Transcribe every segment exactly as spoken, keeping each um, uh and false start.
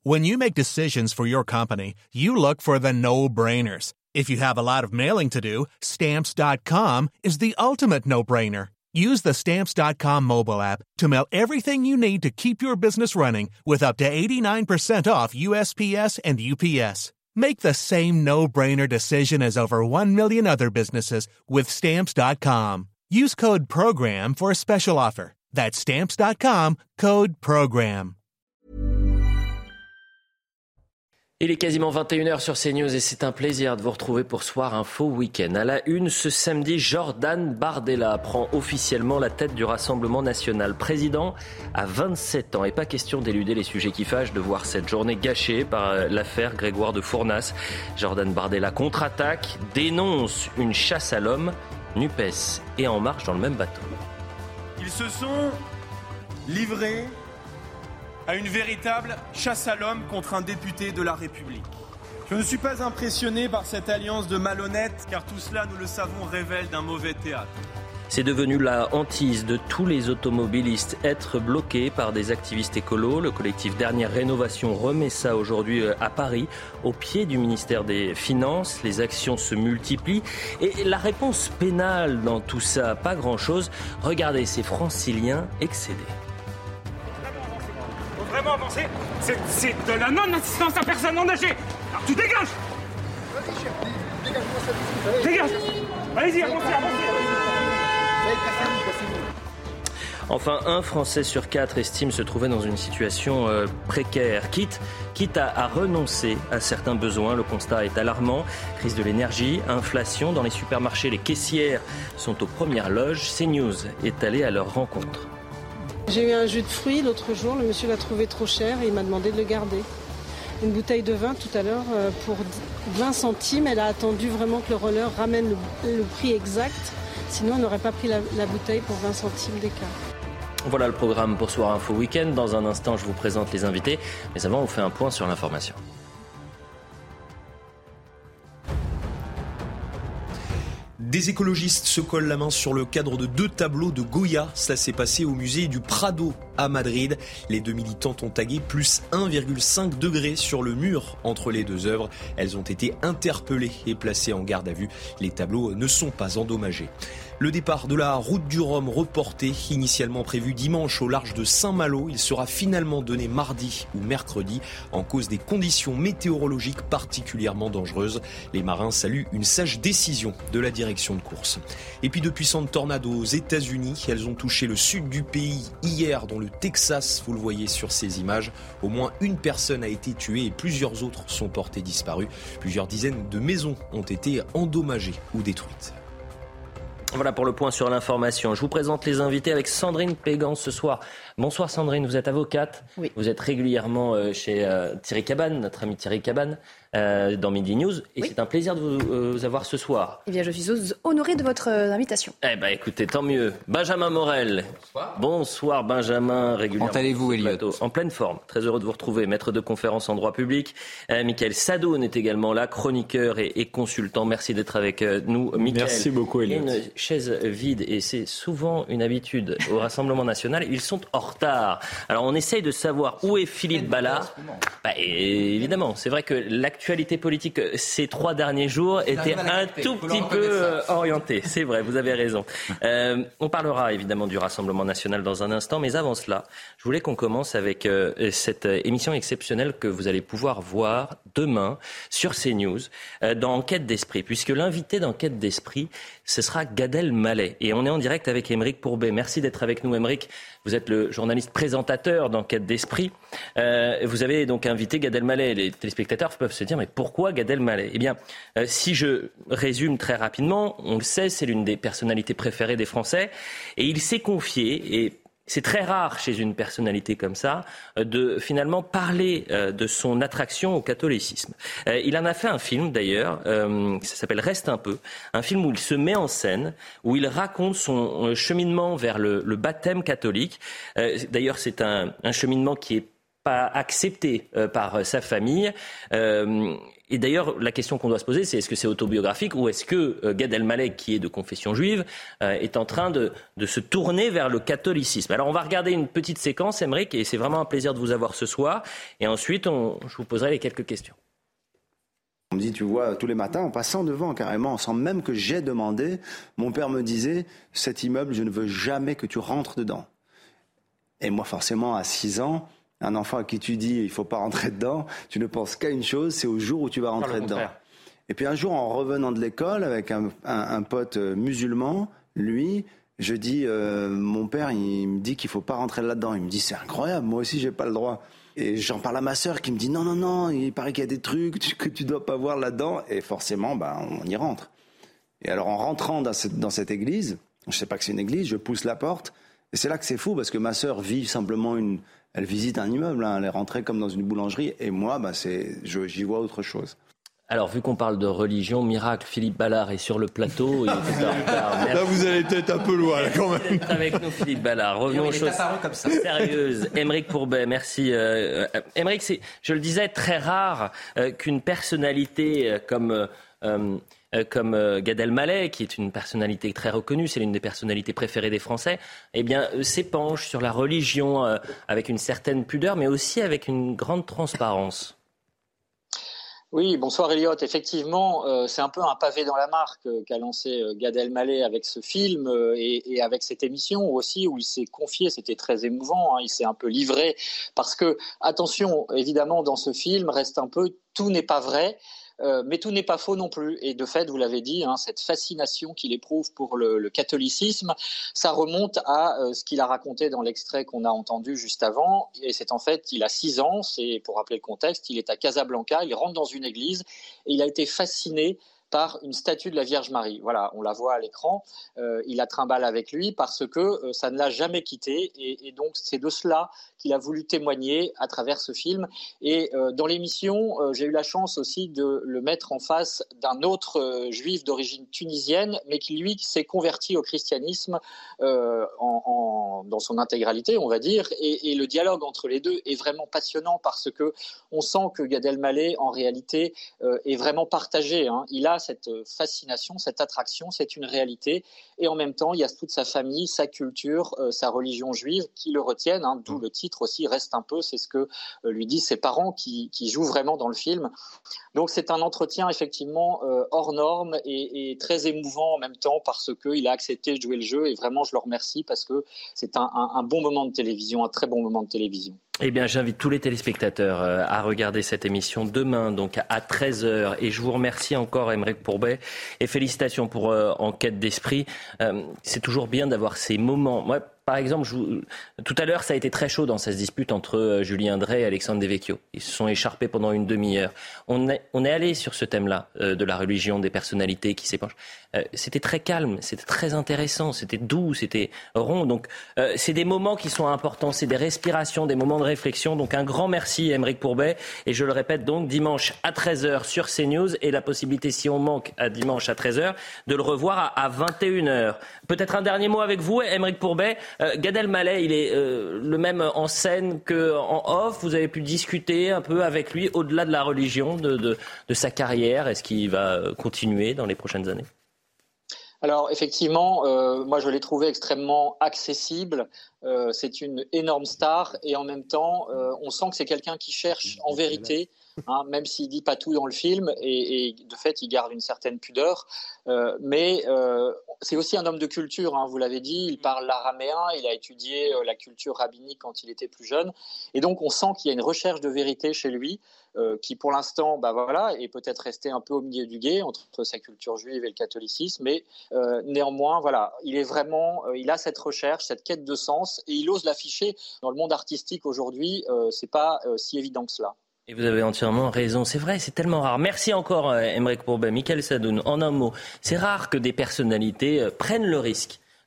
When you make decisions for your company, you look for the no-brainers. If you have a lot of mailing to do, Stamps dot com is the ultimate no-brainer. Use the Stamps dot com mobile app to mail everything you need to keep your business running with up to eighty-nine percent off U S P S and U P S. Make the same no-brainer decision as over one million other businesses with Stamps dot com. Use code PROGRAM for a special offer. That's Stamps dot com, code PROGRAM. Il est quasiment vingt et une heures sur CNews et c'est un plaisir de vous retrouver pour Soir Info Week-end. À la une, ce samedi, Jordan Bardella prend officiellement la tête du Rassemblement National. Président à vingt-sept ans et pas question d'éluder les sujets qui fâchent, de voir cette journée gâchée par l'affaire Grégoire de Fournas. Jordan Bardella contre-attaque, dénonce une chasse à l'homme, NUPES et En Marche dans le même bateau. Ils se sont livrés à une véritable chasse à l'homme contre un député de la République. Je ne suis pas impressionné par cette alliance de malhonnêtes, car tout cela, nous le savons, révèle d'un mauvais théâtre. C'est devenu la hantise de tous les automobilistes, être bloqués par des activistes écolos. Le collectif Dernière Rénovation remet ça aujourd'hui à Paris, au pied du ministère des Finances. Les actions se multiplient. Et la réponse pénale dans tout ça, pas grand-chose. Regardez ces franciliens excédés. Vraiment avancer, c'est, c'est de la non-assistance à personne en danger. Alors tu dégages. Vas-y chef, dégage-moi ça. Dégage. Allez-y, avancez, avancez. Enfin, un Français sur quatre estime se trouver dans une situation euh, précaire, quitte, quitte à, à renoncer à certains besoins. Le constat est alarmant. Crise de l'énergie, inflation dans les supermarchés, les caissières sont aux premières loges. CNews est allé à leur rencontre. J'ai eu un jus de fruits l'autre jour, le monsieur l'a trouvé trop cher et il m'a demandé de le garder. Une bouteille de vin tout à l'heure pour vingt centimes, elle a attendu vraiment que le roller ramène le, le prix exact, sinon on n'aurait pas pris la, la bouteille pour vingt centimes d'écart. Voilà le programme pour Soir Info Week-end. Dans un instant, je vous présente les invités, mais avant on fait un point sur l'information. Des écologistes se collent la main sur le cadre de deux tableaux de Goya. Cela s'est passé au musée du Prado à Madrid. Les deux militantes ont tagué plus un virgule cinq degré sur le mur entre les deux œuvres. Elles ont été interpellées et placées en garde à vue. Les tableaux ne sont pas endommagés. Le départ de la route du Rhum reporté, initialement prévu dimanche au large de Saint-Malo, il sera finalement donné mardi ou mercredi en cause des conditions météorologiques particulièrement dangereuses. Les marins saluent une sage décision de la direction de course. Et puis de puissantes tornades aux États-Unis, elles ont touché le sud du pays hier dans le Texas, vous le voyez sur ces images. Au moins une personne a été tuée et plusieurs autres sont portées disparues. Plusieurs dizaines de maisons ont été endommagées ou détruites. Voilà pour le point sur l'information. Je vous présente les invités avec Sandrine Pégan ce soir. Bonsoir Sandrine, vous êtes avocate. Oui. Vous êtes régulièrement chez Thierry Cabane, notre ami Thierry Cabane, euh, dans Midi News. Et oui. C'est un plaisir de vous, euh, vous avoir ce soir. Eh bien, je suis honorée de votre euh, invitation. Eh bien, écoutez, tant mieux. Benjamin Morel. Bonsoir. Bonsoir Benjamin, régulièrement. Comment allez-vous, Elliot ? En pleine forme. Très heureux de vous retrouver. Maître de conférence en droit public. Euh, Mickaël Sadoun est également là, chroniqueur et, et consultant. Merci d'être avec nous, Mickaël. Merci beaucoup, Elliot. Il y a une chaise vide et c'est souvent une habitude au Rassemblement National. Ils sont en retard. Alors, on essaye de savoir où est Philippe Ballard. Bah, évidemment, c'est vrai que l'actualité politique ces trois derniers jours était un tout petit peu orientée. C'est vrai, vous avez raison. Euh, on parlera évidemment du Rassemblement National dans un instant, mais avant cela, je voulais qu'on commence avec euh, cette émission exceptionnelle que vous allez pouvoir voir demain sur CNews euh, dans Enquête d'Esprit, puisque l'invité d'Enquête d'Esprit, ce sera Gad Elmaleh. Et on est en direct avec Aymeric Pourbet. Merci d'être avec nous, Aymeric. Vous êtes le journaliste présentateur d'Enquête d'Esprit. Euh, vous avez donc invité Gad Elmaleh. Les téléspectateurs peuvent se dire, mais pourquoi Gad Elmaleh ? Eh bien, euh, si je résume très rapidement, on le sait, c'est l'une des personnalités préférées des Français. Et il s'est confié, et c'est très rare chez une personnalité comme ça, de finalement parler euh, de son attraction au catholicisme. Euh, il en a fait un film d'ailleurs, euh, ça s'appelle Reste un peu, un film où il se met en scène, où il raconte son euh, cheminement vers le, le baptême catholique. Euh, d'ailleurs, c'est un, un cheminement qui est pas accepté euh, par sa famille. Euh, et d'ailleurs, la question qu'on doit se poser, c'est est-ce que c'est autobiographique ou est-ce que euh, Gad Elmaleh, qui est de confession juive, euh, est en train de, de se tourner vers le catholicisme. Alors, on va regarder une petite séquence, Aymeric, et c'est vraiment un plaisir de vous avoir ce soir. Et ensuite, on, je vous poserai les quelques questions. On me dit, tu vois, tous les matins, en passant devant carrément, sans même que j'ai demandé, mon père me disait, cet immeuble, je ne veux jamais que tu rentres dedans. Et moi, forcément, à six ans, un enfant à qui tu dis, il ne faut pas rentrer dedans, tu ne penses qu'à une chose, c'est au jour où tu vas rentrer dedans. Et puis un jour, en revenant de l'école, avec un, un, un pote musulman, lui, je dis, euh, mon père, il me dit qu'il ne faut pas rentrer là-dedans. Il me dit, c'est incroyable, moi aussi, je n'ai pas le droit. Et j'en parle à ma sœur qui me dit, non, non, non, il paraît qu'il y a des trucs que tu ne dois pas voir là-dedans. Et forcément, bah, on y rentre. Et alors, en rentrant dans cette, dans cette église, je ne sais pas que c'est une église, je pousse la porte. Et c'est là que c'est fou, parce que ma sœur vit simplement une... Elle visite un immeuble, hein, elle est rentrée comme dans une boulangerie. Et moi, bah, c'est, je, j'y vois autre chose. Alors, vu qu'on parle de religion, miracle, Philippe Ballard est sur le plateau. Il était en retard. Là, vous allez peut-être un peu loin, là, quand même. Merci d'être avec nous, Philippe Ballard. Revenons aux choses comme ça. Sérieuses. Aymeric Pourbet, merci. Euh, Aymeric, c'est, je le disais, très rare euh, qu'une personnalité euh, comme... Euh, euh, comme euh, Gad Elmaleh, qui est une personnalité très reconnue, c'est l'une des personnalités préférées des Français, eh bien, euh, s'épanche sur la religion euh, avec une certaine pudeur, mais aussi avec une grande transparence. Oui, bonsoir Elliot. Effectivement, euh, c'est un peu un pavé dans la mare euh, qu'a lancé euh, Gad Elmaleh avec ce film euh, et, et avec cette émission aussi où il s'est confié. C'était très émouvant. Hein, il s'est un peu livré parce que, attention, évidemment, dans ce film, reste un peu tout n'est pas vrai. Euh, mais tout n'est pas faux non plus. Et de fait, vous l'avez dit, hein, cette fascination qu'il éprouve pour le, le catholicisme, ça remonte à euh, ce qu'il a raconté dans l'extrait qu'on a entendu juste avant. Et c'est en fait, il a six ans, c'est pour rappeler le contexte, il est à Casablanca, il rentre dans une église et il a été fasciné par une statue de la Vierge Marie. Voilà, on la voit à l'écran. Euh, il la trimballe avec lui parce que euh, ça ne l'a jamais quitté. Et, et donc, c'est de cela qu'il a voulu témoigner à travers ce film. Et euh, dans l'émission, euh, j'ai eu la chance aussi de le mettre en face d'un autre euh, juif d'origine tunisienne, mais qui, lui, s'est converti au christianisme euh, en, en, dans son intégralité, on va dire. Et, et le dialogue entre les deux est vraiment passionnant parce que on sent que Gad Elmaleh, en réalité, euh, est vraiment partagé. Hein. Il a cette fascination, cette attraction, c'est une réalité. Et en même temps, il y a toute sa famille, sa culture, euh, sa religion juive qui le retiennent, hein, d'où le titre aussi reste un peu, c'est ce que euh, lui disent ses parents qui, qui jouent vraiment dans le film. Donc c'est un entretien effectivement euh, hors norme et, et très émouvant en même temps parce qu'il a accepté de jouer le jeu et vraiment je le remercie parce que c'est un, un, un bon moment de télévision, un très bon moment de télévision. Eh bien, j'invite tous les téléspectateurs à regarder cette émission demain, donc à treize heures. Et je vous remercie encore, Aymeric Pourbet, et félicitations pour euh, Enquête d'esprit. Euh, c'est toujours bien d'avoir ces moments. Moi, par exemple, je vous... tout à l'heure, ça a été très chaud dans cette dispute entre euh, Julien Drey et Alexandre Devecchio. Ils se sont écharpés pendant une demi-heure. On est, on est allé sur ce thème-là, euh, de la religion, des personnalités qui s'épanchent. Euh, c'était très calme, c'était très intéressant, c'était doux, c'était rond. Donc, euh, c'est des moments qui sont importants, c'est des respirations, des moments de réflexion. Donc, un grand merci à Aymeric Pourbet. Et je le répète donc, dimanche à treize heures sur CNews et la possibilité, si on manque à dimanche à treize heures, de le revoir à, à vingt et une heures. Peut-être un dernier mot avec vous, Aymeric Pourbet. Euh, Gad Elmaleh, il est euh, le même en scène qu'en off. Vous avez pu discuter un peu avec lui au-delà de la religion, de, de, de sa carrière. Est-ce qu'il va continuer dans les prochaines années ? Alors effectivement, euh, moi je l'ai trouvé extrêmement accessible. Euh, c'est une énorme star et en même temps, euh, on sent que c'est quelqu'un qui cherche en vérité, hein, même s'il dit pas tout dans le film et, et de fait il garde une certaine pudeur. Euh, mais euh, c'est aussi un homme de culture, hein, vous l'avez dit. Il parle l'araméen, il a étudié euh, la culture rabbinique quand il était plus jeune, et donc on sent qu'il y a une recherche de vérité chez lui. Euh, qui pour l'instant bah voilà, est peut-être resté un peu au milieu du gué entre sa culture juive et le catholicisme, mais euh, néanmoins voilà, il est vraiment, euh, il a cette recherche, cette quête de sens et il ose l'afficher dans le monde artistique aujourd'hui. Euh, c'est pas euh, si évident que cela. Et vous avez entièrement raison, c'est vrai, c'est tellement rare. Merci encore euh, Aymeric Pourbet, Mickaël Sadoun. En un mot, c'est rare que des personnalités euh, prennent le risque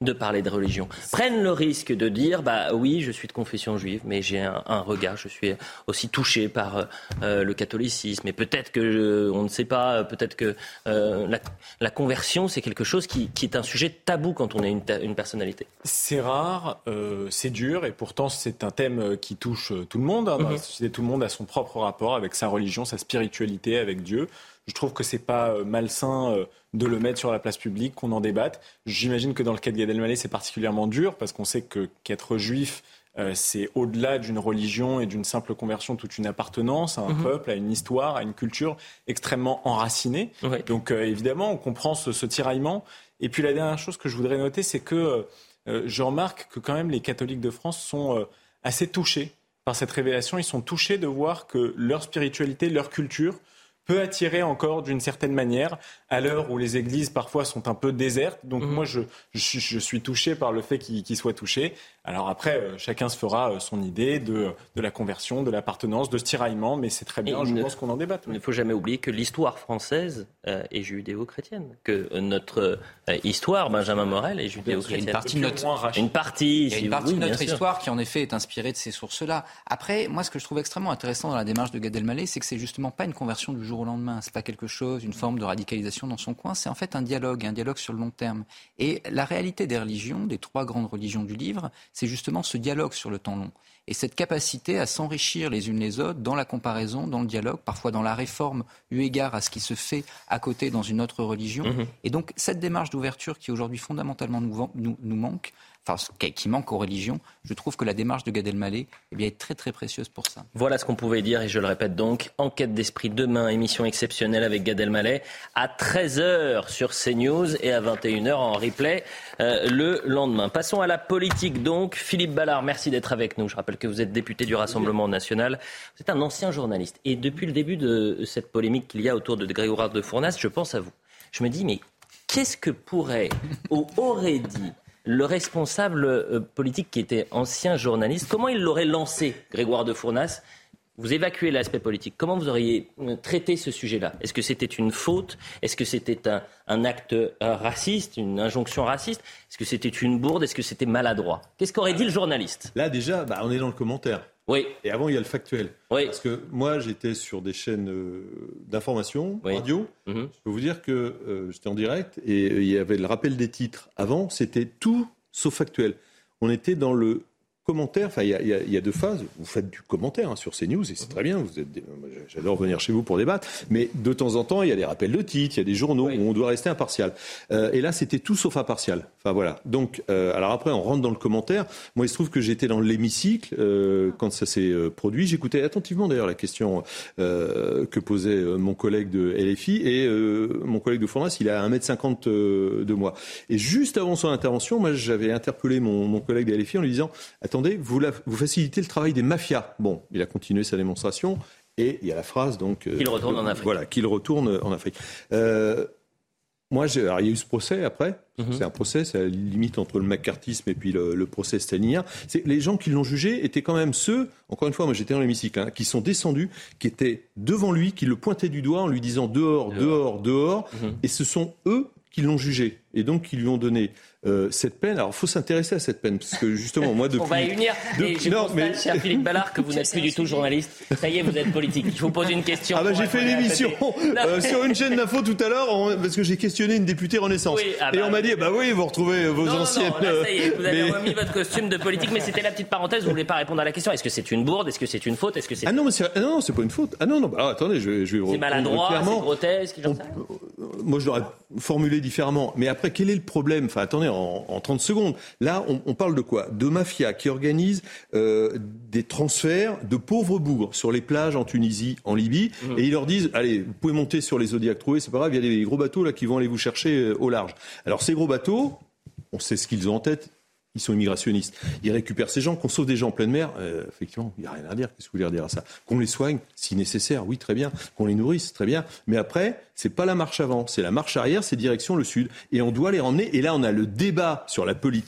de parler de religion, prennent le risque de dire bah oui, je suis de confession juive, mais j'ai un, un regard, je suis aussi touché par euh, le catholicisme, et peut-être que je, on ne sait pas, peut-être que euh, la, la conversion c'est quelque chose qui, qui est un sujet tabou quand on est une, une personnalité. C'est rare, euh, c'est dur, et pourtant c'est un thème qui touche tout le monde. Hein, dans mm-hmm. la société, tout le monde a son propre rapport avec sa religion, sa spiritualité, avec Dieu. Je trouve que c'est pas malsain de le mettre sur la place publique, qu'on en débatte. J'imagine que dans le cas de Gad Elmaleh, c'est particulièrement dur parce qu'on sait que qu'être juif, euh, c'est au-delà d'une religion et d'une simple conversion, toute une appartenance à un mmh. peuple, à une histoire, à une culture extrêmement enracinée. Oui. Donc euh, évidemment, on comprend ce, ce tiraillement. Et puis la dernière chose que je voudrais noter, c'est que euh, je remarque que quand même les catholiques de France sont euh, assez touchés par cette révélation. Ils sont touchés de voir que leur spiritualité, leur culture peut attirer encore d'une certaine manière à l'heure où les églises parfois sont un peu désertes. Donc mmh. moi, je, je, je suis touché par le fait qu'ils, qu'ils soient touchés. Alors après, euh, chacun se fera euh, son idée de, de la conversion, de l'appartenance, de ce tiraillement, mais c'est très bien, Et je ne, pense qu'on en débatte. Il ne faut jamais oublier que l'histoire française euh, est judéo-chrétienne, que euh, notre euh, histoire, Benjamin Morel, est judéo-chrétienne. Il y a une partie de notre, une partie, il y a une partie oui, de notre histoire qui en effet est inspirée de ces sources-là. Après, moi ce que je trouve extrêmement intéressant dans la démarche de Gad Elmaleh, c'est que c'est justement pas une conversion du jour au lendemain, c'est pas quelque chose, une forme de radicalisation dans son coin, c'est en fait un dialogue, un dialogue sur le long terme. Et la réalité des religions, des trois grandes religions du livre, c'est justement ce dialogue sur le temps long. Et cette capacité à s'enrichir les unes les autres dans la comparaison, dans le dialogue, parfois dans la réforme, eu égard à ce qui se fait à côté dans une autre religion. Mmh. Et donc cette démarche d'ouverture qui aujourd'hui fondamentalement nous, nous, nous manque, enfin qui manque aux religions, je trouve que la démarche de Gad Elmaleh eh bien, est très très précieuse pour ça. Voilà ce qu'on pouvait dire, et je le répète donc, Enquête d'esprit demain, émission exceptionnelle avec Gad Elmaleh à treize heures sur CNews et à vingt et une heures en replay euh, le lendemain. Passons à la politique donc. Philippe Ballard, merci d'être avec nous. Je rappelle que vous êtes député du Rassemblement national. Vous êtes un ancien journaliste, et depuis le début de cette polémique qu'il y a autour de Grégoire de Fournas, je pense à vous. Je me dis, mais qu'est-ce que pourrait ou aurait dit le responsable euh, politique qui était ancien journaliste, comment il l'aurait lancé, Grégoire de Fournas? Vous évacuez l'aspect politique. Comment vous auriez traité ce sujet-là? Est-ce que c'était une faute? Est-ce que c'était un, un acte raciste, une injonction raciste? Est-ce que c'était une bourde? Est-ce que c'était maladroit? Qu'est-ce qu'aurait dit le journaliste? Là, déjà, bah, on est dans le commentaire. Oui. Et avant, il y a le factuel. Oui. Parce que moi, j'étais sur des chaînes euh, d'information, oui. radio. Mm-hmm. Je peux vous dire que euh, j'étais en direct et euh, il y avait le rappel des titres. Avant, c'était tout sauf factuel. On était dans le commentaire. Enfin, il y, y, y a deux phases. Vous faites du commentaire hein, sur CNews et c'est très bien. Vous êtes, j'adore venir chez vous pour débattre. Mais de temps en temps, il y a des rappels de titres, il y a des journaux oui. où on doit rester impartial. Euh, et là, c'était tout sauf impartial. Enfin voilà. Donc, euh, alors après, on rentre dans le commentaire. Moi, il se trouve que j'étais dans l'hémicycle euh, quand ça s'est euh, produit. J'écoutais attentivement d'ailleurs la question euh, que posait euh, mon collègue de L F I et euh, mon collègue de Fournas, il a un mètre cinquante euh, de moi. Et juste avant son intervention, moi, j'avais interpellé mon, mon collègue de L F I en lui disant attendez, vous, la, vous facilitez le travail des mafias. Bon, il a continué sa démonstration et il y a la phrase donc qu'il retourne euh, en Afrique. Voilà, qu'il retourne en Afrique. Euh, moi, j'ai, alors, il y a eu ce procès après. Mm-hmm. C'est un procès, c'est à la limite entre le macartisme et puis le, le procès stalinien. C'est, les gens qui l'ont jugé étaient quand même ceux, encore une fois, moi j'étais dans l'hémicycle, hein, qui sont descendus, qui étaient devant lui, qui le pointaient du doigt en lui disant dehors, dehors, dehors. dehors mm-hmm. Et ce sont eux qui l'ont jugé et donc qui lui ont donné euh, cette peine. Alors, il faut s'intéresser à cette peine parce que justement, moi, depuis... On va y venir. Depuis... Et je non, constate, mais... cher Philippe Ballard, que vous n'êtes plus du tout journaliste. Ça y est, vous êtes politique. Je vous pose une question. Ah bah j'ai fait une émission euh, sur une chaîne d'info tout à l'heure on... parce que j'ai questionné une députée Renaissance. Oui, ah bah, et on m'a dit, bah oui, vous retrouvez vos non, anciennes... Non, là, ça y est, vous avez mais... remis votre costume de politique, mais c'était la petite parenthèse, vous ne voulez pas répondre à la question. Est-ce que c'est une bourde? Est-ce que c'est une faute? Est-ce que c'est... Ah non, mais c'est... Ah non, c'est pas une faute. Ah non, non, bah, alors, attendez, je vais... Je vais c'est maladroit, clairement. C'est grotesque, j'en sais rien. Moi, je l'aurais formulé différemment. Mais après, quel est le problème? Enfin, attendez, en, en trente secondes. Là, on, on parle de quoi? De mafia qui organise euh, des transferts de pauvres bougres sur les plages en Tunisie, en Libye. Mmh. Et ils leur disent, allez, vous pouvez monter sur les Zodiacs troués, c'est pas grave, il y a des gros bateaux là qui vont aller vous chercher euh, au large. Alors, ces gros bateaux, on sait ce qu'ils ont en tête. Ils sont immigrationnistes. Ils récupèrent ces gens, qu'on sauve des gens en pleine mer. Euh, effectivement, il n'y a rien à dire. Qu'est-ce que vous voulez dire à ça? Qu'on les soigne, si nécessaire, oui, très bien. Qu'on les nourrisse, très bien. Mais après, c'est pas la marche avant, c'est la marche arrière, c'est direction le sud. Et on doit les ramener. Et là, on a le débat sur la politique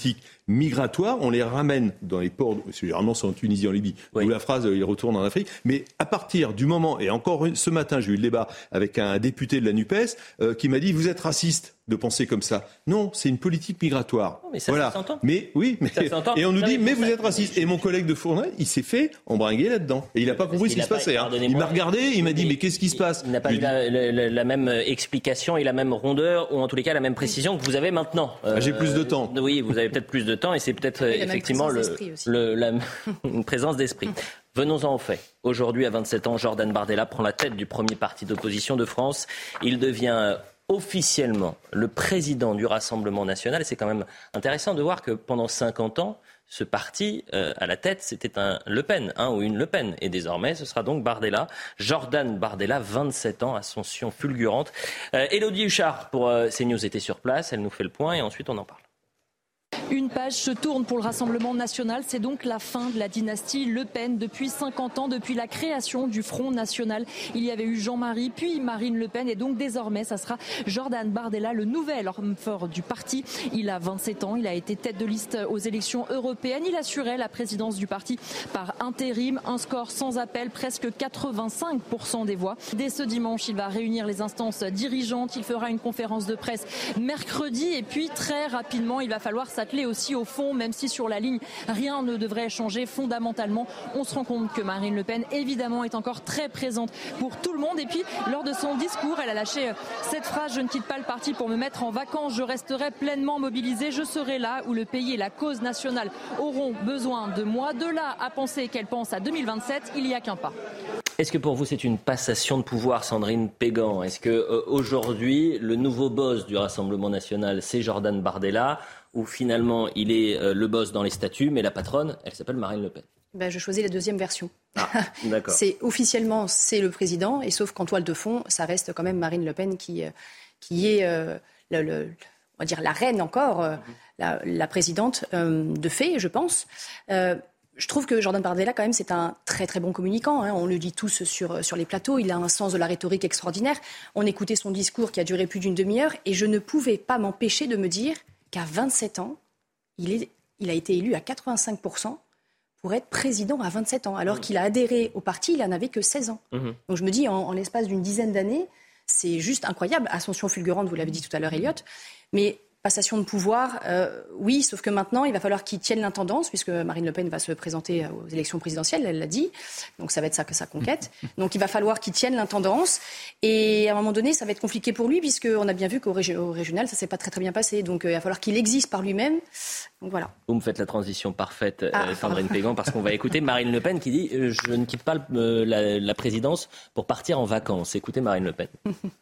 migratoires, on les ramène dans les ports, généralement c'est en Tunisie, en Libye, oui. D'où la phrase ils retournent en Afrique. Mais à partir du moment, et encore ce matin j'ai eu le débat avec un député de la NUPES euh, qui m'a dit vous êtes raciste de penser comme ça. Non, c'est une politique migratoire. Non, mais ça, voilà. ça s'entend. Mais oui, mais et on nous dit mais vous êtes raciste. Et mon collègue de Fournay, il s'est fait embringuer là-dedans. Et il n'a pas compris ce qui se passait. Hein. Il m'a regardé, il m'a dit mais qu'est-ce qui se passe ? Il n'a pas eu la, la, la même explication et la même rondeur, ou en tous les cas la même précision que vous avez maintenant. Euh, J'ai plus de temps. Oui, vous avez peut-être plus de temps et c'est peut-être euh, effectivement le, le, la, une présence d'esprit. Venons-en aux faits. Aujourd'hui, à vingt-sept ans, Jordan Bardella prend la tête du premier parti d'opposition de France. Il devient officiellement le président du Rassemblement national. Et c'est quand même intéressant de voir que pendant cinquante ans, ce parti, euh, à la tête, c'était un Le Pen, un ou une Le Pen. Et désormais, ce sera donc Bardella, Jordan Bardella, vingt-sept ans, ascension fulgurante. Euh, Élodie Huchard, pour euh, CNews, était sur place. Elle nous fait le point et ensuite on en parle. Une page se tourne pour le Rassemblement national. C'est donc la fin de la dynastie Le Pen depuis cinquante ans, depuis la création du Front national. Il y avait eu Jean-Marie, puis Marine Le Pen. Et donc désormais, ça sera Jordan Bardella, le nouvel homme fort du parti. Il a vingt-sept ans, il a été tête de liste aux élections européennes. Il assurait la présidence du parti par intérim. Un score sans appel, presque quatre-vingt-cinq pour cent des voix. Dès ce dimanche, il va réunir les instances dirigeantes. Il fera une conférence de presse mercredi. Et puis très rapidement, il va falloir s'atteler aussi au fond, même si sur la ligne rien ne devrait changer fondamentalement. On se rend compte que Marine Le Pen évidemment est encore très présente pour tout le monde. Et puis lors de son discours, elle a lâché cette phrase: je ne quitte pas le parti pour me mettre en vacances, je resterai pleinement mobilisée, je serai là où le pays et la cause nationale auront besoin de moi. De là à penser qu'elle pense à deux mille vingt-sept, il n'y a qu'un pas. Est-ce que pour vous c'est une passation de pouvoir, Sandrine Pégan ? Est-ce que euh, aujourd'hui le nouveau boss du Rassemblement national c'est Jordan Bardella, ou finalement il est euh, le boss dans les statuts, mais la patronne elle s'appelle Marine Le Pen ? Ben, je choisis la deuxième version. Ah, d'accord. c'est, officiellement c'est le président, et sauf qu'en toile de fond ça reste quand même Marine Le Pen qui, qui est euh, le, le, on va dire la reine encore, euh, la, la présidente euh, de fait je pense. Euh, Je trouve que Jordan Bardella, quand même, c'est un très très bon communicant. Hein. On le dit tous sur, sur les plateaux. Il a un sens de la rhétorique extraordinaire. On écoutait son discours qui a duré plus d'une demi-heure et je ne pouvais pas m'empêcher de me dire qu'à vingt-sept ans, il, est, il a été élu à quatre-vingt-cinq pour cent pour être président à vingt-sept ans. Alors qu'il a adhéré au parti, il n'en avait que seize ans. Mmh. Donc je me dis, en, en l'espace d'une dizaine d'années, c'est juste incroyable. Ascension fulgurante, vous l'avez dit tout à l'heure, Elliot. Mais passation de pouvoir, euh, oui, sauf que maintenant, il va falloir qu'il tienne l'intendance, puisque Marine Le Pen va se présenter aux élections présidentielles, elle l'a dit. Donc ça va être ça que sa conquête. Donc il va falloir qu'il tienne l'intendance. Et à un moment donné, ça va être compliqué pour lui, puisqu'on a bien vu qu'au régi- au régional, ça ne s'est pas très très bien passé. Donc euh, il va falloir qu'il existe par lui-même. Donc voilà. Vous me faites la transition parfaite, euh, ah. Sandrine Pégan, parce qu'on va écouter Marine Le Pen qui dit euh, « Je ne quitte pas euh, la, la présidence pour partir en vacances ». Écoutez Marine Le Pen.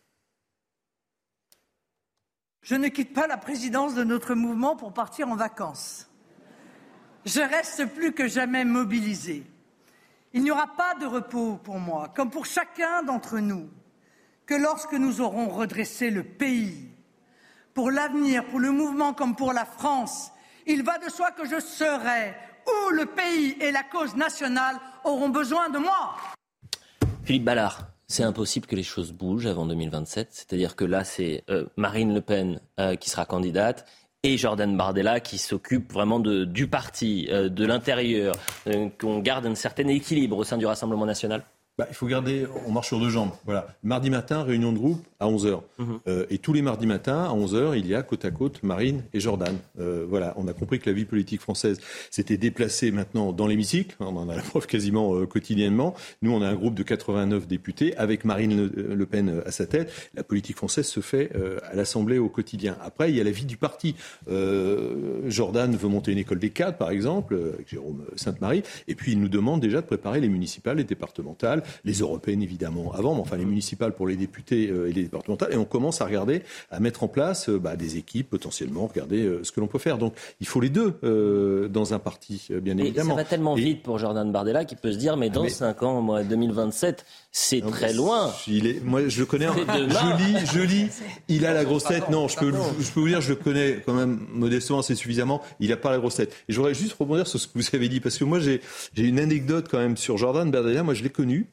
Je ne quitte pas la présidence de notre mouvement pour partir en vacances. Je reste plus que jamais mobilisée. Il n'y aura pas de repos pour moi, comme pour chacun d'entre nous, que lorsque nous aurons redressé le pays. Pour l'avenir, pour le mouvement comme pour la France, il va de soi que je serai où le pays et la cause nationale auront besoin de moi. Philippe Ballard. C'est impossible que les choses bougent avant deux mille vingt-sept. C'est-à-dire que là, c'est euh, Marine Le Pen euh, qui sera candidate et Jordan Bardella qui s'occupe vraiment de, du parti, euh, de l'intérieur, euh, qu'on garde un certain équilibre au sein du Rassemblement national. Bah, il faut garder, on marche sur deux jambes. Voilà. Mardi matin, réunion de groupe à onze heures. Mmh. Euh, et tous les mardis matins, à onze heures, il y a côte à côte Marine et Jordan. Euh, voilà, on a compris que la vie politique française s'était déplacée maintenant dans l'hémicycle. On en a la preuve quasiment euh, quotidiennement. Nous, on a un groupe de quatre-vingt-neuf députés avec Marine Le, Le Pen à sa tête. La politique française se fait euh, à l'Assemblée au quotidien. Après, il y a la vie du parti. Euh, Jordan veut monter une école des cadres, par exemple, avec Jérôme Sainte-Marie. Et puis, il nous demande déjà de préparer les municipales, les départementales, les européennes évidemment avant, mais enfin les municipales pour les députés euh, et les départementales. Et on commence à regarder, à mettre en place euh, bah, des équipes potentiellement, regarder euh, ce que l'on peut faire. Donc il faut les deux euh, dans un parti, euh, bien et évidemment. Ça va tellement et... vite pour Jordan Bardella qu'il peut se dire, mais dans mais... cinq ans, moi, deux mille vingt-sept, c'est non, très loin. Il est... Moi, je le connais. Je lis, je lis. Il a la grosse tête. Non, je peux, je peux vous dire, je le connais quand même modestement, c'est suffisamment. Il n'a pas la grosse tête. Et je voudrais juste rebondir sur ce que vous avez dit, parce que moi, j'ai, j'ai une anecdote quand même sur Jordan Bardella. Moi, je l'ai connu.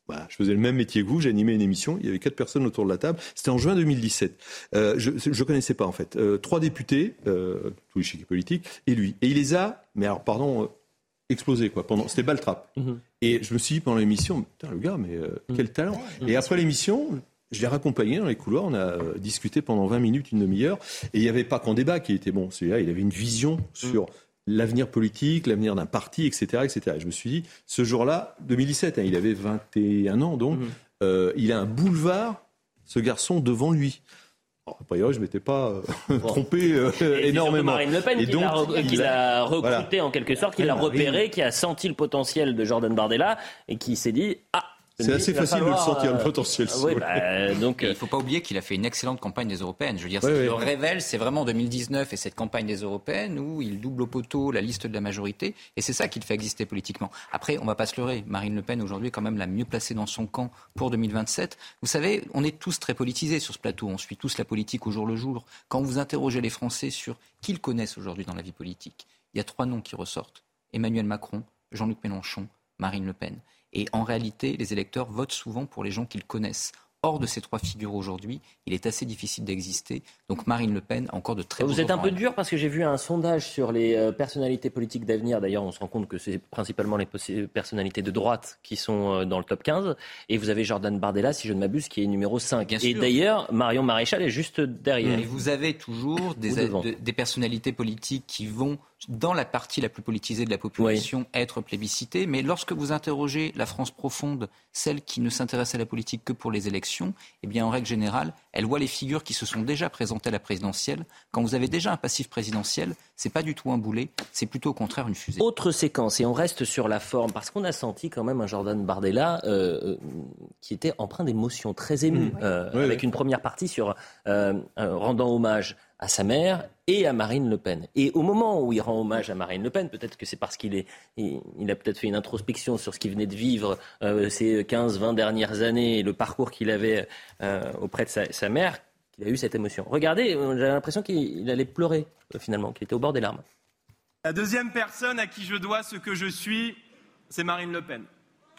Voilà, je faisais le même métier que vous, j'ai animé une émission, il y avait quatre personnes autour de la table, c'était en juin deux mille dix-sept. Euh, je ne connaissais pas en fait. Euh, trois députés, euh, tous les chics politiques, et lui. Et il les a, mais alors pardon, euh, explosés quoi. Pendant, c'était balle-trappe. Mm-hmm. Et je me suis dit pendant l'émission, putain le gars, mais euh, mm-hmm. quel talent. Mm-hmm. Et après l'émission, je l'ai raccompagné dans les couloirs, on a euh, discuté pendant vingt minutes, une demi-heure, et il n'y avait pas qu'en débat qui était bon. Celui-là, il avait une vision sur... Mm. l'avenir politique, l'avenir d'un parti, et cetera, et cetera. Et je me suis dit, ce jour-là, deux mille dix-sept, hein, il avait vingt et un ans, donc, mmh. euh, il a un boulevard, ce garçon, devant lui. Alors, a priori, je ne m'étais pas euh, bon. trompé euh, et énormément. Marine Le Pen, et qui donc, l'a, re- qui l'a recruté voilà. en quelque sorte, qui l'a repéré, qui a senti le potentiel de Jordan Bardella, et qui s'est dit, ah, c'est assez facile falloir, de le sentir, euh, le potentiel. Euh, oui, bah, donc, il ne faut pas oublier qu'il a fait une excellente campagne des Européennes. Je veux dire, ce ouais, qui ouais. le révèle, c'est vraiment deux mille dix-neuf et cette campagne des Européennes où il double au poteau la liste de la majorité. Et c'est ça qui le fait exister politiquement. Après, on ne va pas se leurrer. Marine Le Pen, aujourd'hui, est quand même la mieux placée dans son camp pour deux mille vingt-sept. Vous savez, on est tous très politisés sur ce plateau. On suit tous la politique au jour le jour. Quand vous interrogez les Français sur qui ils connaissent aujourd'hui dans la vie politique, il y a trois noms qui ressortent. Emmanuel Macron, Jean-Luc Mélenchon, Marine Le Pen. Et en réalité, les électeurs votent souvent pour les gens qu'ils connaissent. Hors de ces trois figures aujourd'hui, il est assez difficile d'exister. Donc Marine Le Pen a encore de très beaux Vous êtes un peu dur parce que j'ai vu un sondage sur les euh, personnalités politiques d'avenir. D'ailleurs, on se rend compte que c'est principalement les possi- personnalités de droite qui sont euh, dans le top quinze. Et vous avez Jordan Bardella, si je ne m'abuse, qui est numéro cinq. Bien et sûr. D'ailleurs, Marion Maréchal est juste derrière. Et vous avez toujours des, a- de, des personnalités politiques qui vont, dans la partie la plus politisée de la population, oui. être plébiscitées. Mais lorsque vous interrogez la France profonde, celle qui ne s'intéresse à la politique que pour les élections, eh bien, en règle générale, elle voit les figures qui se sont déjà présentées à la présidentielle. Quand vous avez déjà un passif présidentiel, c'est pas du tout un boulet, c'est plutôt au contraire une fusée. Autre séquence, et on reste sur la forme, parce qu'on a senti quand même un Jordan Bardella euh, qui était empreint d'émotions, très ému, mmh. euh, oui, avec oui. une première partie sur euh, euh, rendant hommage à sa mère et à Marine Le Pen. Et au moment où il rend hommage à Marine Le Pen, peut-être que c'est parce qu'il est, il, il a peut-être fait une introspection sur ce qu'il venait de vivre euh, ces quinze vingt dernières années et le parcours qu'il avait euh, auprès de sa, sa mère, qu'il a eu cette émotion. Regardez, j'ai l'impression qu'il allait pleurer euh, finalement, qu'il était au bord des larmes. La deuxième personne à qui je dois ce que je suis, c'est Marine Le Pen.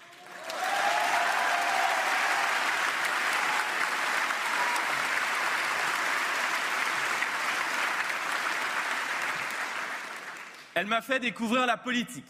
Elle m'a fait découvrir la politique.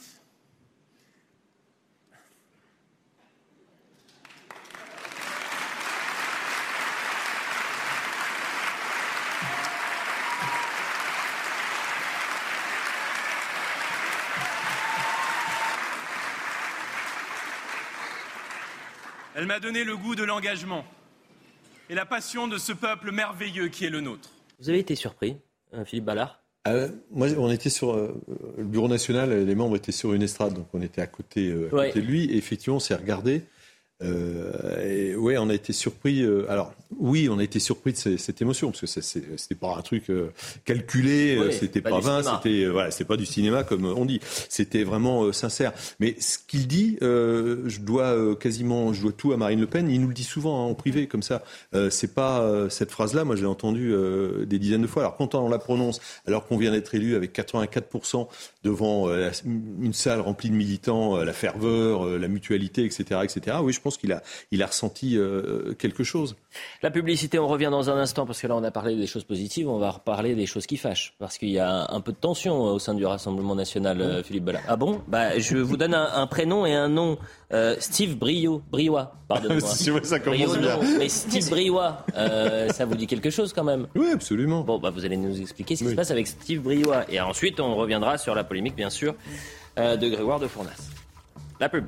Elle m'a donné le goût de l'engagement et la passion de ce peuple merveilleux qui est le nôtre. Vous avez été surpris, Philippe Ballard ? Euh, moi, on était sur euh, le bureau national, les membres étaient sur une estrade, donc on était à côté, euh, à ouais. côté de lui. Et effectivement, on s'est regardé. Euh, et ouais, on a été surpris. Euh, alors, oui, on a été surpris de ces, cette émotion parce que c'est, c'est, c'était pas un truc euh, calculé, oui, c'était pas, pas vain, c'était euh, voilà, c'était pas du cinéma comme on dit. C'était vraiment euh, sincère. Mais ce qu'il dit, euh, je dois euh, quasiment, je dois tout à Marine Le Pen. Il nous le dit souvent hein, en privé comme ça. Euh, c'est pas euh, cette phrase-là. Moi, je l'ai entendue euh, des dizaines de fois. Alors quand on la prononce, alors qu'on vient d'être élu avec quatre-vingt-quatre pour cent devant euh, la, une salle remplie de militants, euh, la ferveur, euh, la mutualité, et cetera, et cetera. Oui, je pense qu'il a, il a ressenti euh, quelque chose. La publicité, on revient dans un instant, parce que là, on a parlé des choses positives, on va reparler des choses qui fâchent, parce qu'il y a un peu de tension au sein du Rassemblement national, euh, Philippe Ballard. Ah bon ? Bah, je vous donne un, un prénom et un nom. Euh, Steve Briot, Briois, pardonnez-moi. Si ça commence Briot, bien. Non, mais Steve Briois, euh, ça vous dit quelque chose quand même ? Oui, absolument. Bon, bah, vous allez nous expliquer ce qui oui. se passe avec Steve Briois. Et ensuite, on reviendra sur la polémique, bien sûr, euh, de Grégoire de Fournas. La pub.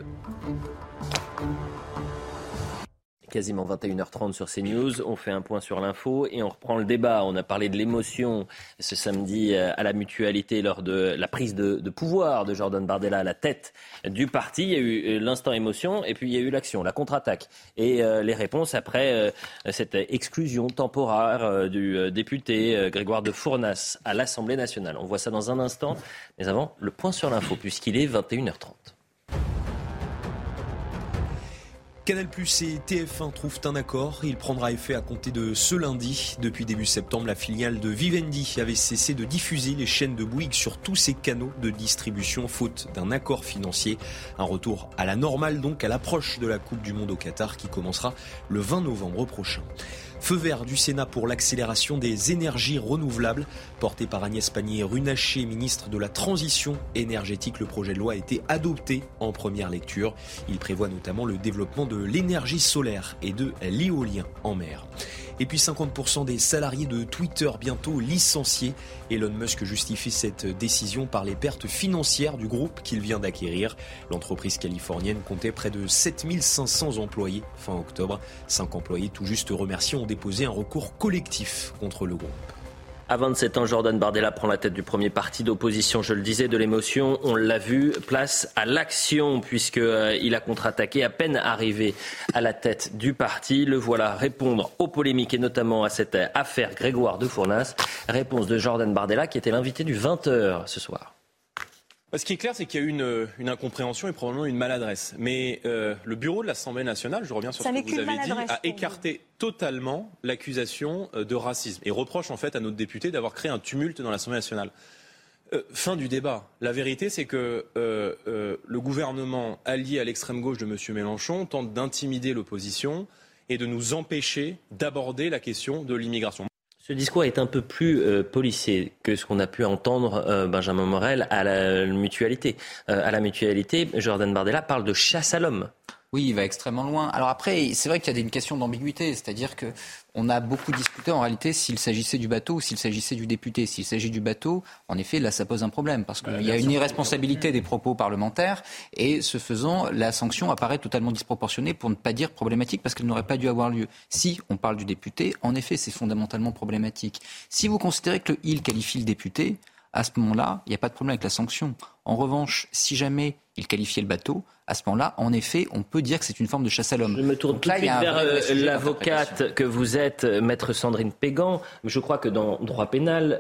Quasiment vingt et une heures trente sur CNews, on fait un point sur l'info et on reprend le débat. On a parlé de l'émotion ce samedi à la Mutualité lors de la prise de, de pouvoir de Jordan Bardella à la tête du parti. Il y a eu l'instant émotion et puis il y a eu l'action, la contre-attaque et euh, les réponses après euh, cette exclusion temporaire euh, du euh, député euh, Grégoire de Fournas à l'Assemblée nationale. On voit ça dans un instant, mais avant, le point sur l'info puisqu'il est vingt et une heures trente. Canal plus et T F un trouvent un accord. Il prendra effet à compter de ce lundi. Depuis début septembre, la filiale de Vivendi avait cessé de diffuser les chaînes de Bouygues sur tous ses canaux de distribution, faute d'un accord financier. Un retour à la normale donc à l'approche de la Coupe du Monde au Qatar qui commencera le vingt novembre prochain. Feu vert du Sénat pour l'accélération des énergies renouvelables. Porté par Agnès Pannier-Runacher, ministre de la Transition énergétique, le projet de loi a été adopté en première lecture. Il prévoit notamment le développement de l'énergie solaire et de l'éolien en mer. Et puis cinquante pour cent des salariés de Twitter bientôt licenciés. Elon Musk justifie cette décision par les pertes financières du groupe qu'il vient d'acquérir. L'entreprise californienne comptait près de sept mille cinq cents employés fin octobre. Cinq employés tout juste remerciés ont déposé un recours collectif contre le groupe. À vingt-sept ans, Jordan Bardella prend la tête du premier parti d'opposition. Je le disais, de l'émotion, on l'a vu. Place à l'action, puisqu'il euh, a contre-attaqué à peine arrivé à la tête du parti. Le voilà répondre aux polémiques et notamment à cette affaire Grégoire de Fournas. Réponse de Jordan Bardella, qui était l'invité du vingt heures ce soir. Ce qui est clair, c'est qu'il y a eu une, une incompréhension et probablement une maladresse. Mais euh, le bureau de l'Assemblée nationale, je reviens sur ça ce que vous avez dit, a écarté totalement l'accusation de racisme et reproche en fait à notre député d'avoir créé un tumulte dans l'Assemblée nationale. Euh, fin du débat. La vérité, c'est que euh, euh, le gouvernement allié à l'extrême gauche de M. Mélenchon tente d'intimider l'opposition et de nous empêcher d'aborder la question de l'immigration. Ce discours est un peu plus euh, policé que ce qu'on a pu entendre euh, Benjamin Morel à la mutualité. Euh, à la mutualité, Jordan Bardella parle de chasse à l'homme. Oui, il va extrêmement loin. Alors après, c'est vrai qu'il y a une question d'ambiguïté, c'est-à-dire que on a beaucoup discuté en réalité s'il s'agissait du bateau ou s'il s'agissait du député. S'il s'agit du bateau, en effet, là, ça pose un problème parce qu'il y a une irresponsabilité des propos parlementaires et ce faisant, la sanction apparaît totalement disproportionnée pour ne pas dire problématique parce qu'elle n'aurait pas dû avoir lieu. Si on parle du député, en effet, c'est fondamentalement problématique. Si vous considérez que le « il » qualifie le député, à ce moment-là, il n'y a pas de problème avec la sanction. En revanche, si jamais il qualifiait le bateau, à ce moment-là, en effet, on peut dire que c'est une forme de chasse à l'homme. Je me tourne tout de suite vers euh, l'avocate que vous êtes, maître Sandrine Pégan. Je crois que dans le droit pénal,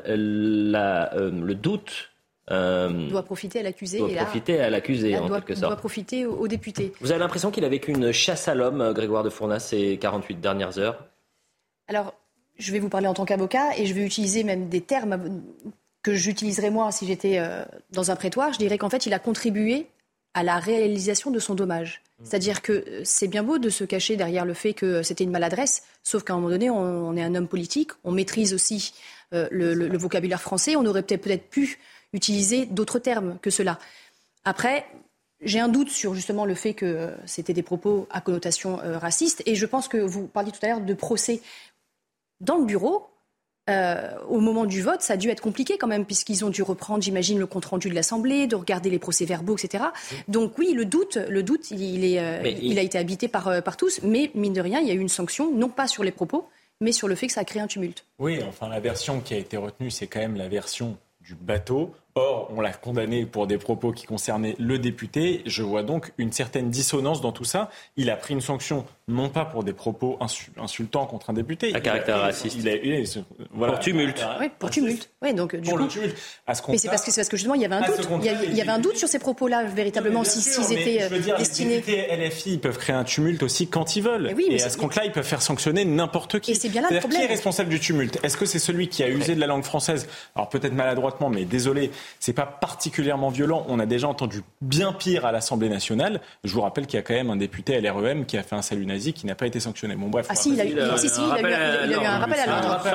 la, euh, le doute... Euh, doit profiter à l'accusé. Doit et là, profiter à l'accusé, en doit, quelque sorte. Doit profiter au, au député. Vous avez l'impression qu'il a vécu une chasse à l'homme, Grégoire de Fournas, ces quarante-huit dernières heures? Alors, je vais vous parler en tant qu'avocat et je vais utiliser même des termes que j'utiliserais moi si j'étais euh, dans un prétoire. Je dirais qu'en fait, il a contribué à la réalisation de son dommage. C'est-à-dire que c'est bien beau de se cacher derrière le fait que c'était une maladresse, sauf qu'à un moment donné, on, on est un homme politique, on maîtrise aussi euh, le, le, le vocabulaire français, on aurait peut-être, peut-être pu utiliser d'autres termes que cela. Après, j'ai un doute sur justement le fait que euh, c'était des propos à connotation euh, raciste, et je pense que vous parliez tout à l'heure de procès dans le bureau. Euh, au moment du vote, ça a dû être compliqué quand même, puisqu'ils ont dû reprendre, j'imagine, le compte-rendu de l'Assemblée, de regarder les procès-verbaux, et cetera. Donc oui, le doute, le doute, il, est, euh, il... il a été habité par, par tous, mais mine de rien, il y a eu une sanction, non pas sur les propos, mais sur le fait que ça a créé un tumulte. Oui, enfin la version qui a été retenue, c'est quand même la version du bateau. Or, on l'a condamné pour des propos qui concernaient le député. Je vois donc une certaine dissonance dans tout ça. Il a pris une sanction, non pas pour des propos insultants contre un député. À caractère raciste. Il a, il a, voilà. Pour tumulte. Oui, pour tumulte. Oui, donc, du pour coup, le tumulte. À ce mais c'est parce, que, c'est parce que justement, il y avait un doute. Il y, a, il y avait un doute sur ces propos-là, véritablement, si, sûr, s'ils étaient je veux dire, destinés. Les députés L F I peuvent créer un tumulte aussi quand ils veulent. Et, oui, et à ce compte-là, ils peuvent faire sanctionner n'importe qui. Et c'est bien là le problème. Qui est responsable du tumulte? Est-ce que c'est celui qui a usé de la langue française? Alors peut-être maladroitement, mais désolé, c'est pas particulièrement violent. On a déjà entendu bien pire à l'Assemblée nationale. Je vous rappelle qu'il y a quand même un député L R E M qui a fait un salut nazi qui n'a pas été sanctionné. Bon bref. Ah si, il a eu un rappel à l'ordre.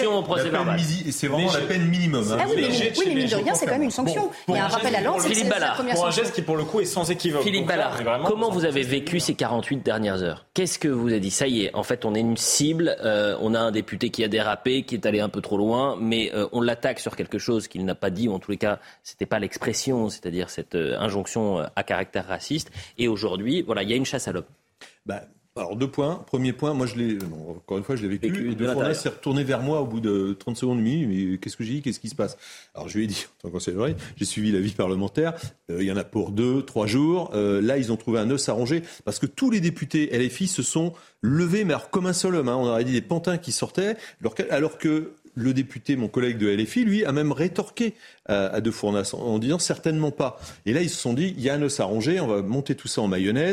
C'est vraiment la peine minimum. Ah oui, mais mine de rien, c'est quand même une sanction. Il y a un rappel à l'ordre. Philippe Ballard. Pour un geste qui pour le coup est sans équivoque. Philippe Ballard, comment vous avez vécu ces quarante-huit dernières heures? Qu'est-ce que vous avez dit? Ça y est, en fait, on est une cible. On a un député qui a dérapé, qui est allé un peu trop loin, mais on l'attaque sur quelque chose qu'il n'a pas dit, ou en tous les cas, c'était pas l'expression, c'est-à-dire cette euh, injonction euh, à caractère raciste. Et aujourd'hui, voilà, il y a une chasse à l'homme. Bah, alors deux points. Premier point, moi je l'ai, non, encore une fois, je l'ai vécu. vécu et de fois, s'est retourné vers moi au bout de trente secondes, une minute. Mais qu'est-ce que j'ai dit? Qu'est-ce qui se passe? Alors je lui ai dit, en tant que conseiller de l'oreille, j'ai suivi la vie parlementaire. Euh, il y en a pour deux, trois jours. Euh, là, ils ont trouvé un os à ronger parce que tous les députés L F I se sont levés, mais alors comme un seul homme. Hein, on aurait dit des pantins qui sortaient, alors que, alors que le député, mon collègue de L F I, lui, a même rétorqué à, à De Fournas en, en disant certainement pas. Et là, ils se sont dit, il y a un os à ronger, on va monter tout ça en mayonnaise.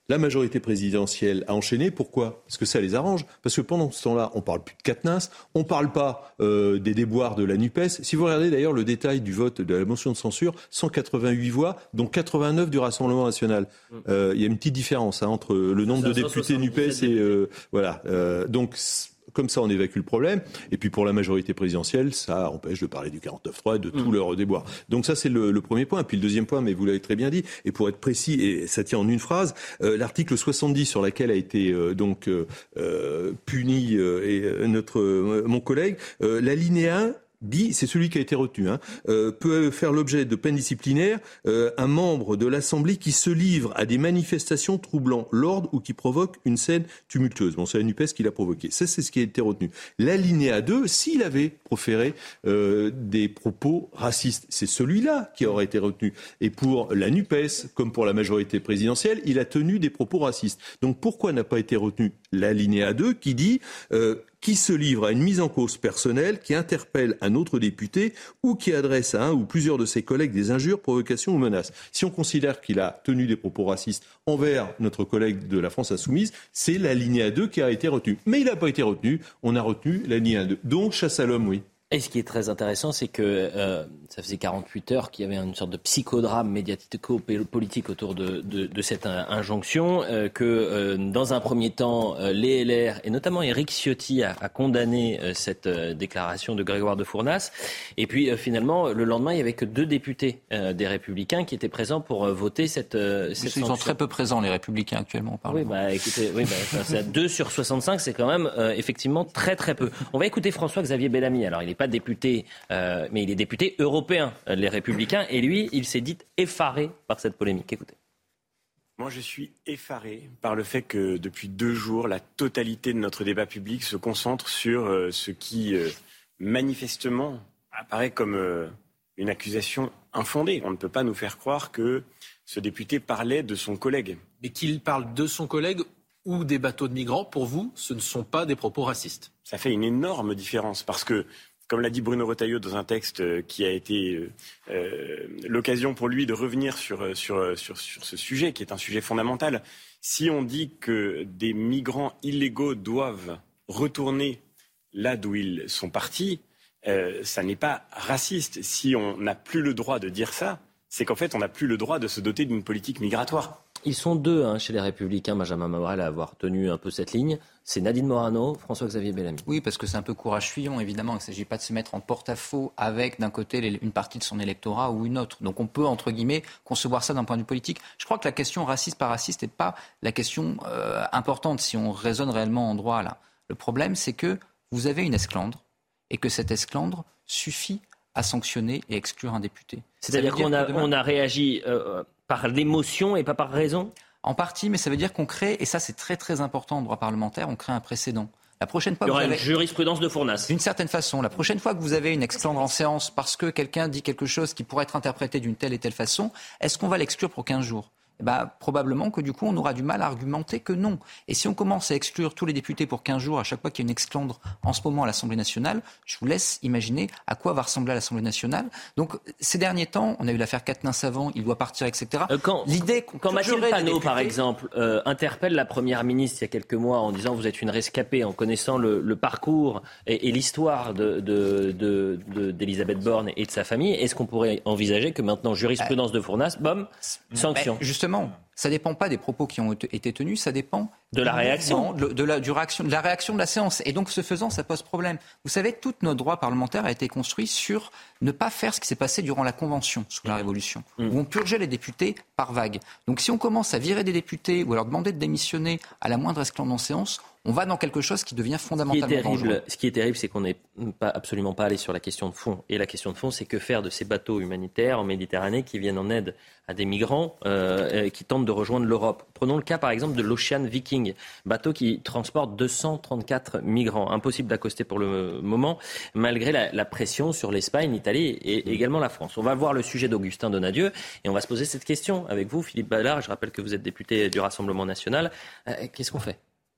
La majorité présidentielle a enchaîné. Pourquoi ? Parce que ça les arrange. Parce que pendant ce temps-là, on ne parle plus de cadenas, on ne parle pas euh, des déboires de la NUPES. Si vous regardez d'ailleurs le détail du vote de la motion de censure, cent quatre-vingt-huit voix, dont quatre-vingt-neuf du Rassemblement national. Euh, il y a une petite différence hein, entre le nombre de députés NUPES et... Euh, voilà. Euh, donc... Comme ça, on évacue le problème. Et puis, pour la majorité présidentielle, ça empêche de parler du quarante-neuf trois et de tous mmh. leurs déboires. Donc ça, c'est le, le premier point. Puis le deuxième point, mais vous l'avez très bien dit, et pour être précis, et ça tient en une phrase, euh, l'article soixante-dix sur laquelle a été euh, donc euh, puni euh, et, euh, notre euh, mon collègue, euh, l'alinéa un dit, c'est celui qui a été retenu, hein, euh, peut faire l'objet de peine disciplinaire euh, un membre de l'Assemblée qui se livre à des manifestations troublant l'ordre ou qui provoque une scène tumultueuse. Bon, c'est la NUPES qui l'a provoqué. Ça, c'est ce qui a été retenu. L'alinéa deux, s'il avait proféré euh, des propos racistes, c'est celui-là qui aurait été retenu. Et pour la NUPES, comme pour la majorité présidentielle, il a tenu des propos racistes. Donc pourquoi n'a pas été retenu l'alinéa deux qui dit... Euh, qui se livre à une mise en cause personnelle, qui interpelle un autre député ou qui adresse à un ou plusieurs de ses collègues des injures, provocations ou menaces. Si on considère qu'il a tenu des propos racistes envers notre collègue de la France Insoumise, c'est l'alinéa deux qui a été retenu. Mais il n'a pas été retenu, on a retenu l'alinéa deux. Donc chasse à l'homme, oui. Et ce qui est très intéressant, c'est que euh, ça faisait quarante-huit heures qu'il y avait une sorte de psychodrame médiatico-politique autour de, de, de cette injonction, euh, que euh, dans un premier temps, euh, les L R, et notamment Éric Ciotti, a, a condamné euh, cette euh, déclaration de Grégoire de Fournas. Et puis euh, finalement, le lendemain, il n'y avait que deux députés euh, des Républicains qui étaient présents pour euh, voter cette, euh, cette sanction. Ils sont très peu présents, les Républicains, actuellement. Pardon. Oui, bah écoutez, oui, bah, enfin, c'est à deux sur soixante-cinq, c'est quand même euh, effectivement très très peu. On va écouter François-Xavier Bellamy. Alors, il est pas député, euh, mais il est député européen, euh, les Républicains, et lui, il s'est dit effaré par cette polémique. Écoutez. Moi, je suis effaré par le fait que depuis deux jours, la totalité de notre débat public se concentre sur euh, ce qui, euh, manifestement, apparaît comme euh, une accusation infondée. On ne peut pas nous faire croire que ce député parlait de son collègue. Mais qu'il parle de son collègue ou des bateaux de migrants, pour vous, ce ne sont pas des propos racistes. Ça fait une énorme différence parce que, comme l'a dit Bruno Retailleau dans un texte qui a été euh, l'occasion pour lui de revenir sur, sur, sur, sur ce sujet, qui est un sujet fondamental, si on dit que des migrants illégaux doivent retourner là d'où ils sont partis, euh, ça n'est pas raciste. Si on n'a plus le droit de dire ça, c'est qu'en fait on n'a plus le droit de se doter d'une politique migratoire. Ils sont deux hein, chez les Républicains, Benjamin Morel, à avoir tenu un peu cette ligne. C'est Nadine Morano, François-Xavier Bellamy. Oui, parce que c'est un peu courage fuyant, évidemment. Il ne s'agit pas de se mettre en porte-à-faux avec, d'un côté, une partie de son électorat ou une autre. Donc on peut, entre guillemets, concevoir ça d'un point de vue politique. Je crois que la question raciste par raciste n'est pas la question euh, importante si on raisonne réellement en droit, là. Le problème, c'est que vous avez une esclandre et que cette esclandre suffit à sanctionner et exclure un député. C'est-à-dire qu'on a, demain... on a réagi euh, par l'émotion et pas par raison ? En partie, mais ça veut dire qu'on crée, et ça c'est très très important en droit parlementaire, on crée un précédent. La prochaine fois Il y aura que vous une avez... jurisprudence de Fournas. D'une certaine façon, la prochaine fois que vous avez une esclandre en séance parce que quelqu'un dit quelque chose qui pourrait être interprété d'une telle et telle façon, est-ce qu'on va l'exclure pour quinze jours ? Eh ben, probablement que du coup, on aura du mal à argumenter que non. Et si on commence à exclure tous les députés pour quinze jours à chaque fois qu'il y a une esclandre en ce moment à l'Assemblée nationale, je vous laisse imaginer à quoi va ressembler l'Assemblée nationale. Donc, ces derniers temps, on a eu l'affaire Quatennens-Savant, il doit partir, et cetera. Euh, quand L'idée quand Mathilde Panot, députés... par exemple, euh, interpelle la Première ministre il y a quelques mois en disant vous êtes une rescapée, en connaissant le, le parcours et, et l'histoire de, de, de, de, d'Elisabeth Borne et de sa famille, est-ce qu'on pourrait envisager que maintenant, jurisprudence euh... de Fournas, bam, sanction ? Ben, justement. Ça ne dépend pas des propos qui ont été tenus, ça dépend de la réaction, de, de, la, du réaction, de la réaction de la séance. Et donc, ce faisant, ça pose problème. Vous savez, tout notre droit parlementaire a été construit sur ne pas faire ce qui s'est passé durant la Convention sous la Révolution, mmh. où on purgeait les députés par vagues. Donc, si on commence à virer des députés ou à leur demander de démissionner à la moindre esclandre en séance, on va dans quelque chose qui devient fondamentalement ce qui est terrible, dangereux. Ce qui est terrible, c'est qu'on n'est pas, absolument pas allé sur la question de fond. Et la question de fond, c'est que faire de ces bateaux humanitaires en Méditerranée qui viennent en aide à des migrants euh, qui tentent de rejoindre l'Europe. Prenons le cas, par exemple, de l'Ocean Viking, bateau qui transporte deux cent trente-quatre migrants. Impossible d'accoster pour le moment, malgré la, la pression sur l'Espagne, l'Italie et également la France. On va voir le sujet d'Augustin Donadieu et on va se poser cette question avec vous, Philippe Ballard. Je rappelle que vous êtes député du Rassemblement national. Euh, qu'est-ce qu'on fait ?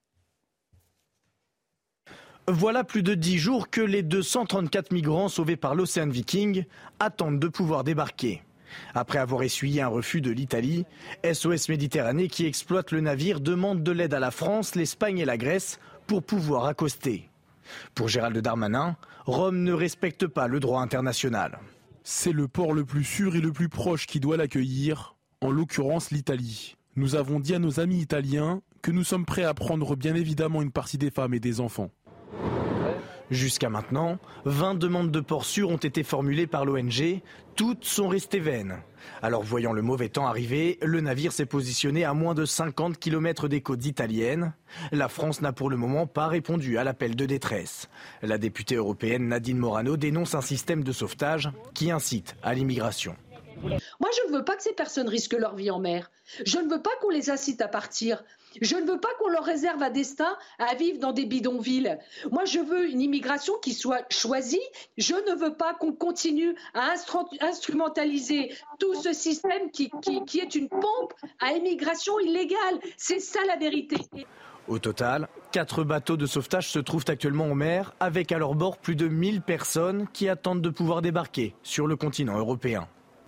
Voilà plus de dix jours que les deux cent trente-quatre migrants sauvés par l'Ocean Viking attendent de pouvoir débarquer. Après avoir essuyé un refus de l'Italie, S O S Méditerranée, qui exploite le navire, demande de l'aide à la France, l'Espagne et la Grèce pour pouvoir accoster. Pour Gérald Darmanin, Rome ne respecte pas le droit international. C'est le port le plus sûr et le plus proche qui doit l'accueillir, en l'occurrence l'Italie. Nous avons dit à nos amis italiens que nous sommes prêts à prendre bien évidemment une partie des femmes et des enfants. Jusqu'à maintenant, vingt demandes de port sûr ont été formulées par l'O N G. Toutes sont restées vaines. Alors voyant le mauvais temps arriver, le navire s'est positionné à moins de cinquante kilomètres des côtes italiennes. La France n'a pour le moment pas répondu à l'appel de détresse. La députée européenne Nadine Morano dénonce un système de sauvetage qui incite à l'immigration. Moi, je ne veux pas que ces personnes risquent leur vie en mer. Je ne veux pas qu'on les incite à partir. Je ne veux pas qu'on leur réserve un destin à vivre dans des bidonvilles. Moi, je veux une immigration qui soit choisie. Je ne veux pas qu'on continue à instru- instrumentaliser tout ce système qui, qui, qui est une pompe à immigration illégale. C'est ça la vérité. Au total, quatre bateaux de sauvetage se trouvent actuellement en mer, avec à leur bord plus de mille personnes qui attendent de pouvoir débarquer sur le continent européen.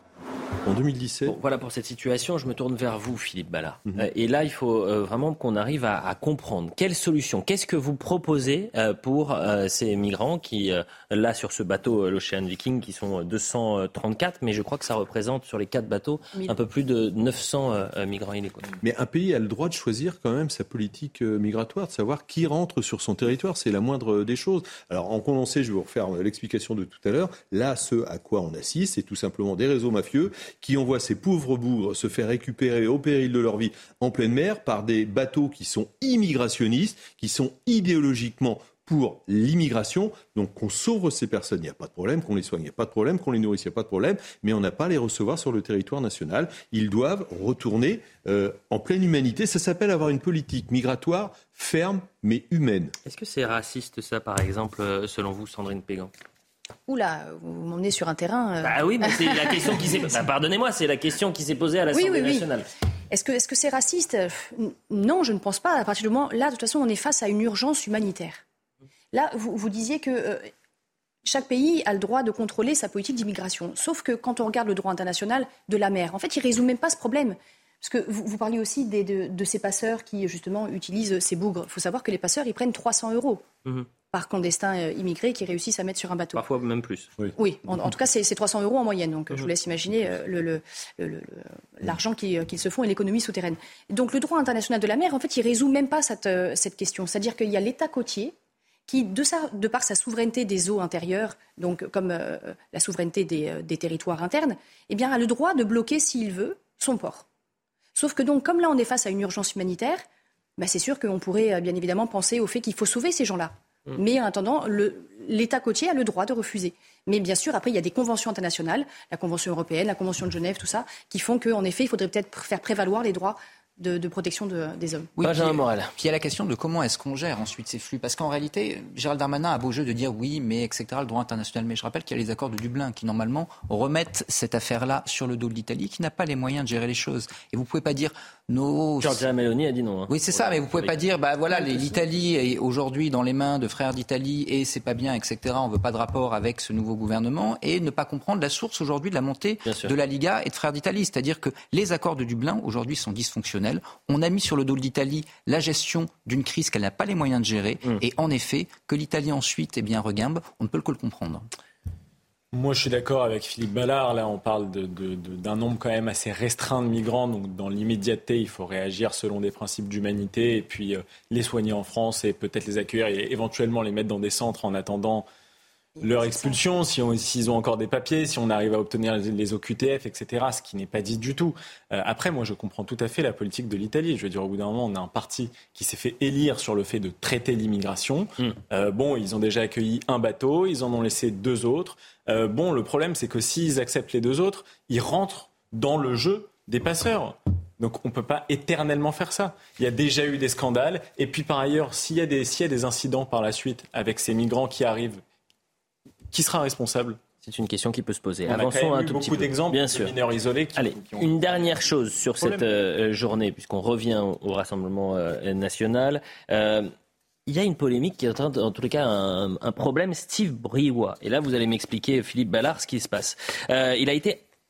En deux mille dix-sept. Bon, voilà pour cette situation. Je me tourne vers vous, Philippe Ballard. Mmh. Euh, et là, il faut euh, vraiment qu'on arrive à, à comprendre quelle solution, qu'est-ce que vous proposez euh, pour euh, ces migrants qui, euh, là, sur ce bateau, euh, l'Ocean Viking, qui sont deux cent trente-quatre, mais je crois que ça représente sur les quatre bateaux un peu plus de neuf cents euh, migrants illégaux. Mais un pays a le droit de choisir quand même sa politique euh, migratoire, de savoir qui rentre sur son territoire. C'est la moindre des choses. Alors, en condensé, je vais vous refaire l'explication de tout à l'heure. Là, ce à quoi on assiste, c'est tout simplement des réseaux mafieux qui envoient ces pauvres bougres se faire récupérer au péril de leur vie en pleine mer par des bateaux qui sont immigrationnistes, qui sont idéologiquement pour l'immigration. Donc qu'on sauve ces personnes, il n'y a pas de problème, qu'on les soigne, il n'y a pas de problème, qu'on les nourrisse, il n'y a pas de problème, mais on n'a pas à les recevoir sur le territoire national. Ils doivent retourner euh, en pleine humanité. Ça s'appelle avoir une politique migratoire ferme mais humaine. Est-ce que c'est raciste ça, par exemple, selon vous, Sandrine Pégan ? Oula, vous m'emmenez sur un terrain... Euh... Bah oui, mais c'est la question qui s'est... Bah, pardonnez-moi, c'est la question qui s'est posée à l'Assemblée oui, oui, nationale. Oui. Est-ce que, est-ce que c'est raciste ? Non, je ne pense pas. À partir du moment... Là, de toute façon, on est face à une urgence humanitaire. Là, vous, vous disiez que euh, chaque pays a le droit de contrôler sa politique d'immigration. Sauf que quand on regarde le droit international de la mer, en fait, il ne résout même pas ce problème. Parce que vous, vous parliez aussi des, de, de ces passeurs qui, justement, utilisent ces bougres. Il faut savoir que les passeurs, ils prennent trois cents euros. Mmh. Par clandestins euh, immigrés qui réussissent à mettre sur un bateau. Parfois même plus. Oui, oui en, en tout cas, c'est, c'est trois cents euros en moyenne. Donc, mmh. je vous laisse imaginer euh, le, le, le, le, l'argent qu'ils, qu'ils se font et l'économie souterraine. Donc, le droit international de la mer, en fait, il ne résout même pas cette, euh, cette question. C'est-à-dire qu'il y a l'État côtier qui, de, sa, de par sa souveraineté des eaux intérieures, donc comme euh, la souveraineté des, euh, des territoires internes, eh bien, a le droit de bloquer, s'il veut, son port. Sauf que donc, comme là, on est face à une urgence humanitaire, bah, c'est sûr qu'on pourrait bien évidemment penser au fait qu'il faut sauver ces gens-là. Mais en attendant, le, l'État côtier a le droit de refuser. Mais bien sûr, après, il y a des conventions internationales, la Convention européenne, la Convention de Genève, tout ça, qui font qu'en effet, il faudrait peut-être faire prévaloir les droits de, de protection de, des hommes. Oui, Benjamin Morel. Puis il y a la question de comment est-ce qu'on gère ensuite ces flux. Parce qu'en réalité, Gérald Darmanin a beau jeu de dire oui, mais et cetera, le droit international. Mais je rappelle qu'il y a les accords de Dublin qui, normalement, remettent cette affaire-là sur le dos de l'Italie, qui n'a pas les moyens de gérer les choses. Et vous ne pouvez pas dire... No, Giorgia Meloni a dit non. Hein. Oui, c'est ça, mais vous pouvez pas dire, bah voilà, l'Italie est aujourd'hui dans les mains de frères d'Italie et c'est pas bien, et cetera. On veut pas de rapport avec ce nouveau gouvernement et ne pas comprendre la source aujourd'hui de la montée de la Liga et de frères d'Italie. C'est-à-dire que les accords de Dublin aujourd'hui sont dysfonctionnels. On a mis sur le dos de l'Italie la gestion d'une crise qu'elle n'a pas les moyens de gérer mmh. et en effet, que l'Italie ensuite, eh bien, reguimbe, on ne peut que le comprendre. Moi, je suis d'accord avec Philippe Ballard. Là, on parle de, de, de, d'un nombre quand même assez restreint de migrants. Donc, dans l'immédiateté, il faut réagir selon des principes d'humanité et puis euh, les soigner en France et peut-être les accueillir et éventuellement les mettre dans des centres en attendant leur expulsion, si on, s'ils ont encore des papiers, si on arrive à obtenir les, les O Q T F, et cetera, ce qui n'est pas dit du tout. Euh, après, moi, je comprends tout à fait la politique de l'Italie. Je veux dire, au bout d'un moment, on a un parti qui s'est fait élire sur le fait de traiter l'immigration. Mm. Euh, bon, ils ont déjà accueilli un bateau, ils en ont laissé deux autres. Euh, bon, le problème, c'est que s'ils acceptent les deux autres, ils rentrent dans le jeu des passeurs. Donc on ne peut pas éternellement faire ça. Il y a déjà eu des scandales. Et puis par ailleurs, s'il y a des, s'il y a des incidents par la suite avec ces migrants qui arrivent, qui sera responsable ? C'est une question qui peut se poser. On Avançons a un tout beaucoup petit peu. d'exemples Bien de sûr. mineurs isolés qui, Allez, qui ont... une dernière chose sur Problème. cette euh, journée, puisqu'on revient au, au Rassemblement euh, national. Euh, il y a une polémique qui est en, en tous les cas un, un problème Steve Briouat. Et là, vous allez m'expliquer, Philippe Ballard, ce qui se passe. Euh, il a été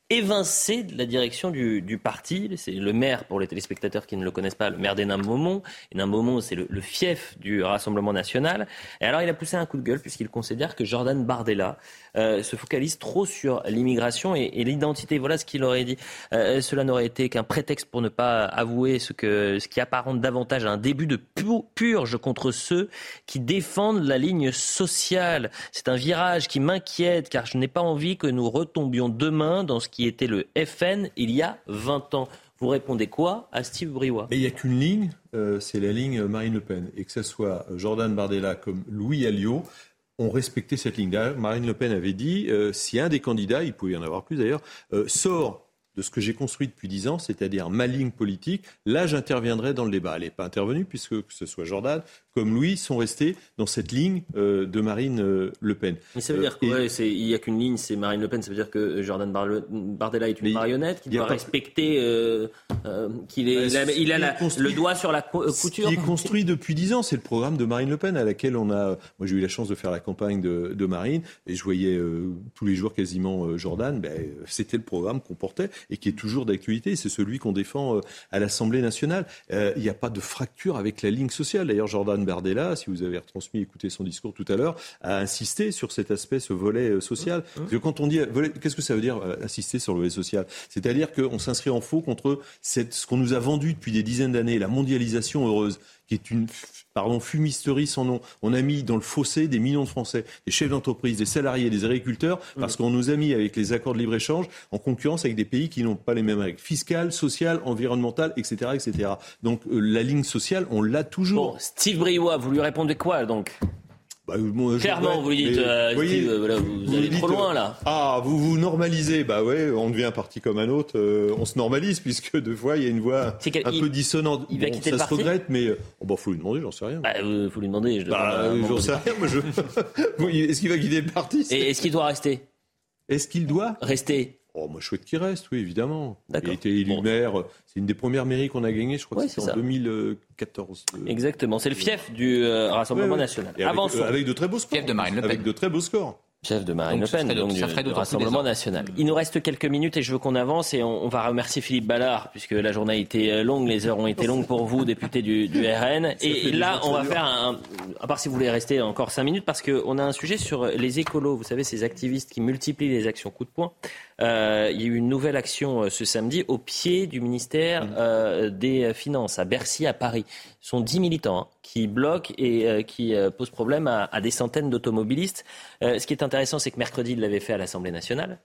évincé de la direction du, du parti. C'est le maire, pour les téléspectateurs qui ne le connaissent pas, le maire d'Hénin-Beaumont. Hénin-Beaumont, c'est le, le fief du Rassemblement national. Et alors, il a poussé un coup de gueule puisqu'il considère que Jordan Bardella euh, se focalise trop sur l'immigration et, et l'identité. Voilà ce qu'il aurait dit. Euh, cela n'aurait été qu'un prétexte pour ne pas avouer ce, que, ce qui apparente davantage à un début de purge contre ceux qui défendent la ligne sociale. C'est un virage qui m'inquiète car je n'ai pas envie que nous retombions demain dans ce qui qui était le F N il y a vingt ans. Vous répondez quoi à Steve Briouat ? Mais il n'y a qu'une ligne, euh, c'est la ligne Marine Le Pen. Et que ce soit Jordan Bardella comme Louis Alliot, ont respecté cette ligne. D'ailleurs, Marine Le Pen avait dit, euh, si un des candidats, il pouvait y en avoir plus d'ailleurs, euh, sort de ce que j'ai construit depuis dix ans, c'est-à-dire ma ligne politique, là j'interviendrai dans le débat. Elle n'est pas intervenue puisque que ce soit Jordan comme Louis sont restés dans cette ligne euh, de Marine euh, Le Pen. Mais ça veut dire qu'il euh, n'y a qu'une ligne, c'est Marine Le Pen, ça veut dire que Jordan Bardella est une marionnette, qu'il doit pas... respecter, euh, euh, qu'il est, il a, il a la, construit... le doigt sur la couture. Ce qui est construit depuis dix ans, c'est le programme de Marine Le Pen à laquelle on a... Moi j'ai eu la chance de faire la campagne de, de Marine et je voyais euh, tous les jours quasiment euh, Jordan, ben, c'était le programme qu'on portait et qui est toujours d'actualité, c'est celui qu'on défend euh, à l'Assemblée nationale. Il euh, n'y a pas de fracture avec la ligne sociale. D'ailleurs, Jordan Bardella, si vous avez retransmis, écouté son discours tout à l'heure, a insisté sur cet aspect, ce volet euh, social. Mmh. Parce que quand on dit, volet, qu'est-ce que ça veut dire euh, insister sur le volet social ? C'est-à-dire qu'on s'inscrit en faux contre cette, ce qu'on nous a vendu depuis des dizaines d'années, la mondialisation heureuse, qui est une pardon, fumisterie sans nom. On a mis dans le fossé des millions de Français, des chefs d'entreprise, des salariés, des agriculteurs, parce mmh. qu'on nous a mis avec les accords de libre-échange en concurrence avec des pays qui n'ont pas les mêmes règles fiscales, sociales, environnementales, et cetera, et cetera. Donc euh, la ligne sociale, on l'a toujours. Bon, Steve Briouat, vous lui répondez quoi donc ? Bah, moi, Clairement, vous lui dites, euh, voyez, Steve, voilà, vous, vous allez dites, trop loin là. Ah, vous vous normalisez, bah ouais, on devient un parti comme un autre, euh, on se normalise puisque deux fois il y a une voix un il, peu dissonante. Il va bon, quitter ça le se parti. regrette, mais oh, bah faut lui demander, j'en sais rien. Bah, euh, faut lui demander. Je bah, euh, j'en sais rien. Moi, je... Est-ce qu'il va quitter le parti ? Et est-ce qu'il doit rester ? Est-ce qu'il doit rester ? Oh, moi, je souhaite qu'il reste, oui, évidemment. D'accord. Il a été élu bon. maire. C'est une des premières mairies qu'on a gagnées, je crois ouais, que c'était en deux mille quatorze. Exactement, c'est le fief du euh, Rassemblement ouais, ouais. national. Et avec, euh, avec de très beaux scores. Fief de Marine Le Pen. Avec de très beaux scores. Chef de Marine donc, Le Pen, donc, donc du, du Rassemblement national. Il nous reste quelques minutes et je veux qu'on avance et on, on va remercier Philippe Ballard puisque la journée a été longue, les heures ont été longues pour vous, député du, du R N. Et là, on va faire un, à part si vous voulez rester encore cinq minutes, parce qu'on a un sujet sur les écolos. Vous savez, ces activistes qui multiplient les actions coup de poing. Euh, il y a eu une nouvelle action euh, ce samedi au pied du ministère euh, des Finances, à Bercy, à Paris. Ce sont dix militants hein, qui bloquent et euh, qui euh, posent problème à, à des centaines d'automobilistes. Euh, ce qui est intéressant, c'est que mercredi, ils l'avaient fait à l'Assemblée nationale,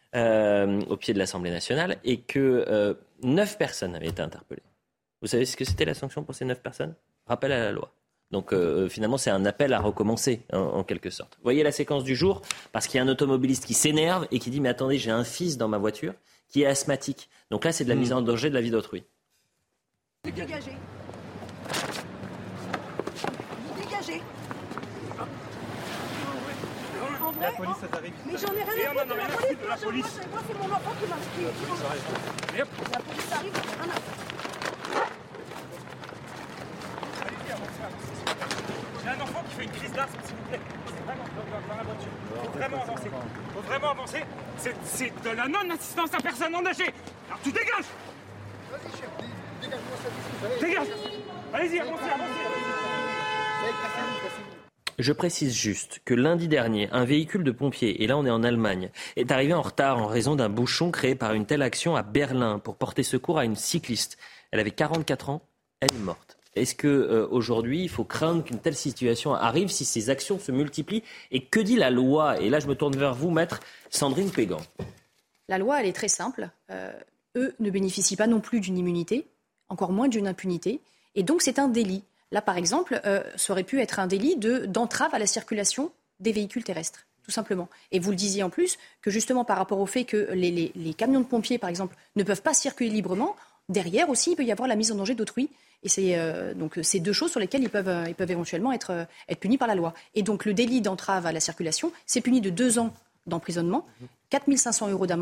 euh, au pied de l'Assemblée nationale, et que euh, neuf personnes avaient été interpellées. Vous savez ce que c'était la sanction pour ces neuf personnes ? Rappel à la loi. Donc euh, finalement, c'est un appel à recommencer, en, en quelque sorte. Vous voyez la séquence du jour ? Parce qu'il y a un automobiliste qui s'énerve et qui dit « Mais attendez, j'ai un fils dans ma voiture qui est asthmatique. » Donc là, c'est de la mmh. mise en danger de la vie d'autrui. Dégagez. Dégagez. En vrai, la police, ça t'arrive. Mais j'en ai rien à foutre de la police. La police. Moi, c'est mon enfant qui m'a inscrit. La police arrive, j'en ai rien à foutre. J'ai un enfant qui fait une crise d'asthme, s'il vous plaît. C'est vraiment dans la voiture. Il faut vraiment avancer. Il faut vraiment avancer. C'est, c'est de la non-assistance à personne engagée. Alors tu dégages. Vas-y, chef, dégage-moi ça. Dégage. Allez-y, avancez, avancez. Je précise juste que lundi dernier, un véhicule de pompiers, et là on est en Allemagne, est arrivé en retard en raison d'un bouchon créé par une telle action à Berlin pour porter secours à une cycliste. Elle avait quarante-quatre ans, elle est morte. Est-ce qu'aujourd'hui, euh, il faut craindre qu'une telle situation arrive si ces actions se multiplient ? Et que dit la loi ? Et là, je me tourne vers vous, maître Sandrine Pégan. La loi, elle est très simple. Euh, eux ne bénéficient pas non plus d'une immunité, encore moins d'une impunité. Et donc, c'est un délit. Là, par exemple, euh, ça aurait pu être un délit de, d'entrave à la circulation des véhicules terrestres, tout simplement. Et vous le disiez en plus, que justement, par rapport au fait que les, les, les camions de pompiers, par exemple, ne peuvent pas circuler librement, derrière aussi, il peut y avoir la mise en danger d'autrui. Et c'est euh, donc c'est deux choses sur lesquelles ils peuvent, euh, ils peuvent éventuellement être, euh, être punis par la loi. Et donc le délit d'entrave à la circulation, c'est puni de deux ans d'emprisonnement, quatre mille cinq cents euros d'amende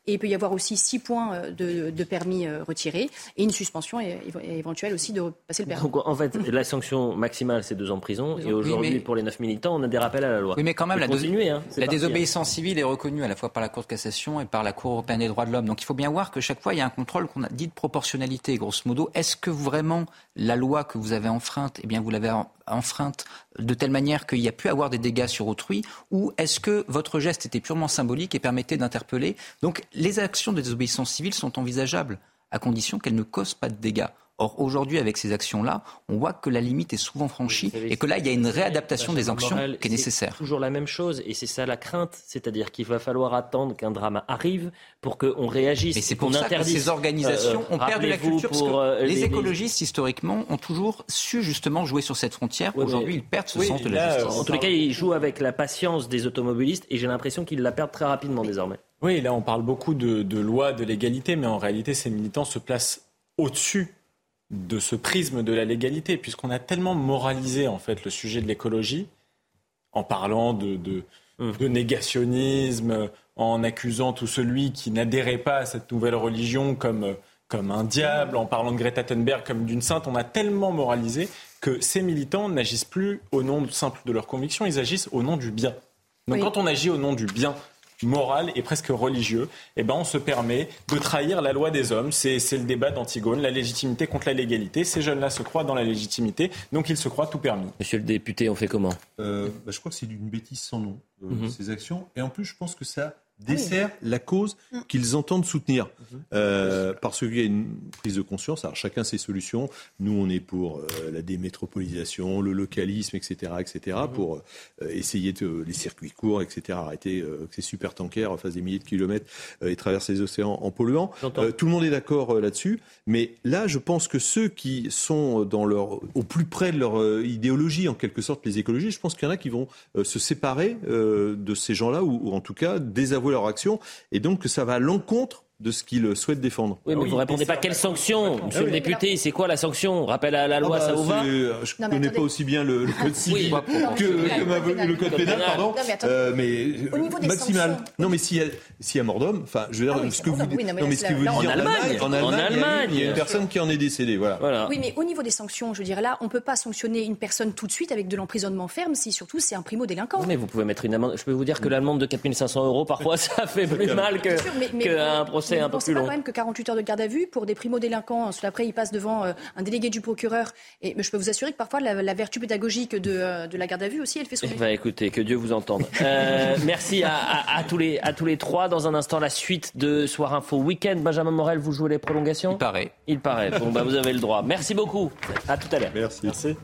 Et il peut y avoir aussi six points de, de permis retirés et une suspension éventuelle aussi de passer le permis. Donc en fait, la sanction maximale, c'est deux ans de prison. Et aujourd'hui, oui, mais... pour les neuf militants, on a des rappels à la loi. Oui, mais quand même, la, continuer, hein, la désobéissance civile est reconnue à la fois par la Cour de cassation et par la Cour européenne des droits de l'homme. Donc il faut bien voir que chaque fois, il y a un contrôle qu'on a dit de proportionnalité, grosso modo. Est-ce que vraiment la loi que vous avez enfreinte, eh bien, vous l'avez enfreinte de telle manière qu'il y a pu avoir des dégâts sur autrui, ou est-ce que votre geste était purement symbolique et permettait d'interpeller? Donc les actions de désobéissance civile sont envisageables à condition qu'elles ne causent pas de dégâts. Or, aujourd'hui, avec ces actions-là, on voit que la limite est souvent franchie et que là, il y a une réadaptation des sanctions Morel, qui est nécessaire. C'est toujours la même chose et c'est ça la crainte, c'est-à-dire qu'il va falloir attendre qu'un drame arrive pour qu'on réagisse. Mais c'est pour ça que ces organisations euh, ont perdu la culture, parce que euh, les, les écologistes, historiquement, ont toujours su justement jouer sur cette frontière. Oui, aujourd'hui, ils perdent ce oui, sens de là, la justice. En tous les cas, ils jouent avec la patience des automobilistes et j'ai l'impression qu'ils la perdent très rapidement désormais. Oui, là, on parle beaucoup de, de loi, de légalité, mais en réalité, ces militants se placent au-dessus de ce prisme de la légalité, puisqu'on a tellement moralisé en fait le sujet de l'écologie en parlant de, de, mmh. de négationnisme, en accusant tout celui qui n'adhérait pas à cette nouvelle religion comme, comme un diable, en parlant de Greta Thunberg comme d'une sainte. On a tellement moralisé que ces militants n'agissent plus au nom simple de leurs convictions, ils agissent au nom du bien. Donc oui. Quand on agit au nom du bien moral et presque religieux, eh ben on se permet de trahir la loi des hommes. C'est, c'est le débat d'Antigone, la légitimité contre la légalité. Ces jeunes-là se croient dans la légitimité, donc ils se croient tout permis. Monsieur le député, on fait comment euh, bah, Je crois que c'est d'une bêtise sans nom, euh, mm-hmm. ces actions. Et en plus, je pense que ça dessert oui. la cause qu'ils entendent soutenir. Mm-hmm. Euh, parce qu'il y a une prise de conscience. Alors chacun ses solutions. Nous, on est pour euh, la démétropolisation, le localisme, et cetera, et cetera, mm-hmm. pour euh, essayer de, les circuits courts, et cetera, arrêter euh, que ces supertankers fassent des milliers de kilomètres euh, et traversent les océans en polluant. Euh, tout le monde est d'accord euh, là-dessus. Mais là, je pense que ceux qui sont dans leur, au plus près de leur euh, idéologie, en quelque sorte, les écologistes, je pense qu'il y en a qui vont euh, se séparer euh, de ces gens-là, ou, ou en tout cas désavouer leur action, et donc que ça va à l'encontre de ce qu'ils souhaitent défendre. Oui, mais vous ne répondez pas quelle sanction, monsieur le député, c'est quoi la sanction? Rappel à la loi, ah bah, ça vous va? Je ne connais pas aussi bien le, le code civil oui, que, que ma, le, le code pénal, pardon. Non, mais, euh, mais maximal. Sanctions. Non, mais s'il y a, s'il y a mort d'homme, enfin, je veux dire, ah oui, ce que vous, oui, non, mais, non, mais ce que vous dites en Allemagne, en Allemagne, en Allemagne, il y a une personne qui en est décédée, voilà. voilà. Oui, mais au niveau des sanctions, je veux dire, là, on ne peut pas sanctionner une personne tout de suite avec de l'emprisonnement ferme si surtout c'est un primo-délinquant. Mais vous pouvez mettre une amende. Je peux vous dire que l'amende de quatre mille cinq cents euros, parfois, ça fait plus mal qu'un procès un peu plus long. quarante-huit heures de garde à vue pour des primo-délinquants. Ensuite, après, ils passent devant euh, un délégué du procureur. Et je peux vous assurer que parfois, la, la vertu pédagogique de, euh, de la garde à vue aussi, elle fait son effet. Bah, écoutez, que Dieu vous entende. Euh, merci à, à, à, tous les, à tous les trois. Dans un instant, la suite de Soir Info Week-end. Benjamin Morel, vous jouez les prolongations? Il paraît. Il paraît. Bon, bah, vous avez le droit. Merci beaucoup. À tout à l'heure. Merci. Merci.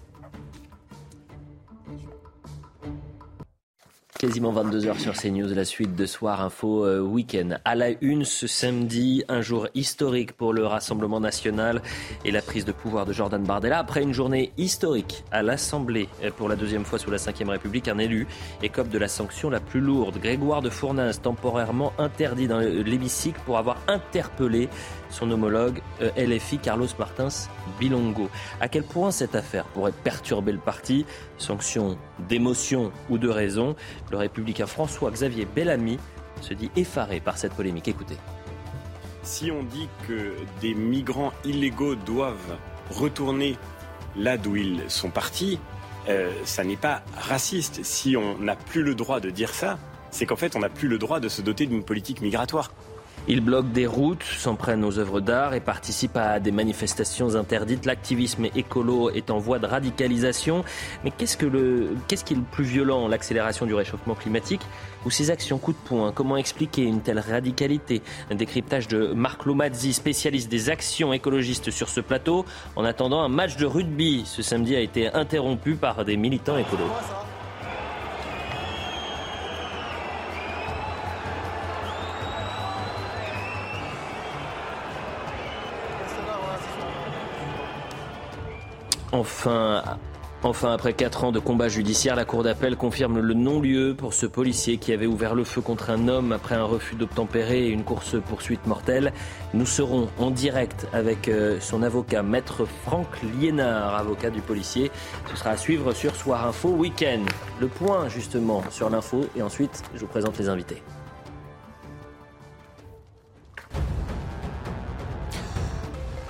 Quasiment vingt-deux heures sur CNews, la suite de Soir Info euh, Week-end. À la une ce samedi, un jour historique pour le Rassemblement National et la prise de pouvoir de Jordan Bardella. Après une journée historique à l'Assemblée, pour la deuxième fois sous la cinquième République, un élu écope de la sanction la plus lourde. Grégoire de Fournas, temporairement interdit dans l'hémicycle pour avoir interpellé son homologue euh, L F I Carlos Martins Bilongo. À quel point cette affaire pourrait perturber le parti? Sanction d'émotion ou de raison? Le républicain François-Xavier Bellamy se dit effaré par cette polémique. Écoutez. Si on dit que des migrants illégaux doivent retourner là d'où ils sont partis, euh, ça n'est pas raciste. Si on n'a plus le droit de dire ça, c'est qu'en fait on n'a plus le droit de se doter d'une politique migratoire. Ils bloquent des routes, s'en prennent aux œuvres d'art et participent à des manifestations interdites. L'activisme écolo est en voie de radicalisation. Mais qu'est-ce, que le, qu'est-ce qui est le plus violent? L'accélération du réchauffement climatique ou ces actions coup de poing? Comment expliquer une telle radicalité? Un décryptage de Marc Lomazzi, spécialiste des actions écologistes sur ce plateau. En attendant, un match de rugby ce samedi a été interrompu par des militants écolos. Enfin, enfin, après quatre ans de combat judiciaire, la Cour d'appel confirme le non-lieu pour ce policier qui avait ouvert le feu contre un homme après un refus d'obtempérer et une course-poursuite mortelle. Nous serons en direct avec son avocat, maître Franck Liénard, avocat du policier. Ce sera à suivre sur Soir Info Week-end. Le point justement sur l'info et ensuite je vous présente les invités.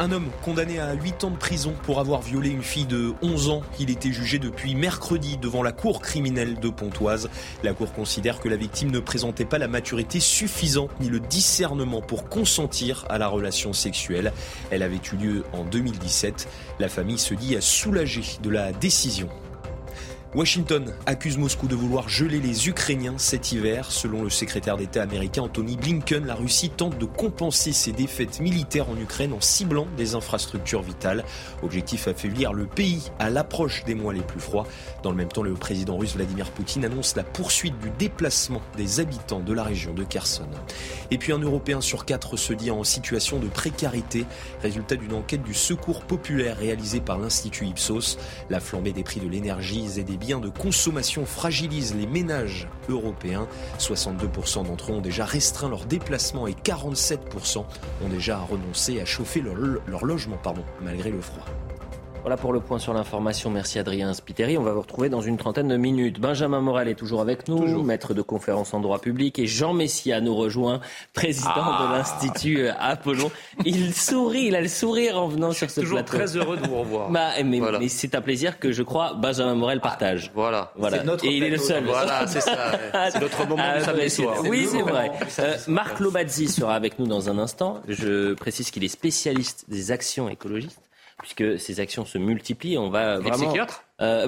Un homme condamné à huit ans de prison pour avoir violé une fille de onze ans. Il était jugé depuis mercredi devant la cour criminelle de Pontoise. La cour considère que la victime ne présentait pas la maturité suffisante ni le discernement pour consentir à la relation sexuelle. Elle avait eu lieu en deux mille dix-sept. La famille se dit soulagée de la décision. Washington accuse Moscou de vouloir geler les Ukrainiens cet hiver. Selon le secrétaire d'État américain Anthony Blinken, la Russie tente de compenser ses défaites militaires en Ukraine en ciblant des infrastructures vitales. Objectif affaiblir le pays à l'approche des mois les plus froids. Dans le même temps, le président russe Vladimir Poutine annonce la poursuite du déplacement des habitants de la région de Kherson. Et puis un Européen sur quatre se dit en situation de précarité. Résultat d'une enquête du Secours populaire réalisée par l'Institut Ipsos. La flambée des prix de l'énergie et des biens de consommation fragilise les ménages européens. soixante-deux pour cent d'entre eux ont déjà restreint leur déplacement et quarante-sept pour cent ont déjà renoncé à chauffer leur, leur logement pardon, malgré le froid. Voilà pour le point sur l'information. Merci Adrien Spiteri. On va vous retrouver dans une trentaine de minutes. Benjamin Morel est toujours avec nous, toujours. Maître de conférence en droit public. Et Jean Messia nous rejoint, président ah. de l'Institut Apollon. Il sourit, il a le sourire en venant sur ce toujours plateau. Très heureux de vous revoir. Bah, mais, voilà. mais c'est un plaisir que je crois Benjamin Morel partage. Ah, voilà. voilà. C'est notre Et il est le seul. Voilà, c'est ça. Ouais. C'est notre moment ah, du samedi soir. Oui, c'est vrai. Euh, Marc Lobazzi sera avec nous dans un instant. Je précise qu'il est spécialiste des actions écologistes, puisque ces actions se multiplient. On va Les vraiment... psychiatres euh...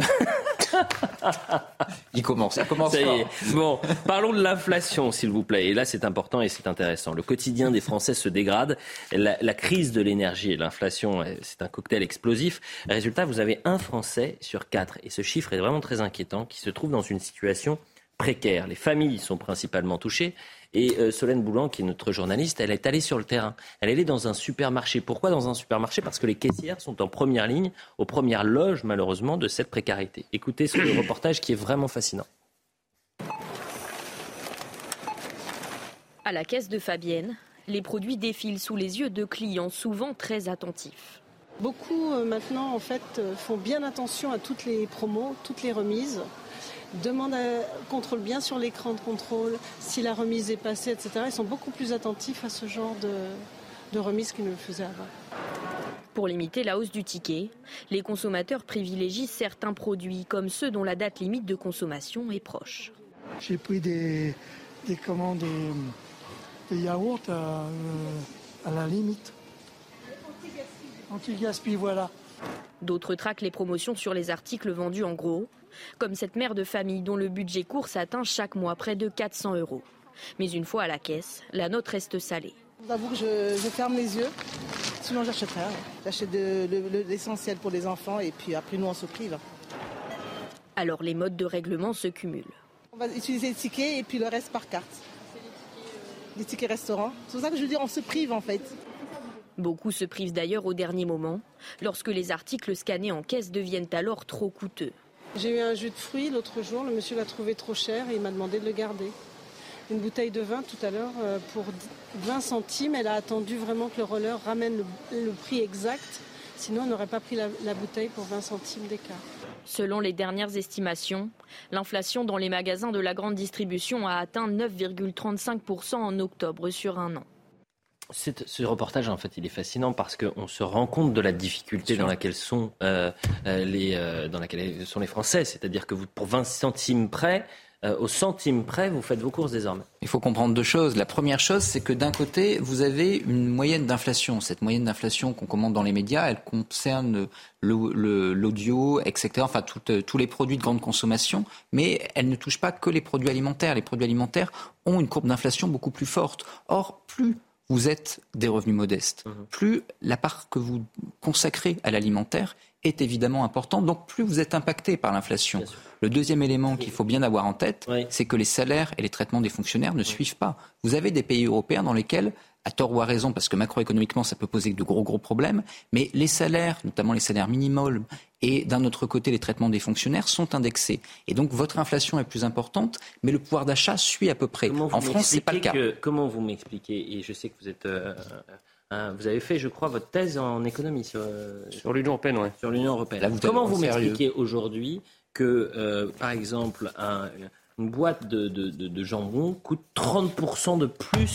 Il commence, il commence. Ça y est. Bon, parlons de l'inflation, s'il vous plaît. Et là, c'est important et c'est intéressant. Le quotidien des Français se dégrade. La, la crise de l'énergie et l'inflation, c'est un cocktail explosif. Résultat, vous avez un Français sur quatre, et ce chiffre est vraiment très inquiétant, qui se trouve dans une situation précaire. Les familles sont principalement touchées. Et euh, Solène Boulan, qui est notre journaliste, elle est allée sur le terrain. Elle est allée dans un supermarché. Pourquoi dans un supermarché ? Parce que les caissières sont en première ligne, aux premières loges, malheureusement, de cette précarité. Écoutez ce reportage qui est vraiment fascinant. À la caisse de Fabienne, les produits défilent sous les yeux de clients souvent très attentifs. Beaucoup euh, maintenant, en fait, euh, font bien attention à toutes les promos, toutes les remises. Demande à, contrôle bien sur l'écran de contrôle si la remise est passée, et cetera. Ils sont beaucoup plus attentifs à ce genre de, de remise qu'ils ne le faisaient avant. Pour limiter la hausse du ticket, les consommateurs privilégient certains produits comme ceux dont la date limite de consommation est proche. J'ai pris des, des, comment, des, des yaourts à, à la limite. Anti-gaspi, voilà. D'autres traquent les promotions sur les articles vendus en gros, comme cette mère de famille dont le budget course atteint chaque mois près de quatre cents euros. Mais une fois à la caisse, la note reste salée. J'avoue que je, je ferme les yeux, sinon j'achèterai rien. J'achète de, de, de l'essentiel pour les enfants et puis après nous on se prive. Alors les modes de règlement se cumulent. On va utiliser les tickets et puis le reste par carte. Les tickets restaurants. C'est pour ça que je veux dire on se prive en fait. Beaucoup se privent d'ailleurs au dernier moment, lorsque les articles scannés en caisse deviennent alors trop coûteux. J'ai eu un jus de fruits l'autre jour, le monsieur l'a trouvé trop cher et il m'a demandé de le garder. Une bouteille de vin tout à l'heure pour vingt centimes, elle a attendu vraiment que le roller ramène le, le prix exact, sinon elle n'aurait pas pris la, la bouteille pour vingt centimes d'écart. Selon les dernières estimations, l'inflation dans les magasins de la grande distribution a atteint neuf virgule trente-cinq pour cent en octobre sur un an. C'est, ce reportage, en fait, il est fascinant parce qu'on se rend compte de la difficulté dans laquelle sont euh, les euh, dans laquelle sont les Français. C'est-à-dire que vous, pour vingt centimes près, euh, au centime près, vous faites vos courses désormais. Il faut comprendre deux choses. La première chose, c'est que d'un côté, vous avez une moyenne d'inflation. Cette moyenne d'inflation qu'on commente dans les médias, elle concerne le, le, l'audio, et cetera. Enfin, tout, euh, tous les produits de grande consommation, mais elle ne touche pas que les produits alimentaires. Les produits alimentaires ont une courbe d'inflation beaucoup plus forte. Or, plus vous êtes des revenus modestes, mmh. plus la part que vous consacrez à l'alimentaire est évidemment importante, donc plus vous êtes impacté par l'inflation. Le deuxième élément qu'il faut bien avoir en tête, oui. c'est que les salaires et les traitements des fonctionnaires ne oui. suivent pas. Vous avez des pays européens dans lesquels, à tort ou à raison, parce que macroéconomiquement ça peut poser de gros gros problèmes, mais les salaires, notamment les salaires minimums, et d'un autre côté les traitements des fonctionnaires sont indexés. Et donc votre inflation est plus importante, mais le pouvoir d'achat suit à peu près. En France, c'est pas le cas. Que, comment vous m'expliquez, et je sais que vous êtes... Euh, euh, vous avez fait, je crois, votre thèse en économie sur, euh, sur l'Union européenne, ouais. Sur l'Union européenne. Là, vous comment vous sérieux. m'expliquez aujourd'hui que, euh, par exemple, un, une boîte de, de, de, de jambon coûte trente pour cent de plus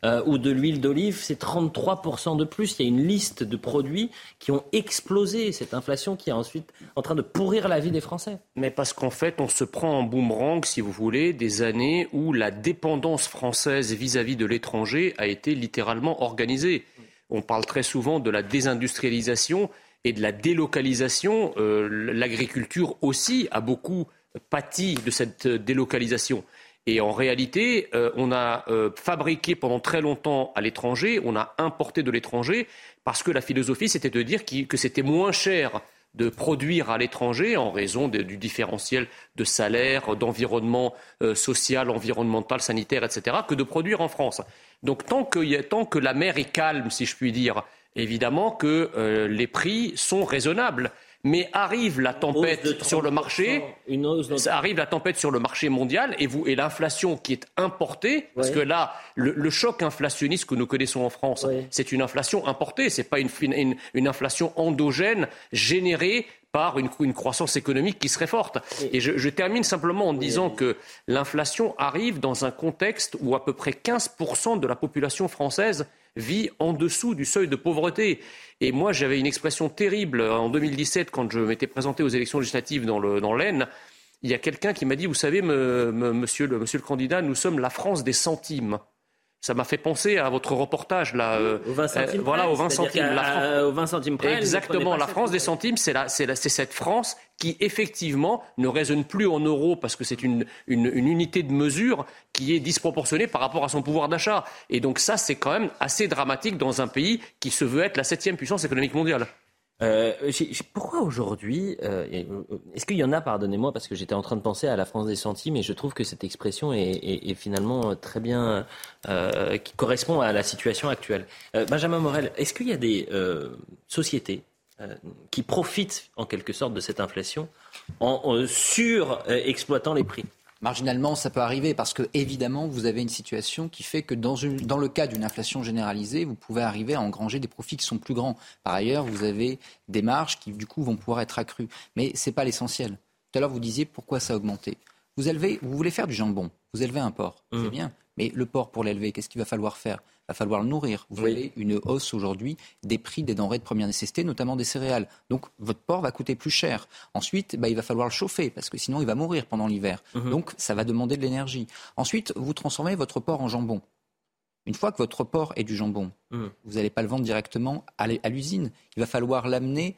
euh, ou de l'huile d'olive, c'est trente-trois pour cent de plus. Il y a une liste de produits qui ont explosé. Cette inflation qui est ensuite en train de pourrir la vie des Français. Mais parce qu'en fait, on se prend en boomerang, si vous voulez, des années où la dépendance française vis-à-vis de l'étranger a été littéralement organisée. On parle très souvent de la désindustrialisation et de la délocalisation. Euh, l'agriculture aussi a beaucoup pâti de cette délocalisation. Et en réalité, euh, on a euh, fabriqué pendant très longtemps à l'étranger, on a importé de l'étranger, parce que la philosophie, c'était de dire que c'était moins cher de produire à l'étranger en raison de, du différentiel de salaire, d'environnement euh, social, environnemental, sanitaire, et cetera, que de produire en France. Donc tant que, tant que la mer est calme, si je puis dire, évidemment que euh, les prix sont raisonnables. Mais arrive la tempête sur le marché, une hausse de... arrive la tempête sur le marché mondial et, vous, et l'inflation qui est importée, parce ouais. que là, le, le choc inflationniste que nous connaissons en France, ouais. c'est une inflation importée, c'est pas une, une, une inflation endogène générée par une, une croissance économique qui serait forte. Et je, je termine simplement en disant oui. que l'inflation arrive dans un contexte où à peu près quinze pour cent de la population française vit en dessous du seuil de pauvreté. Et moi, j'avais une expression terrible en deux mille dix-sept, quand je m'étais présenté aux élections législatives dans, le, dans l'Aisne. Il y a quelqu'un qui m'a dit, vous savez, me, me, monsieur, le, monsieur le candidat, nous sommes la France des centimes. Ça m'a fait penser à votre reportage là. Euh, au vingt centimes euh, voilà, au vingt centimes. La France... euh, au vingt centimes près. Exactement. La France des centimes, c'est, la, c'est, la, c'est cette France qui effectivement ne raisonne plus en euros parce que c'est une, une, une unité de mesure qui est disproportionnée par rapport à son pouvoir d'achat. Et donc ça, c'est quand même assez dramatique dans un pays qui se veut être la septième puissance économique mondiale. Euh, j'ai, j'ai, pourquoi aujourd'hui, euh, est-ce qu'il y en a, pardonnez-moi, parce que j'étais en train de penser à la France des centimes et je trouve que cette expression est, est, est finalement très bien, euh, qui correspond à la situation actuelle. Euh, Benjamin Morel, est-ce qu'il y a des euh, sociétés euh, qui profitent en quelque sorte de cette inflation en, en surexploitant les prix ? Marginalement, ça peut arriver parce que, évidemment, vous avez une situation qui fait que dans, une, dans le cas d'une inflation généralisée, vous pouvez arriver à engranger des profits qui sont plus grands. Par ailleurs, vous avez des marges qui, du coup, vont pouvoir être accrues. Mais ce n'est pas l'essentiel. Tout à l'heure, vous disiez pourquoi ça a augmenté. Vous, élevez, vous voulez faire du jambon, vous élevez un porc, mmh. c'est bien. Mais le porc, pour l'élever, qu'est-ce qu'il va falloir faire ? Il va falloir le nourrir. Vous oui. avez une hausse aujourd'hui des prix des denrées de première nécessité, notamment des céréales. Donc, votre porc va coûter plus cher. Ensuite, bah, il va falloir le chauffer, parce que sinon, il va mourir pendant l'hiver. Mmh. Donc, ça va demander de l'énergie. Ensuite, vous transformez votre porc en jambon. Une fois que votre porc est du jambon, mmh. vous n'allez pas le vendre directement à l'usine. Il va falloir l'amener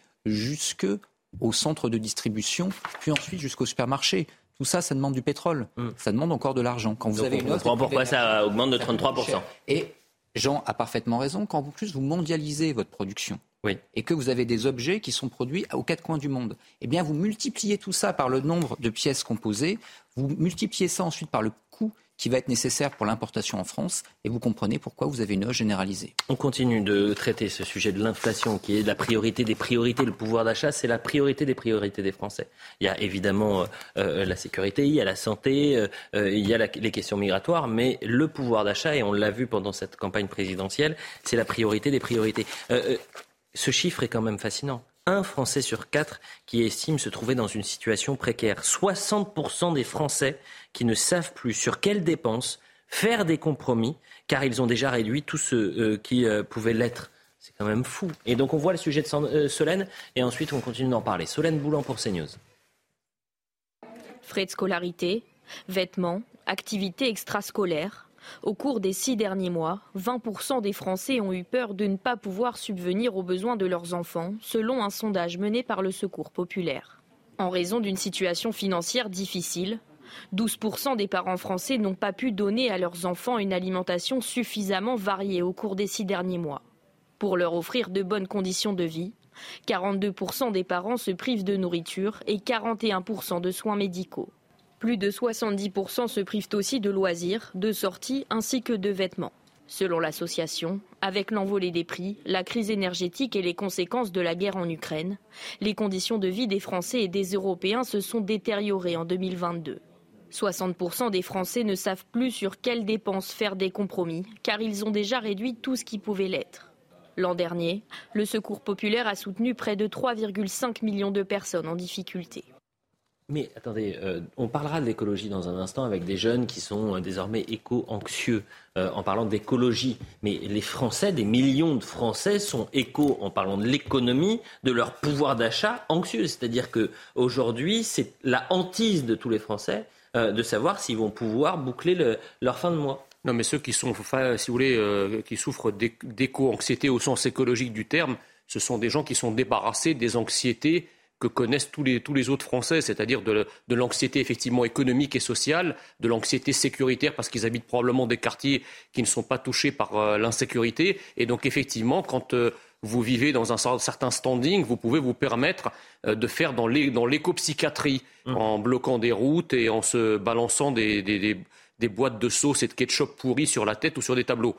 jusqu'au centre de distribution, puis ensuite jusqu'au supermarché. Tout ça, ça demande du pétrole. Mmh. Ça demande encore de l'argent. Quand vous Donc avez on une comprend pourquoi ça augmente de trente-trois pour cent. Et Jean a parfaitement raison. Quand en plus vous mondialisez votre production oui. et que vous avez des objets qui sont produits aux quatre coins du monde, eh bien vous multipliez tout ça par le nombre de pièces composées. Vous multipliez ça ensuite par le coût qui va être nécessaire pour l'importation en France, et vous comprenez pourquoi vous avez une hausse généralisée. On continue de traiter ce sujet de l'inflation, qui est la priorité des priorités. Le pouvoir d'achat, c'est la priorité des priorités des Français. Il y a évidemment euh, la sécurité, il y a la santé, euh, il y a la, les questions migratoires, mais le pouvoir d'achat, et on l'a vu pendant cette campagne présidentielle, c'est la priorité des priorités. Euh, ce chiffre est quand même fascinant. Un Français sur quatre qui estime se trouver dans une situation précaire. soixante pour cent des Français qui ne savent plus sur quelles dépenses faire des compromis, car ils ont déjà réduit tout ce euh, qui euh, pouvait l'être. C'est quand même fou. Et donc on voit le sujet de euh, Solène, et ensuite on continue d'en parler. Solène Boulan pour CNews. Frais de scolarité, vêtements, activités extrascolaires. Au cours des six derniers mois, vingt pour cent des Français ont eu peur de ne pas pouvoir subvenir aux besoins de leurs enfants, selon un sondage mené par le Secours populaire. En raison d'une situation financière difficile, douze pour cent des parents français n'ont pas pu donner à leurs enfants une alimentation suffisamment variée au cours des six derniers mois. Pour leur offrir de bonnes conditions de vie, quarante-deux pour cent des parents se privent de nourriture et quarante et un pour cent de soins médicaux. Plus de soixante-dix pour cent se privent aussi de loisirs, de sorties ainsi que de vêtements. Selon l'association, avec l'envolée des prix, la crise énergétique et les conséquences de la guerre en Ukraine, les conditions de vie des Français et des Européens se sont détériorées en deux mille vingt-deux. soixante pour cent des Français ne savent plus sur quelles dépenses faire des compromis, car ils ont déjà réduit tout ce qui pouvait l'être. L'an dernier, le Secours populaire a soutenu près de trois virgule cinq millions de personnes en difficulté. Mais attendez, euh, on parlera de l'écologie dans un instant avec des jeunes qui sont euh, désormais éco-anxieux euh, en parlant d'écologie. Mais les Français, des millions de Français sont éco en parlant de l'économie, de leur pouvoir d'achat anxieux. C'est-à-dire qu'aujourd'hui, c'est la hantise de tous les Français euh, de savoir s'ils vont pouvoir boucler le, leur fin de mois. Non, mais ceux qui sont, si vous voulez, euh, qui souffrent d'éco-anxiété au sens écologique du terme, ce sont des gens qui sont débarrassés des anxiétés que connaissent tous les, tous les autres Français, c'est-à-dire de, de l'anxiété effectivement économique et sociale, de l'anxiété sécuritaire parce qu'ils habitent probablement des quartiers qui ne sont pas touchés par euh, l'insécurité. Et donc effectivement, quand euh, vous vivez dans un certain standing, vous pouvez vous permettre euh, de faire dans, les, dans l'éco-psychiatrie, mmh. en bloquant des routes et en se balançant des... des, des des boîtes de sauce et de ketchup pourris sur la tête ou sur des tableaux.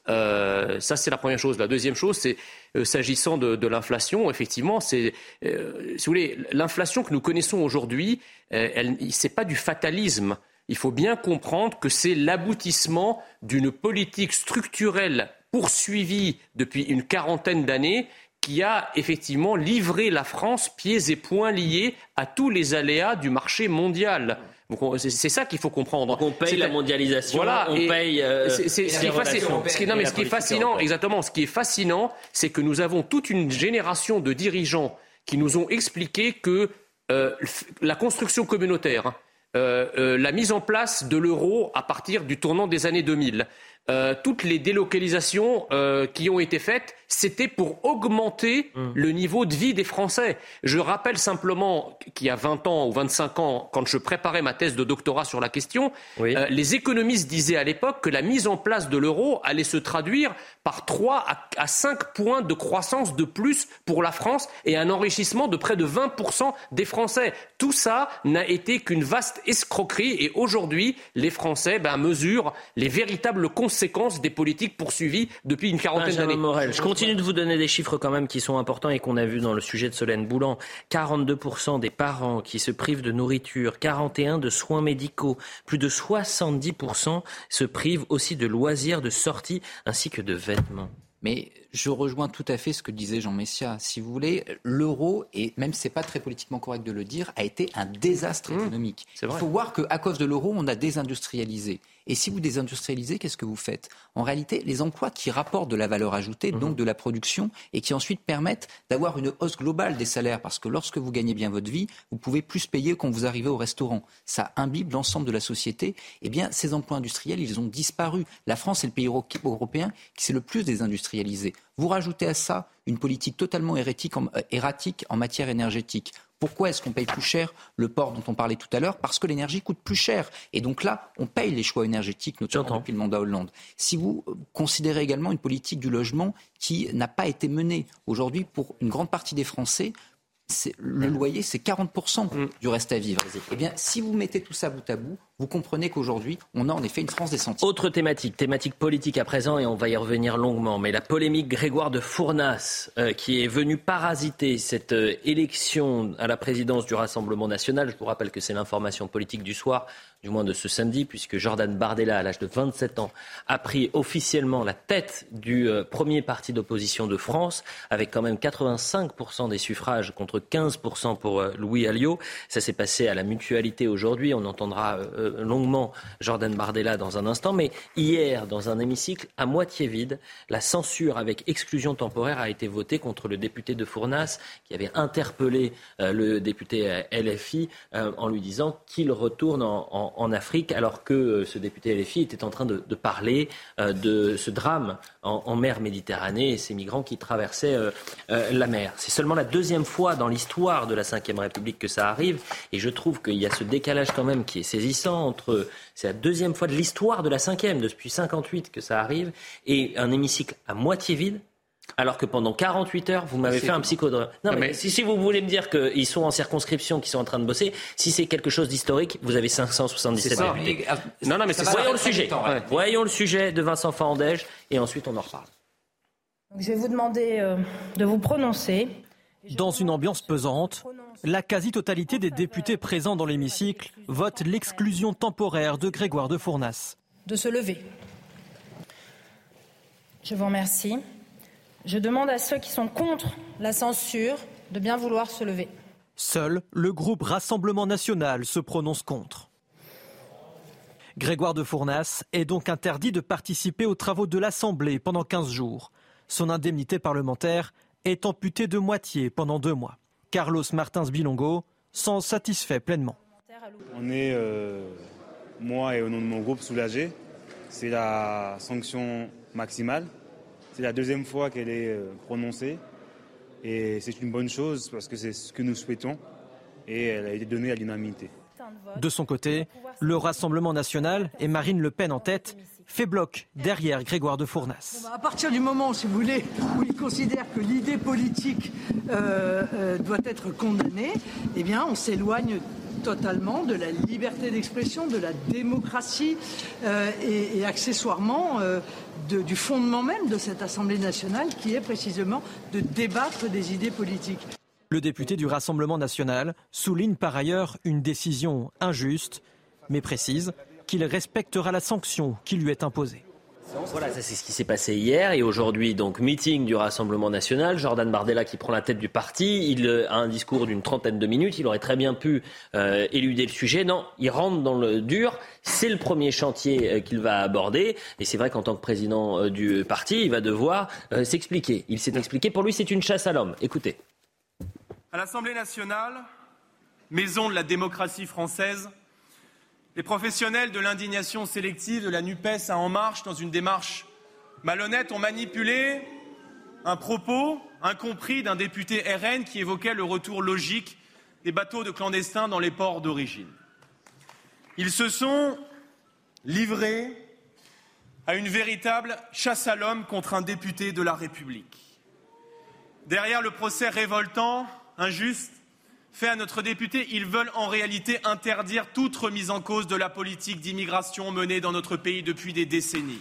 Euh, ça, c'est la première chose. La deuxième chose, c'est euh, s'agissant de, de l'inflation, effectivement, c'est, euh, si vous voulez, l'inflation que nous connaissons aujourd'hui, euh, elle, c'est pas du fatalisme. Il faut bien comprendre que c'est l'aboutissement d'une politique structurelle poursuivie depuis une quarantaine d'années qui a effectivement livré la France pieds et poings liés à tous les aléas du marché mondial. Donc c'est, c'est ça qu'il faut comprendre. Donc on paye c'est la mondialisation, voilà, on paye euh, c'est, c'est, ce qui est fascinant, ce qui, non, mais ce qui est fascinant, exactement, ce qui est fascinant, c'est que nous avons toute une génération de dirigeants qui nous ont expliqué que euh, la construction communautaire, euh, euh, la mise en place de l'euro à partir du tournant des années deux mille, euh, toutes les délocalisations euh, qui ont été faites, c'était pour augmenter mmh. le niveau de vie des Français. Je rappelle simplement qu'il y a vingt ans ou vingt-cinq ans, quand je préparais ma thèse de doctorat sur la question, oui. euh, les économistes disaient à l'époque que la mise en place de l'euro allait se traduire par trois à cinq points de croissance de plus pour la France et un enrichissement de près de vingt pour cent des Français. Tout ça n'a été qu'une vaste escroquerie et aujourd'hui, les Français ben, mesurent les véritables conséquences des politiques poursuivies depuis une quarantaine Benjamin d'années. Morel, je continue de vous donner des chiffres quand même qui sont importants et qu'on a vu dans le sujet de Solène Boulan. quarante-deux pour cent des parents qui se privent de nourriture, quarante et un pour cent de soins médicaux, plus de soixante-dix pour cent se privent aussi de loisirs, de sorties ainsi que de vêtements. Mais je rejoins tout à fait ce que disait Jean Messia. Si vous voulez, l'euro, et même si ce n'est pas très politiquement correct de le dire, a été un désastre mmh, économique. Il faut voir qu'à cause de l'euro, on a désindustrialisé. Et si vous désindustrialisez, qu'est-ce que vous faites ? En réalité, les emplois qui rapportent de la valeur ajoutée, mmh. donc de la production, et qui ensuite permettent d'avoir une hausse globale des salaires. Parce que lorsque vous gagnez bien votre vie, vous pouvez plus payer quand vous arrivez au restaurant. Ça imbibe l'ensemble de la société. Eh bien, ces emplois industriels, ils ont disparu. La France est le pays européen qui s'est le plus désindustrialisé. Vous rajoutez à ça une politique totalement erratique en, euh, erratique en matière énergétique. Pourquoi est-ce qu'on paye plus cher le port dont on parlait tout à l'heure ? Parce que l'énergie coûte plus cher. Et donc là, on paye les choix énergétiques, notamment J'entends. depuis le mandat Hollande. Si vous considérez également une politique du logement qui n'a pas été menée aujourd'hui pour une grande partie des Français, c'est, le loyer, c'est quarante pour cent du reste à vivre. Eh bien, si vous mettez tout ça bout à bout, vous comprenez qu'aujourd'hui, on a en effet une France des centimes. Autre thématique, thématique politique à présent, et on va y revenir longuement, mais la polémique Grégoire de Fournas, euh, qui est venu parasiter cette euh, élection à la présidence du Rassemblement national. Je vous rappelle que c'est l'information politique du soir, du moins de ce samedi, puisque Jordan Bardella, à l'âge de vingt-sept ans, a pris officiellement la tête du euh, premier parti d'opposition de France, avec quand même quatre-vingt-cinq pour cent des suffrages contre quinze pour cent pour euh, Louis Alliot. Ça s'est passé à la Mutualité aujourd'hui, on entendra euh, longuement Jordan Bardella dans un instant, mais hier, dans un hémicycle à moitié vide, la censure avec exclusion temporaire a été votée contre le député de Fournas qui avait interpellé euh, le député euh, L F I euh, en lui disant qu'il retourne en, en, en Afrique, alors que euh, ce député L F I était en train de, de parler euh, de ce drame en, en mer Méditerranée et ces migrants qui traversaient euh, euh, la mer. C'est seulement la deuxième fois dans l'histoire de la cinquième République que ça arrive, et je trouve qu'il y a ce décalage quand même qui est saisissant entre, c'est la deuxième fois de l'histoire de la cinquième, depuis cinquante-huit que ça arrive, et un hémicycle à moitié vide, alors que pendant quarante-huit heures, vous m'avez c'est fait un psychodrame. Non, mais, mais si, si vous voulez me dire qu'ils sont en circonscription, qu'ils sont en train de bosser, si c'est quelque chose d'historique, vous avez cinq cent soixante-dix-sept députés. Non, non, mais c'est ça. Voyons le sujet. Temps, ouais. Voyons le sujet de Vincent Fahandège, et ensuite on en reparle. Je vais vous demander euh, de vous prononcer. Dans une ambiance pesante, la quasi-totalité des députés présents dans l'hémicycle vote l'exclusion temporaire de Grégoire de Fournas. De se lever. Je vous remercie. Je demande à ceux qui sont contre la censure de bien vouloir se lever. Seul le groupe Rassemblement national se prononce contre. Grégoire de Fournas est donc interdit de participer aux travaux de l'Assemblée pendant quinze jours. Son indemnité parlementaire est amputée de moitié pendant deux mois. Carlos Martins Bilongo s'en satisfait pleinement. On est, euh, moi et au nom de mon groupe, soulagés. C'est la sanction maximale. C'est la deuxième fois qu'elle est euh, prononcée. Et c'est une bonne chose parce que c'est ce que nous souhaitons. Et elle a été donnée à l'unanimité. De son côté, le Rassemblement national et Marine Le Pen en tête fait bloc derrière Grégoire de Fournas. Bon, à partir du moment, si vous voulez, où il considère que l'idée politique euh, euh, doit être condamnée, eh bien, on s'éloigne totalement de la liberté d'expression, de la démocratie euh, et, et accessoirement euh, de, du fondement même de cette Assemblée nationale qui est précisément de débattre des idées politiques. Le député du Rassemblement national souligne par ailleurs une décision injuste, mais précise qu'il respectera la sanction qui lui est imposée. Voilà, ça c'est ce qui s'est passé hier et aujourd'hui, donc meeting du Rassemblement national. Jordan Bardella qui prend la tête du parti, il a un discours d'une trentaine de minutes, il aurait très bien pu euh, éluder le sujet. Non, il rentre dans le dur, c'est le premier chantier euh, qu'il va aborder et c'est vrai qu'en tant que président euh, du parti, il va devoir euh, s'expliquer. Il s'est expliqué, pour lui c'est une chasse à l'homme. Écoutez. À l'Assemblée nationale, maison de la démocratie française, les professionnels de l'indignation sélective de la NUPES à En Marche, dans une démarche malhonnête, ont manipulé un propos incompris d'un député R N qui évoquait le retour logique des bateaux de clandestins dans les ports d'origine. Ils se sont livrés à une véritable chasse à l'homme contre un député de la République. Derrière le procès révoltant, injuste, fait à notre député, ils veulent en réalité interdire toute remise en cause de la politique d'immigration menée dans notre pays depuis des décennies.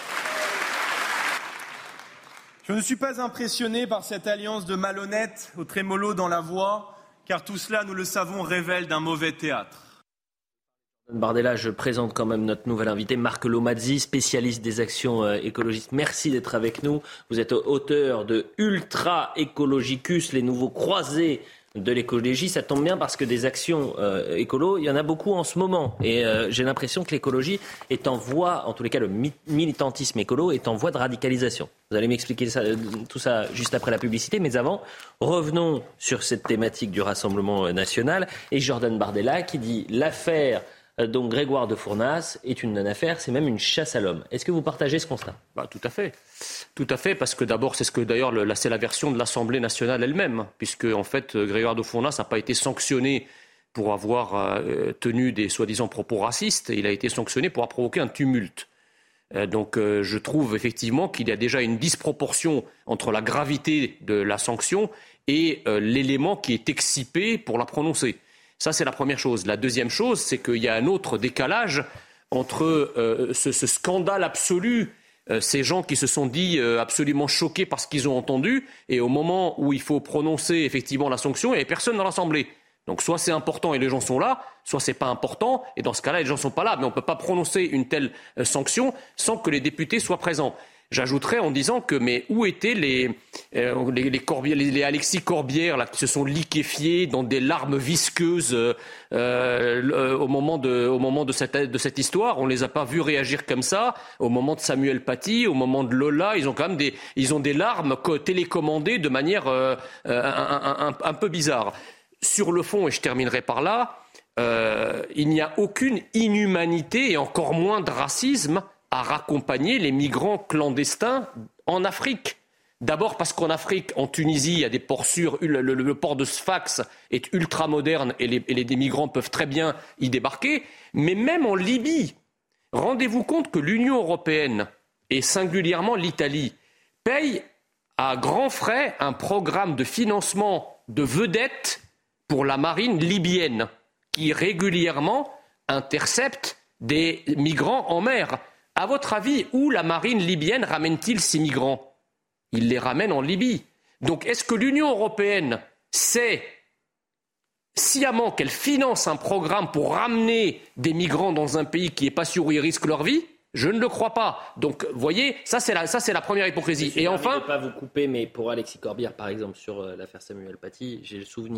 Je ne suis pas impressionné par cette alliance de malhonnêtes au trémolo dans la voix, car tout cela, nous le savons, révèle d'un mauvais théâtre. Bardella, je présente quand même notre nouvel invité, Marc Lomazzi, spécialiste des actions euh, écologistes. Merci d'être avec nous. Vous êtes auteur de Ultra Ecologicus, les nouveaux croisés de l'écologie. Ça tombe bien parce que des actions euh, écolo, il y en a beaucoup en ce moment. Et euh, j'ai l'impression que l'écologie est en voie, en tous les cas le mi- militantisme écolo est en voie de radicalisation. Vous allez m'expliquer ça, tout ça juste après la publicité. Mais avant, revenons sur cette thématique du Rassemblement national. Et Jordan Bardella qui dit l'affaire donc Grégoire de Fournas est une non-affaire, c'est même une chasse à l'homme. Est-ce que vous partagez ce constat ? Bah, tout à fait. Tout à fait, parce que d'abord, c'est ce que d'ailleurs, le, là, c'est la version de l'Assemblée nationale elle-même, puisque en fait, Grégoire de Fournas n'a pas été sanctionné pour avoir euh, tenu des soi-disant propos racistes, il a été sanctionné pour avoir provoqué un tumulte. Euh, donc euh, je trouve effectivement qu'il y a déjà une disproportion entre la gravité de la sanction et euh, l'élément qui est excipé pour la prononcer. Ça, c'est la première chose. La deuxième chose, c'est qu'il y a un autre décalage entre euh, ce, ce scandale absolu, euh, ces gens qui se sont dit euh, absolument choqués par ce qu'ils ont entendu, et au moment où il faut prononcer effectivement la sanction, il n'y avait personne dans l'Assemblée. Donc soit c'est important et les gens sont là, soit c'est pas important, et dans ce cas-là, les gens ne sont pas là. Mais on ne peut pas prononcer une telle euh, sanction sans que les députés soient présents. J'ajouterais en disant que, mais où étaient les, euh, les, les, Corbière, les, les Alexis Corbière là, qui se sont liquéfiés dans des larmes visqueuses euh, euh, au moment, de, au moment de, cette, de cette histoire. On ne les a pas vus réagir comme ça. Au moment de Samuel Paty, au moment de Lola, ils ont quand même des, ils ont des larmes télécommandées de manière euh, un, un, un, un peu bizarre. Sur le fond, et je terminerai par là, euh, il n'y a aucune inhumanité et encore moins de racisme à raccompagner les migrants clandestins en Afrique. D'abord parce qu'en Afrique, en Tunisie, il y a des ports sûrs, le, le, le port de Sfax est ultra moderne et les, et les migrants peuvent très bien y débarquer, mais même en Libye, rendez-vous compte que l'Union européenne, et singulièrement l'Italie, paye à grands frais un programme de financement de vedettes pour la marine libyenne, qui régulièrement intercepte des migrants en mer. À votre avis, où la marine libyenne ramène-t-il ces migrants ? Il les ramène en Libye. Donc est-ce que l'Union européenne sait sciemment qu'elle finance un programme pour ramener des migrants dans un pays qui n'est pas sûr où ils risquent leur vie ? Je ne le crois pas. Donc, vous voyez, ça c'est la, ça, c'est la première hypocrisie. Monsieur, et enfin, je ne vais pas vous couper, mais pour Alexis Corbière, par exemple, sur euh, l'affaire Samuel Paty, j'ai le souvenir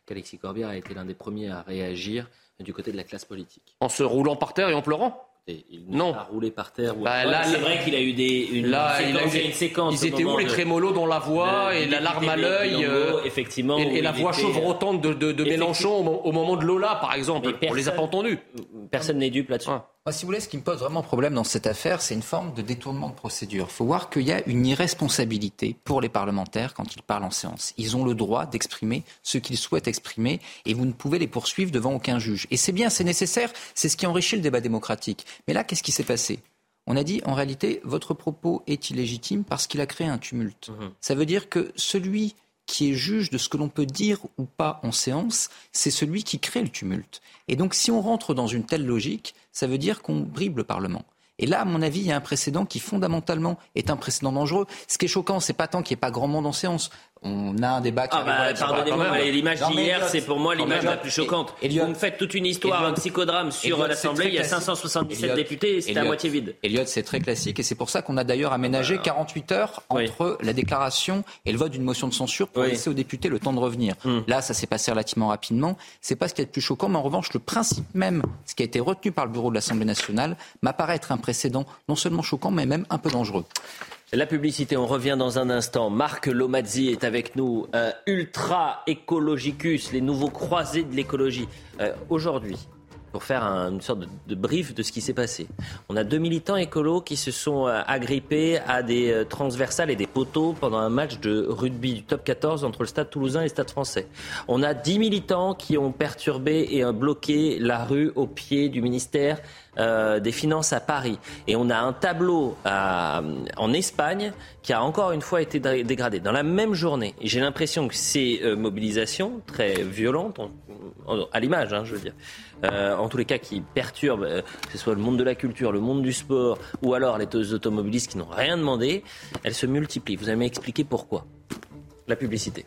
qu'Alexis Corbière a été l'un des premiers à réagir du côté de la classe politique. En se roulant par terre et en pleurant ? Il non. A roulé par terre. Ou bah, là, c'est vrai qu'il a eu des, une, là, séquence, il a eu, une séquence. Ils étaient où les de, trémolos dans la voix de, et la larme à l'œil euh, effectivement, et, et la voix chevrotante de, de, de Mélenchon au, au moment de Lola, par exemple. Personne, on les a pas entendus. Personne n'est dupe là-dessus. Ah. Moi, si vous voulez, ce qui me pose vraiment problème dans cette affaire, c'est une forme de détournement de procédure. Il faut voir qu'il y a une irresponsabilité pour les parlementaires quand ils parlent en séance. Ils ont le droit d'exprimer ce qu'ils souhaitent exprimer et vous ne pouvez les poursuivre devant aucun juge. Et c'est bien, c'est nécessaire, c'est ce qui enrichit le débat démocratique. Mais là, qu'est-ce qui s'est passé ? On a dit, en réalité, votre propos est illégitime parce qu'il a créé un tumulte. Mmh. Ça veut dire que celui qui est juge de ce que l'on peut dire ou pas en séance, c'est celui qui crée le tumulte. Et donc, si on rentre dans une telle logique, ça veut dire qu'on bribe le Parlement. Et là, à mon avis, il y a un précédent qui, fondamentalement, est un précédent dangereux. Ce qui est choquant, c'est pas tant qu'il n'y ait pas grand monde en séance. On a un débat qui... Ah bah, pardonnez-moi, l'image d'hier, c'est pour moi l'image la plus choquante. Et, et, Vous me faites toute une histoire, Elliot, un psychodrame sur Elliot, l'Assemblée, il y a cinq cent soixante-dix-sept Elliot, députés et c'était à moitié vide. Elliot, c'est très classique et c'est pour ça qu'on a d'ailleurs aménagé quarante-huit heures entre oui. la déclaration et le vote d'une motion de censure pour oui. laisser aux députés le temps de revenir. Hum. Là, ça s'est passé relativement rapidement. C'est pas ce qui est le plus choquant, mais en revanche, le principe même, ce qui a été retenu par le bureau de l'Assemblée nationale, m'apparaît être un précédent non seulement choquant, mais même un peu dangereux. La publicité, on revient dans un instant. Marc Lomazzi est avec nous. Euh, Ultra Ecologicus, les nouveaux croisés de l'écologie. Euh, aujourd'hui, pour faire un, une sorte de, de brief de ce qui s'est passé, on a deux militants écolos qui se sont euh, agrippés à des euh, transversales et des poteaux pendant un match de rugby du top quatorze entre le Stade Toulousain et le Stade Français. On a dix militants qui ont perturbé et euh, bloqué la rue au pied du ministère Euh, des Finances à Paris. Et on a un tableau à, en Espagne qui a encore une fois été dégradé. Dans la même journée, et j'ai l'impression que ces euh, mobilisations très violentes, en, en, à l'image, hein, je veux dire, euh, en tous les cas qui perturbent, euh, que ce soit le monde de la culture, le monde du sport, ou alors les automobilistes qui n'ont rien demandé, elles se multiplient. Vous allez m'expliquer pourquoi. La publicité.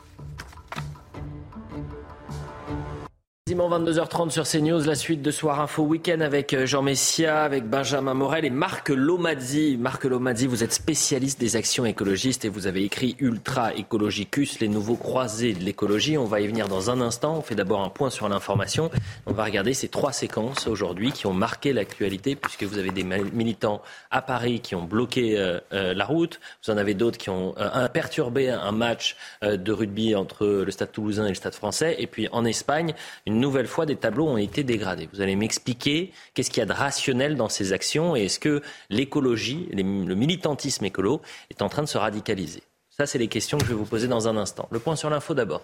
vingt-deux heures trente sur CNews, la suite de Soir Info Week-end avec Jean Messia, avec Benjamin Morel et Marc Lomazzi. Marc Lomazzi, vous êtes spécialiste des actions écologistes et vous avez écrit Ultra Ecologicus, les nouveaux croisés de l'écologie. On va y venir dans un instant. On fait d'abord un point sur l'information. On va regarder ces trois séquences aujourd'hui qui ont marqué l'actualité puisque vous avez des militants à Paris qui ont bloqué euh, euh, la route. Vous en avez d'autres qui ont euh, perturbé un match euh, de rugby entre le Stade Toulousain et le Stade Français. Et puis en Espagne, une nouvelle fois, des tableaux ont été dégradés. Vous allez m'expliquer qu'est-ce qu'il y a de rationnel dans ces actions et est-ce que l'écologie, le militantisme écolo est en train de se radicaliser. Ça, c'est les questions que je vais vous poser dans un instant. Le point sur l'info d'abord.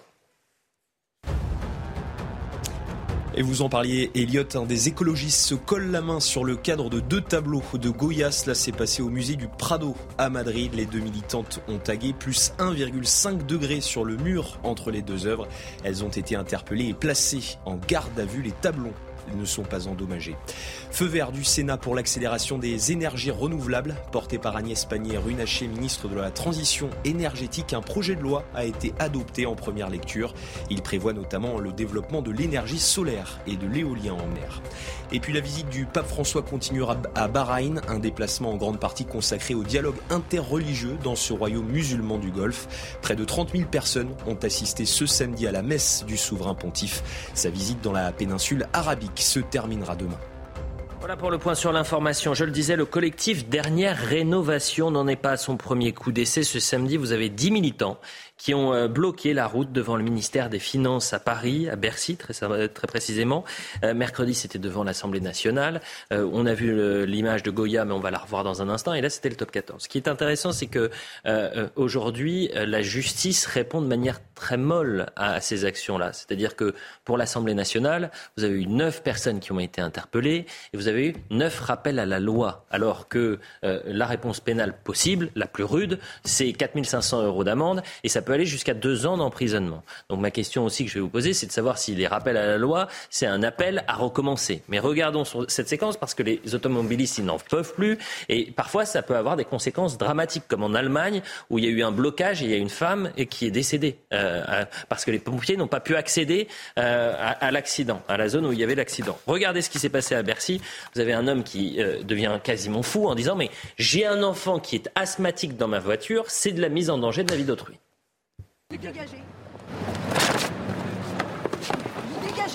Et vous en parliez, Elliot, un des écologistes se colle la main sur le cadre de deux tableaux de Goya. Cela s'est passé au musée du Prado à Madrid. Les deux militantes ont tagué plus un virgule cinq degrés sur le mur entre les deux œuvres. Elles ont été interpellées et placées en garde à vue. Les tableaux ne sont pas endommagés. Feu vert du Sénat pour l'accélération des énergies renouvelables. Porté par Agnès Pannier-Runacher, ministre de la Transition énergétique, un projet de loi a été adopté en première lecture. Il prévoit notamment le développement de l'énergie solaire et de l'éolien en mer. Et puis la visite du pape François continuera à Bahreïn, un déplacement en grande partie consacré au dialogue interreligieux dans ce royaume musulman du Golfe. Près de trente mille personnes ont assisté ce samedi à la messe du souverain pontife. Sa visite dans la péninsule arabique se terminera demain. Voilà pour le point sur l'information. Je le disais, le collectif Dernière Rénovation n'en est pas à son premier coup d'essai. Ce samedi, vous avez dix militants qui ont bloqué la route devant le ministère des Finances à Paris, à Bercy très, très précisément. Euh, mercredi, c'était devant l'Assemblée nationale. Euh, on a vu le, l'image de Goya, mais on va la revoir dans un instant. Et là, c'était le top quatorze. Ce qui est intéressant, c'est que euh, aujourd'hui, la justice répond de manière très molle à, à ces actions-là. C'est-à-dire que pour l'Assemblée nationale, vous avez eu neuf personnes qui ont été interpellées et vous avez eu neuf rappels à la loi. Alors que euh, la réponse pénale possible, la plus rude, c'est quatre mille cinq cents euros d'amende et ça peut aller jusqu'à deux ans d'emprisonnement. Donc ma question aussi que je vais vous poser, c'est de savoir si les rappels à la loi, c'est un appel à recommencer. Mais regardons sur cette séquence parce que les automobilistes, ils n'en peuvent plus et parfois ça peut avoir des conséquences dramatiques comme en Allemagne où il y a eu un blocage et il y a une femme qui est décédée euh, parce que les pompiers n'ont pas pu accéder euh, à, à l'accident, à la zone où il y avait l'accident. Regardez ce qui s'est passé à Bercy. Vous avez un homme qui euh, devient quasiment fou en disant « mais j'ai un enfant qui est asthmatique dans ma voiture, c'est de la mise en danger de la vie d'autrui ». Dégagez.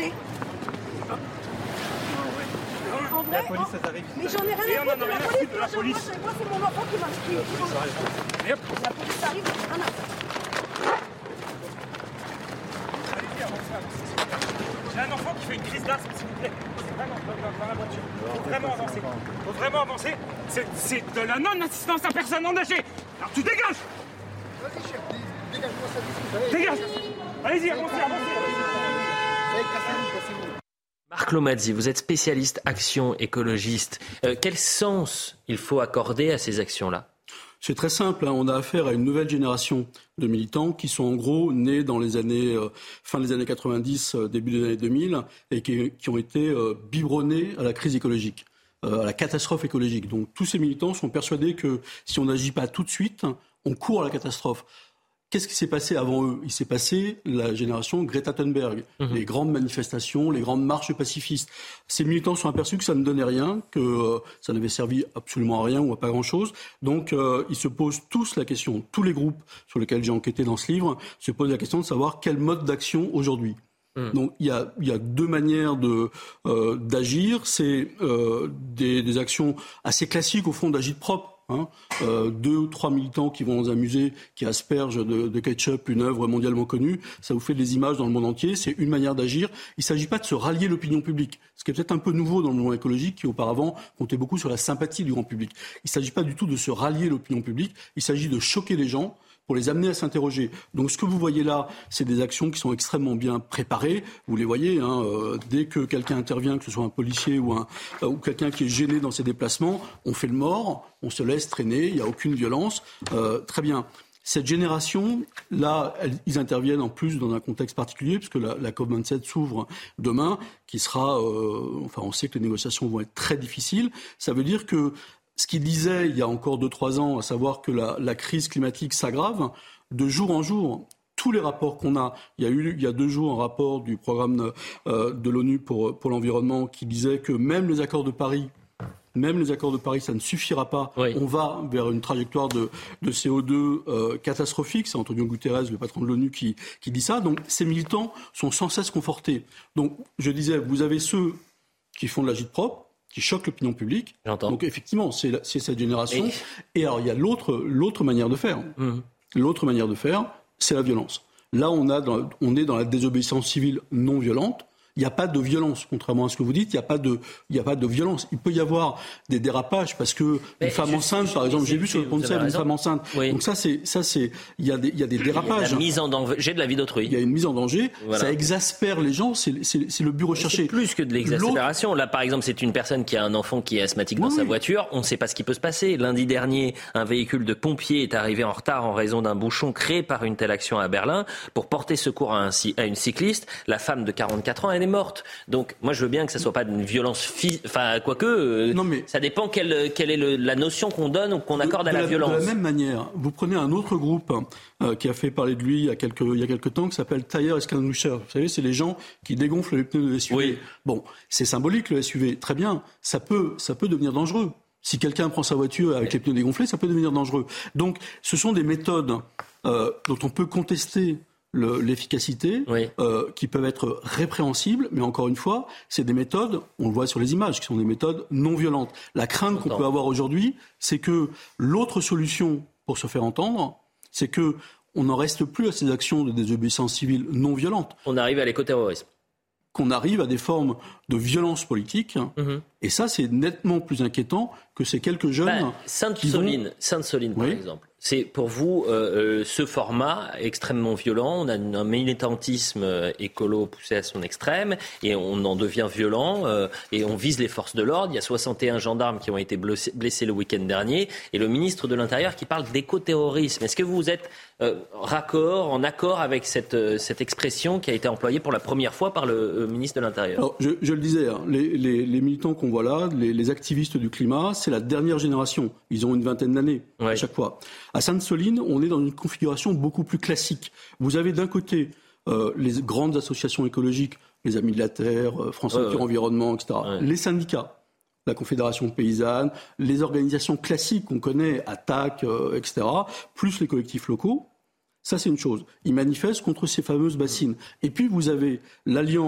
engagé. En vrai, la police, ça t'arrive. Mais j'en ai rien à foutre de la police. De la police. Moi, c'est mon enfant qui m'inscrit. La police arrive, j'en ai rien à foutre. J'ai un enfant qui fait une crise d'asthme, s'il vous plaît. C'est vraiment dans la voiture. Il faut vraiment avancer. Il faut vraiment avancer. C'est, c'est de la non-assistance à personne engagée. Alors tu dégages. Vas-y, chef, dégage-moi ça d'ici. Dégage. Allez-y, avancez, avancez. Allez, cassez-vous, cassez-vous. Marc Lomazzi, vous êtes spécialiste action écologiste. Euh, quel sens il faut accorder à ces actions-là ? C'est très simple, hein. On a affaire à une nouvelle génération de militants qui sont en gros nés dans les années euh, fin des années quatre-vingt-dix, euh, début des années deux mille et qui, qui ont été euh, biberonnés à la crise écologique, euh, à la catastrophe écologique. Donc tous ces militants sont persuadés que si on n'agit pas tout de suite, on court à la catastrophe. Qu'est-ce qui s'est passé avant eux ? Il s'est passé la génération Greta Thunberg, mmh. les grandes manifestations, les grandes marches pacifistes. Ces militants sont aperçus que ça ne donnait rien, que euh, ça n'avait servi absolument à rien ou à pas grand-chose. Donc euh, ils se posent tous la question, tous les groupes sur lesquels j'ai enquêté dans ce livre, se posent la question de savoir quel mode d'action aujourd'hui. Mmh. Donc il y a, il y a deux manières de, euh, d'agir. C'est euh, des, des actions assez classiques, au fond, d'agir propre. Hein, euh, deux ou trois militants qui vont dans un musée, qui aspergent de, de ketchup une œuvre mondialement connue, ça vous fait des images dans le monde entier, c'est une manière d'agir. Il ne s'agit pas de se rallier l'opinion publique, ce qui est peut-être un peu nouveau dans le mouvement écologique, qui auparavant comptait beaucoup sur la sympathie du grand public. Il ne s'agit pas du tout de se rallier l'opinion publique, il s'agit de choquer les gens, pour les amener à s'interroger. Donc ce que vous voyez là, c'est des actions qui sont extrêmement bien préparées. Vous les voyez, hein, euh, dès que quelqu'un intervient, que ce soit un policier ou, un, euh, ou quelqu'un qui est gêné dans ses déplacements, on fait le mort, on se laisse traîner, il n'y a aucune violence. Euh, très bien. Cette génération, là, elles, ils interviennent en plus dans un contexte particulier, puisque la, la COP vingt-sept s'ouvre demain, qui sera... Euh, enfin, on sait que les négociations vont être très difficiles. Ça veut dire que ce qu'il disait il y a encore deux trois ans, à savoir que la, la crise climatique s'aggrave, de jour en jour, tous les rapports qu'on a, il y a eu il y a deux jours un rapport du programme euh, de l'ONU pour, pour l'environnement qui disait que même les accords de Paris, même les accords de Paris, ça ne suffira pas. Oui. On va vers une trajectoire de, de C O deux euh, catastrophique. C'est Antonio Guterres, le patron de l'ONU, qui, qui dit ça. Donc ces militants sont sans cesse confortés. Donc je disais, vous avez ceux qui font de l'agite propre, qui choque l'opinion publique. J'entends. Donc effectivement, c'est, la, c'est cette génération. Et... Et alors, il y a l'autre, l'autre manière de faire. Mmh. L'autre manière de faire, c'est la violence. Là, on, a dans, on est dans la désobéissance civile non violente. Il n'y a pas de violence, contrairement à ce que vous dites. Il n'y a pas de, il n'y a pas de violence. Il peut y avoir des dérapages parce que une femme enceinte, je, par exemple, j'ai vu sur le pont de Sèvres une femme enceinte. Oui. Donc ça, c'est, ça, c'est, il y a des, il y a des dérapages. Il y a la mise en danger de la vie d'autrui. Il y a une mise en danger. Voilà. Ça exaspère les gens. C'est, c'est, c'est le but recherché. C'est plus que de l'exaspération. L'autre... Là, par exemple, c'est une personne qui a un enfant qui est asthmatique oui, dans oui. sa voiture. On ne sait pas ce qui peut se passer. Lundi dernier, un véhicule de pompiers est arrivé en retard en raison d'un bouchon créé par une telle action à Berlin pour porter secours à, un, à une cycliste. La femme de quarante-quatre ans, elle est morte. Donc, Donc, moi, je veux bien que ça soit pas d'une violence physique. Enfin, quoique, euh, non, mais ça dépend quelle, quelle est le, la notion qu'on donne ou qu'on accorde de, de à la, la violence. De la même manière, vous prenez un autre groupe euh, qui a fait parler de lui il y a quelques, il y a quelques temps, qui s'appelle Tire Extinguisher. Vous savez, c'est les gens qui dégonflent les pneus de S U V. Oui. Bon, c'est symbolique, le S U V. Très bien. Ça peut, ça peut devenir dangereux. Si quelqu'un prend sa voiture avec les pneus dégonflés, ça peut devenir dangereux. Donc, ce sont des méthodes euh, dont on peut contester Le, l'efficacité, oui. euh, qui peuvent être répréhensibles, mais encore une fois, c'est des méthodes, on le voit sur les images, qui sont des méthodes non violentes. La crainte qu'on peut avoir aujourd'hui, c'est que l'autre solution pour se faire entendre, c'est que on n'en reste plus à ces actions de désobéissance civile non violente. On arrive à l'écoterrorisme. Qu'on arrive à des formes de violence politique, mmh. et ça, c'est nettement plus inquiétant que ces quelques jeunes... Bah, Sainte-Soline, vont... Sainte-Soline, par oui. exemple. C'est pour vous euh, ce format extrêmement violent. On a un militantisme écolo poussé à son extrême et on en devient violent euh, et on vise les forces de l'ordre. Il y a soixante et un gendarmes qui ont été blessés, blessés le week-end dernier et le ministre de l'Intérieur qui parle d'écoterrorisme. Est-ce que vous êtes euh, raccord, en accord avec cette, cette expression qui a été employée pour la première fois par le euh, ministre de l'Intérieur ? Alors, je, je le disais, hein, les, les, les militants qu'on voit là, les, les activistes du climat, c'est la dernière génération. Ils ont une vingtaine d'années ouais. à chaque fois. À Sainte-Soline, on est dans une configuration beaucoup plus classique. Vous avez d'un côté euh, les grandes associations écologiques, les Amis de la Terre, euh, France Nature ouais, ouais. Environnement, et cetera. Ouais. Les syndicats, la Confédération paysanne, les organisations classiques qu'on connaît, Attaque, euh, et cetera, plus les collectifs locaux. Ça, c'est une chose. Ils manifestent contre ces fameuses bassines. Et puis, vous avez l'alliance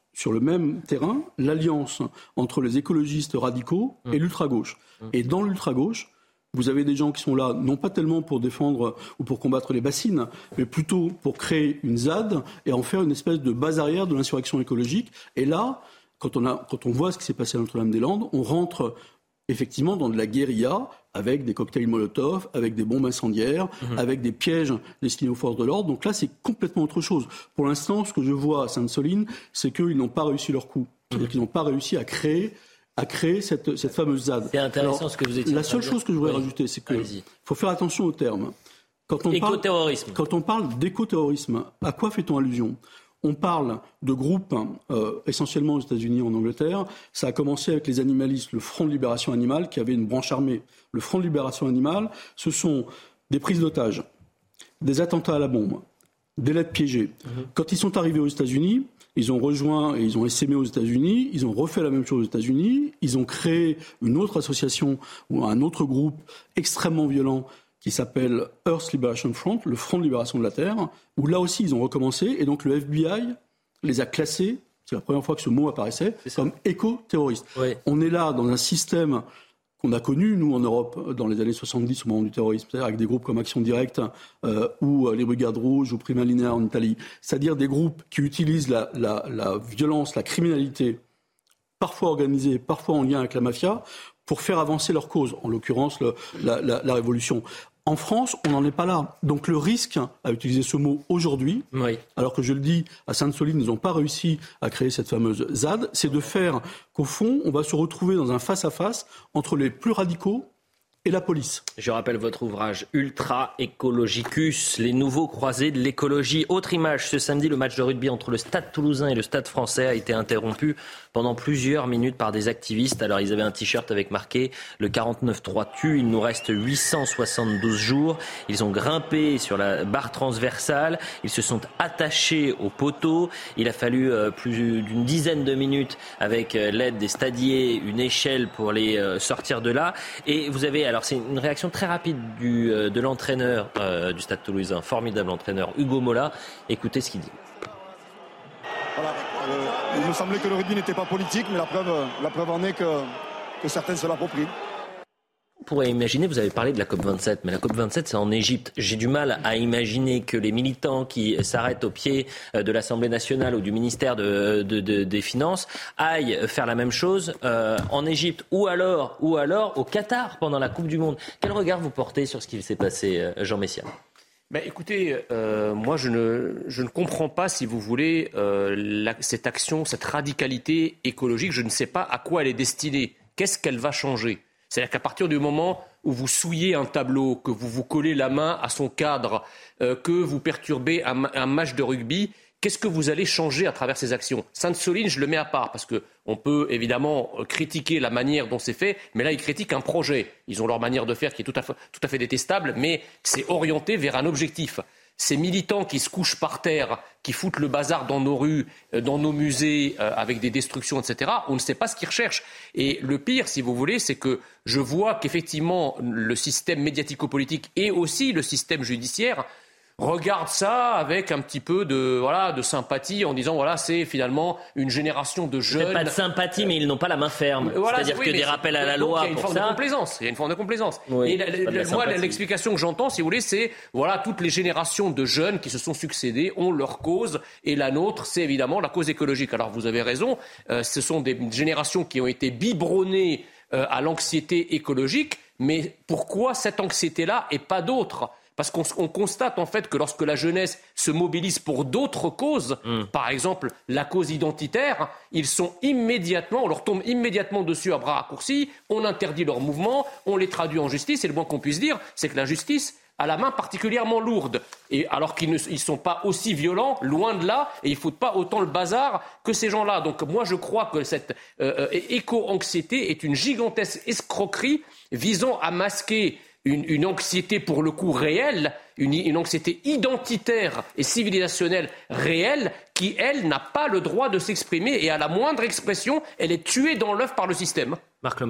sur le même terrain l'alliance entre les écologistes radicaux et l'ultra-gauche. Et dans l'ultra-gauche, vous avez des gens qui sont là, non pas tellement pour défendre ou pour combattre les bassines, mais plutôt pour créer une Z A D et en faire une espèce de base arrière de l'insurrection écologique. Et là, quand on, a, quand on voit ce qui s'est passé à Notre-Dame-des-Landes, on rentre effectivement dans de la guérilla, avec des cocktails Molotov, avec des bombes incendiaires, mmh. avec des pièges destinés aux forces de l'ordre. Donc là, c'est complètement autre chose. Pour l'instant, ce que je vois à Sainte-Soline, c'est qu'ils n'ont pas réussi leur coup. C'est-à-dire mmh. qu'ils n'ont pas réussi à créer, à créer cette, cette fameuse Z A D. C'est intéressant Alors, ce que vous étiez La seule chose que je voudrais oui. rajouter, c'est qu'il faut faire attention aux termes. Quand on Éco-terrorisme. Parle, quand on parle d'éco-terrorisme, à quoi fait-on allusion ? On parle de groupes euh, essentiellement aux États-Unis et en Angleterre. Ça a commencé avec les animalistes, le Front de libération animale, qui avait une branche armée. Le Front de libération animale, ce sont des prises d'otages, des attentats à la bombe, des lettres piégées. Mmh. Quand ils sont arrivés aux États-Unis, ils ont rejoint et ils ont essaimé aux États-Unis. Ils ont refait la même chose aux États-Unis. Ils ont créé une autre association ou un autre groupe extrêmement violent qui s'appelle Earth Liberation Front, le Front de libération de la Terre, où là aussi ils ont recommencé, et donc le F B I les a classés, c'est la première fois que ce mot apparaissait, comme éco-terroristes. Oui. On est là dans un système qu'on a connu, nous, en Europe, dans les années soixante-dix, au moment du terrorisme, c'est-à-dire avec des groupes comme Action Directe, euh, ou euh, les Brigades Rouges, ou Prima Linea en Italie, c'est-à-dire des groupes qui utilisent la, la, la violence, la criminalité, parfois organisée, parfois en lien avec la mafia, pour faire avancer leur cause, en l'occurrence le, la, la, la révolution. En France, on n'en est pas là. Donc le risque à utiliser ce mot aujourd'hui, oui. alors que je le dis, à Sainte-Soline, ils n'ont pas réussi à créer cette fameuse Z A D, c'est de faire qu'au fond, on va se retrouver dans un face-à-face entre les plus radicaux et la police. Je rappelle votre ouvrage Ultra Ecologicus, les nouveaux croisés de l'écologie. Autre image, ce samedi, le match de rugby entre le Stade Toulousain et le Stade Français a été interrompu pendant plusieurs minutes par des activistes. Alors ils avaient un t-shirt avec marqué le quarante-neuf trois tue, il nous reste huit cent soixante-douze jours. Ils ont grimpé sur la barre transversale, ils se sont attachés au poteau. Il a fallu euh, plus d'une dizaine de minutes avec euh, l'aide des stadiers, une échelle pour les euh, sortir de là. Et vous avez Alors c'est une réaction très rapide du, euh, de l'entraîneur euh, du Stade Toulousain, formidable entraîneur Hugo Mola. Écoutez ce qu'il dit. Voilà, euh, il me semblait que le rugby n'était pas politique, mais la preuve, la preuve en est que, que certains se l'approprient. On pourrait imaginer, vous avez parlé de la COP vingt-sept, mais la COP vingt-sept c'est en Égypte. J'ai du mal à imaginer que les militants qui s'arrêtent au pied de l'Assemblée nationale ou du ministère de, de, de, des Finances aillent faire la même chose euh, en Égypte ou alors, ou alors au Qatar pendant la Coupe du Monde. Quel regard vous portez sur ce qui s'est passé, Jean Messia ? Ben, écoutez, euh, moi je ne, je ne comprends pas, si vous voulez, euh, la, cette action, cette radicalité écologique. Je ne sais pas à quoi elle est destinée. Qu'est-ce qu'elle va changer ? C'est-à-dire qu'à partir du moment où vous souillez un tableau, que vous vous collez la main à son cadre, euh, que vous perturbez un, un match de rugby, qu'est-ce que vous allez changer à travers ces actions ? Sainte-Soline, je le mets à part, parce qu'on peut évidemment critiquer la manière dont c'est fait, mais là, ils critiquent un projet. Ils ont leur manière de faire qui est tout à fait, tout à fait détestable, mais c'est orienté vers un objectif. Ces militants qui se couchent par terre, qui foutent le bazar dans nos rues, dans nos musées, euh, avec des destructions, et cetera, on ne sait pas ce qu'ils recherchent. Et le pire, si vous voulez, c'est que je vois qu'effectivement, le système médiatico-politique et aussi le système judiciaire regarde ça avec un petit peu de, voilà, de sympathie en disant voilà, c'est finalement une génération de jeunes. Peut-être pas de sympathie, mais ils n'ont pas la main ferme. Voilà, c'est-à-dire oui, que des rappels à la donc, loi il y a une pour forme ça. de complaisance. Il y a une forme de complaisance. Oui, et la, la, moi, l'explication que j'entends, si vous voulez, c'est voilà, toutes les générations de jeunes qui se sont succédées ont leur cause, et la nôtre, c'est évidemment la cause écologique. Alors vous avez raison, euh, ce sont des générations qui ont été biberonnées euh, à l'anxiété écologique, mais pourquoi cette anxiété-là et pas d'autres ? Parce qu'on on constate en fait que lorsque la jeunesse se mobilise pour d'autres causes, mmh. par exemple la cause identitaire, ils sont immédiatement, on leur tombe immédiatement dessus à bras raccourcis, on interdit leurs mouvements, on les traduit en justice, et le moins qu'on puisse dire, c'est que la justice a la main particulièrement lourde. Et alors qu'ils ne ils sont pas aussi violents, loin de là, et ils ne foutent pas autant le bazar que ces gens-là. Donc moi je crois que cette euh, éco-anxiété est une gigantesque escroquerie visant à masquer Une, une anxiété pour le coup réelle, une, une anxiété identitaire et civilisationnelle réelle qui, elle, n'a pas le droit de s'exprimer et à la moindre expression, elle est tuée dans l'œuf par le système. Marc Lomadi.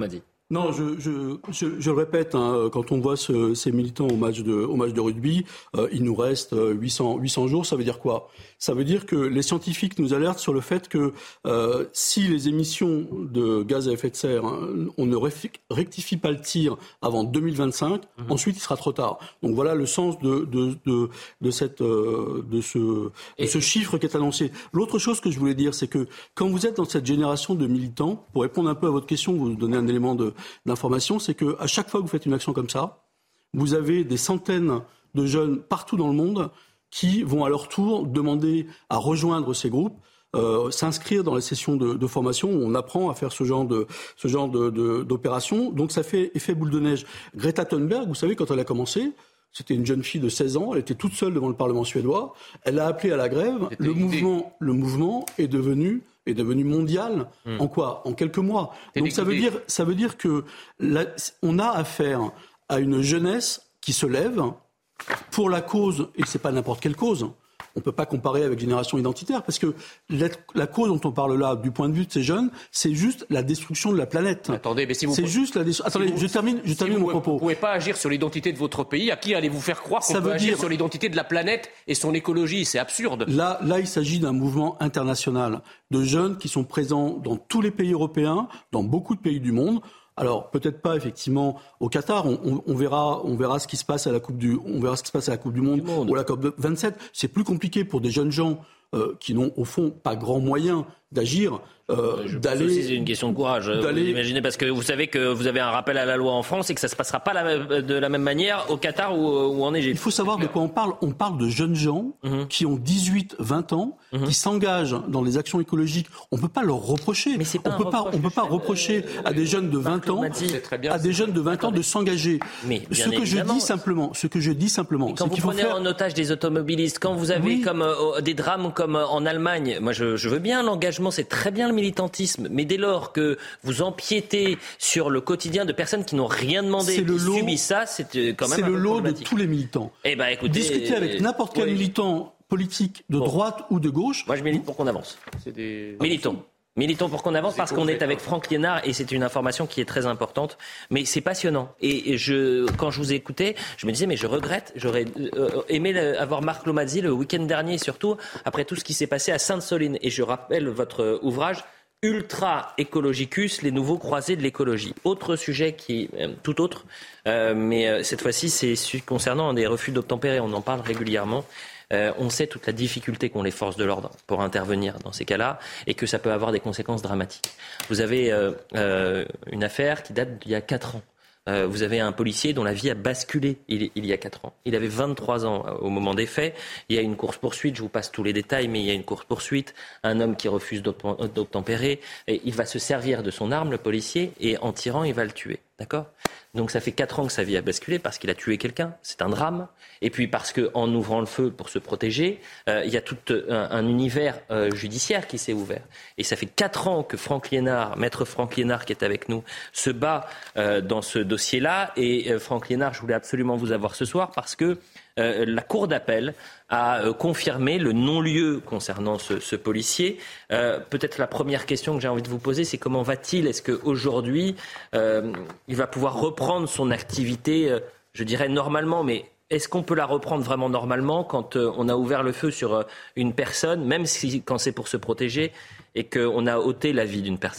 Non, je, je, je, je le répète, hein, quand on voit ce, ces militants au match de, au match de rugby, euh, il nous reste huit cents, huit cents jours. Ça veut dire quoi ? Ça veut dire que les scientifiques nous alertent sur le fait que euh, si les émissions de gaz à effet de serre, hein, on ne rectifie pas le tir avant deux mille vingt-cinq, mmh. ensuite il sera trop tard. Donc voilà le sens de, de, de, de, cette, euh, de, ce, de ce chiffre qui est annoncé. L'autre chose que je voulais dire, c'est que quand vous êtes dans cette génération de militants, pour répondre un peu à votre question, vous donnez un élément de d'information, c'est qu'à chaque fois que vous faites une action comme ça, vous avez des centaines de jeunes partout dans le monde qui vont à leur tour demander à rejoindre ces groupes, euh, s'inscrire dans les sessions de, de formation où on apprend à faire ce genre de ce genre de, de, d'opération. Donc ça fait effet boule de neige. Greta Thunberg, vous savez, quand elle a commencé, c'était une jeune fille de seize ans, elle était toute seule devant le Parlement suédois, elle a appelé à la grève, le mouvement, le mouvement est devenu est devenu mondial mmh. en quoi ? En quelques mois. C'est Donc ça veut dire ça veut dire que la, on a affaire à une jeunesse qui se lève pour la cause, et c'est pas n'importe quelle cause. On ne peut pas comparer avec Génération Identitaire, parce que la, la cause dont on parle là, du point de vue de ces jeunes, c'est juste la destruction de la planète. Attendez, mais si vous... C'est juste la destruction... Attendez, si vous... je termine, je si termine vous... mon propos. Vous ne pouvez pas agir sur l'identité de votre pays. À qui allez-vous faire croire qu'on Ça peut agir dire... sur l'identité de la planète et son écologie ? C'est absurde. Là, là, il s'agit d'un mouvement international de jeunes qui sont présents dans tous les pays européens, dans beaucoup de pays du monde. Alors peut-être pas effectivement au Qatar, on, on, on verra, on verra ce qui se passe à la Coupe du, on verra ce qui se passe à la Coupe du Monde, du monde. ou à la COP vingt-sept. C'est plus compliqué pour des jeunes gens euh, qui n'ont au fond pas grand moyen d'agir. Euh, je d'aller, pense aussi c'est une question de courage. D'aller... Vous imaginez, parce que vous savez que vous avez un rappel à la loi en France et que ça se passera pas la, de la même manière au Qatar ou, ou en Égypte. Il faut savoir de quoi on parle. On parle de jeunes gens mm-hmm. qui ont dix-huit, vingt ans, mm-hmm. qui s'engagent dans les actions écologiques. On peut pas leur reprocher. Mais c'est pas on peut pas, on peut pas reprocher euh, à des jeunes de vingt ans, à des jeunes de vingt ans de s'engager. Mais ce que je dis simplement, ce que je dis simplement, quand c'est vous qu'il faut prenez faire... en otage des automobilistes, quand vous avez oui. comme euh, des drames comme euh, en Allemagne, moi je, je veux bien l'engagement, c'est très bien le militantisme. Mais dès lors que vous empiétez sur le quotidien de personnes qui n'ont rien demandé, c'est qui le lot, subissent ça, c'est quand même c'est un le peu lot de tous les militants. Eh ben, écoutez, discutez avec n'importe quel oui. militant politique de bon. droite ou de gauche. Moi, je milite pour qu'on avance. C'est des... Militons. Militons pour qu'on avance parce qu'on est avec Franck Liénard et c'est une information qui est très importante. Mais c'est passionnant. Et je, quand je vous ai écouté, je me disais, mais je regrette, j'aurais aimé avoir Marc Lomazzi le week-end dernier, surtout après tout ce qui s'est passé à Sainte-Soline. Et je rappelle votre ouvrage Ultra Ecologicus, les nouveaux croisés de l'écologie. Autre sujet qui est euh, tout autre, euh, mais euh, cette fois-ci c'est concernant des refus d'obtempérer, on en parle régulièrement. Euh, on sait toute la difficulté qu'ont les forces de l'ordre pour intervenir dans ces cas-là et que ça peut avoir des conséquences dramatiques. Vous avez euh, euh, une affaire qui date d'il y a quatre ans. Euh, vous avez un policier dont la vie a basculé il, il y a quatre ans. Il avait vingt-trois ans au moment des faits. Il y a une course-poursuite, je vous passe tous les détails, mais il y a une course-poursuite. Un homme qui refuse d'obtempérer, et il va se servir de son arme, le policier, et en tirant, il va le tuer. D'accord ? Donc ça fait quatre ans que sa vie a basculé parce qu'il a tué quelqu'un. C'est un drame. Et puis parce qu'en ouvrant le feu pour se protéger, euh, il y a tout un, un univers euh, judiciaire qui s'est ouvert. Et ça fait quatre ans que Franck Liénard, maître Franck Liénard qui est avec nous, se bat euh, dans ce dossier-là. Et euh, Franck Liénard, je voulais absolument vous avoir ce soir parce que Euh, la Cour d'appel a euh, confirmé le non-lieu concernant ce, ce policier. Euh, peut-être la première question que j'ai envie de vous poser, c'est comment va-t-il ? Est-ce qu'aujourd'hui, euh, il va pouvoir reprendre son activité, euh, je dirais normalement, mais est-ce qu'on peut la reprendre vraiment normalement quand euh, on a ouvert le feu sur euh, une personne, même si quand c'est pour se protéger et qu'on a ôté la vie d'une personne ?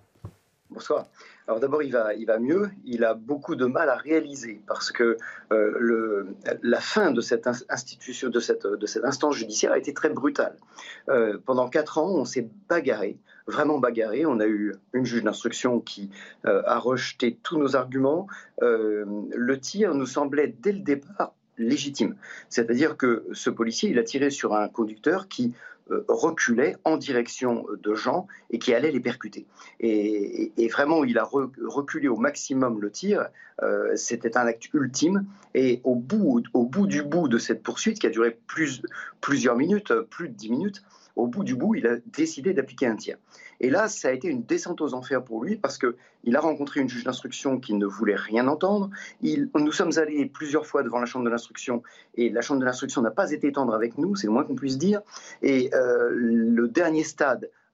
Bonsoir. Alors d'abord, il va, il va mieux. Il a beaucoup de mal à réaliser parce que euh, le, la fin de cette institution, de cette, de cette instance judiciaire a été très brutale. Euh, pendant quatre ans, on s'est bagarré, vraiment bagarré. On a eu une juge d'instruction qui euh, a rejeté tous nos arguments. Euh, le tir nous semblait dès le départ légitime. C'est-à-dire que ce policier, il a tiré sur un conducteur qui Euh, reculait en direction de gens et qui allait les percuter. Et, et, et vraiment, il a re, reculé au maximum le tir. Euh, c'était un acte ultime. Et au bout, au bout du bout de cette poursuite, qui a duré plus, plusieurs minutes, plus de dix minutes, au bout du bout, il a décidé d'appliquer un tir. Et là, ça a été une descente aux enfers pour lui parce qu'il a rencontré une juge d'instruction qui ne voulait rien entendre. Il, nous sommes allés plusieurs fois devant la chambre de l'instruction et la chambre de l'instruction n'a pas été tendre avec nous, c'est le moins qu'on puisse dire. Et euh, le dernier stade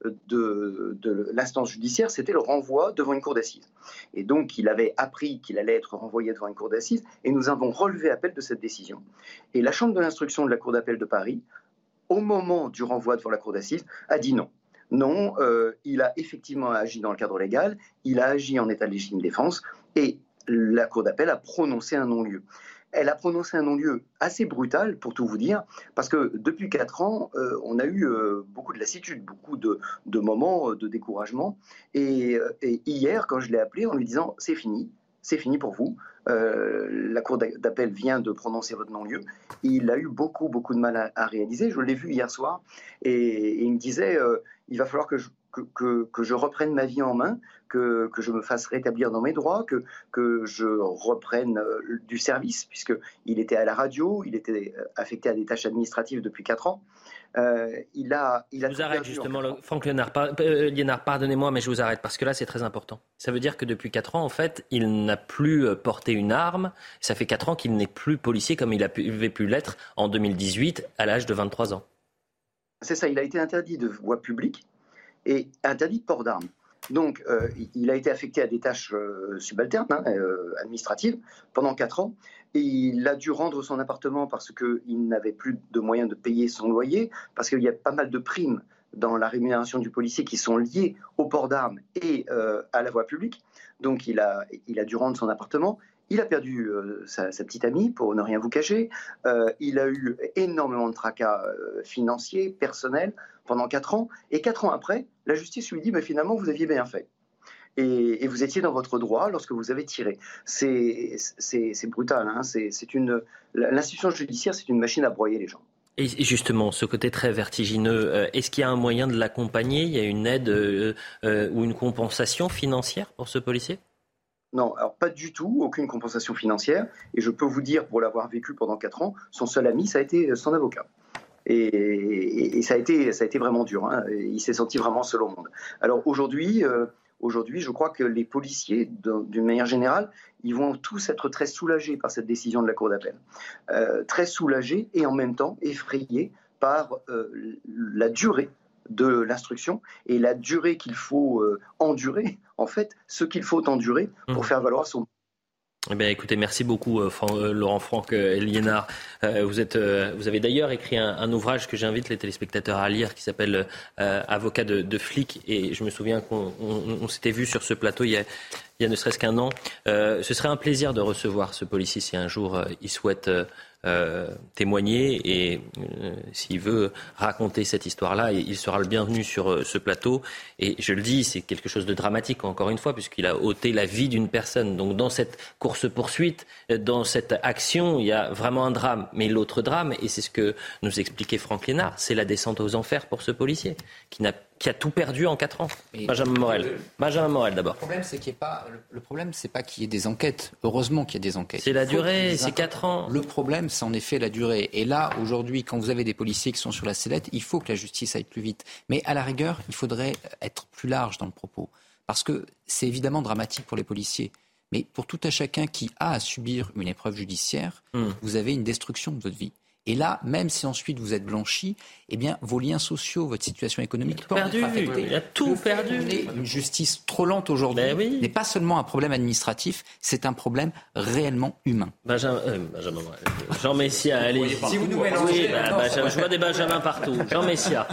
de, de l'instance judiciaire, c'était le renvoi devant une cour d'assises. Et donc, il avait appris qu'il allait être renvoyé devant une cour d'assises, et nous avons relevé appel de cette décision. Et la chambre de l'instruction de la cour d'appel de Paris, au moment du renvoi devant la cour d'assises, a dit non. Non, euh, il a effectivement agi dans le cadre légal, il a agi en état de légitime défense, et la cour d'appel a prononcé un non-lieu. Elle a prononcé un non-lieu assez brutal, pour tout vous dire, parce que depuis quatre ans, euh, on a eu euh, beaucoup de lassitude, beaucoup de, de moments de découragement. Et, et hier, quand je l'ai appelé en lui disant « c'est fini, c'est fini pour vous, euh, la cour d'appel vient de prononcer votre non-lieu », il a eu beaucoup, beaucoup de mal à, à réaliser. Je l'ai vu hier soir, et, et il me disait euh, « il va falloir que je... Que, que, que je reprenne ma vie en main, que, que je me fasse rétablir dans mes droits, que, que je reprenne euh, du service, puisqu'il était à la radio, il était affecté à des tâches administratives depuis quatre ans. Euh, il a, il a je vous arrête justement, le, Franck Liénard, par, euh, Liénard, pardonnez-moi, mais je vous arrête, parce que là c'est très important. Ça veut dire que depuis quatre ans, en fait, il n'a plus porté une arme. Ça fait quatre ans qu'il n'est plus policier comme il avait pu l'être en deux mille dix-huit, à l'âge de vingt-trois ans. C'est ça, il a été interdit de voie publique et interdit de port d'armes. Donc, euh, il a été affecté à des tâches euh, subalternes, hein, euh, administratives, pendant quatre ans. Et il a dû rendre son appartement parce qu'il n'avait plus de moyens de payer son loyer, parce qu'il y a pas mal de primes dans la rémunération du policier qui sont liées au port d'armes et euh, à la voie publique. Donc, il a, il a dû rendre son appartement. Il a perdu euh, sa, sa petite amie, pour ne rien vous cacher. Euh, il a eu énormément de tracas euh, financiers, personnels, pendant quatre ans. Et quatre ans après, la justice lui dit « mais finalement, vous aviez bien fait. Et, et vous étiez dans votre droit lorsque vous avez tiré ». C'est, c'est, c'est brutal. Hein, c'est, c'est une, l'institution judiciaire, c'est une machine à broyer les gens. Et justement, ce côté très vertigineux, est-ce qu'il y a un moyen de l'accompagner ? Il y a une aide euh, euh, ou une compensation financière pour ce policier ? Non, alors pas du tout, aucune compensation financière. Et je peux vous dire, pour l'avoir vécu pendant quatre ans, son seul ami, ça a été son avocat. Et, et, et ça, a été, ça a été vraiment dur. Hein. Il s'est senti vraiment seul au monde. Alors aujourd'hui, euh, aujourd'hui, je crois que les policiers, d'une manière générale, ils vont tous être très soulagés par cette décision de la Cour d'appel. Euh, très soulagés et en même temps effrayés par euh, la durée de l'instruction et la durée qu'il faut euh, endurer, en fait, ce qu'il faut endurer pour mmh. faire valoir son... Eh bien, écoutez, merci beaucoup, euh, Fran- euh, Laurent Franck euh, Liénard. Euh, vous, êtes, euh, vous avez d'ailleurs écrit un, un ouvrage que j'invite les téléspectateurs à lire qui s'appelle euh, Avocat de, de flic. Et je me souviens qu'on on, on s'était vu sur ce plateau il y a, il y a ne serait-ce qu'un an. Euh, ce serait un plaisir de recevoir ce policier si un jour euh, il souhaite euh, euh, témoigner et euh, s'il veut raconter cette histoire-là, il sera le bienvenu sur euh, ce plateau. Et je le dis, c'est quelque chose de dramatique, encore une fois, puisqu'il a ôté la vie d'une personne. Donc dans cette course-poursuite, dans cette action, il y a vraiment un drame. Mais l'autre drame, et c'est ce que nous expliquait Franck Liénard, c'est la descente aux enfers pour ce policier, qui, n'a, qui a tout perdu en quatre ans. Et Benjamin Morel. Le, Benjamin Morel, d'abord. Le problème, c'est qu'il y ait pas, le, le problème, c'est pas qu'il y ait des enquêtes. Heureusement qu'il y a des enquêtes. C'est la durée, c'est quatre ans. Le problème, c'est en effet la durée. Et là, aujourd'hui, quand vous avez des policiers qui sont sur la sellette, il faut que la justice aille plus vite. Mais à la rigueur, il faudrait être plus large dans le propos. Parce que c'est évidemment dramatique pour les policiers. Mais pour tout à chacun qui a à subir une épreuve judiciaire, mmh. vous avez une destruction de votre vie. Et là, même si ensuite vous êtes blanchi, eh bien, vos liens sociaux, votre situation économique peuvent être affectés. Il a tout perdu. Une justice trop lente aujourd'hui ben oui. n'est pas seulement un problème administratif, c'est un problème réellement humain. Benjamin, euh, Benjamin Jean Messia, allez. Si vous nous mélangez, oui, bah, Benjamin, je vois des Benjamins partout. Jean Messia.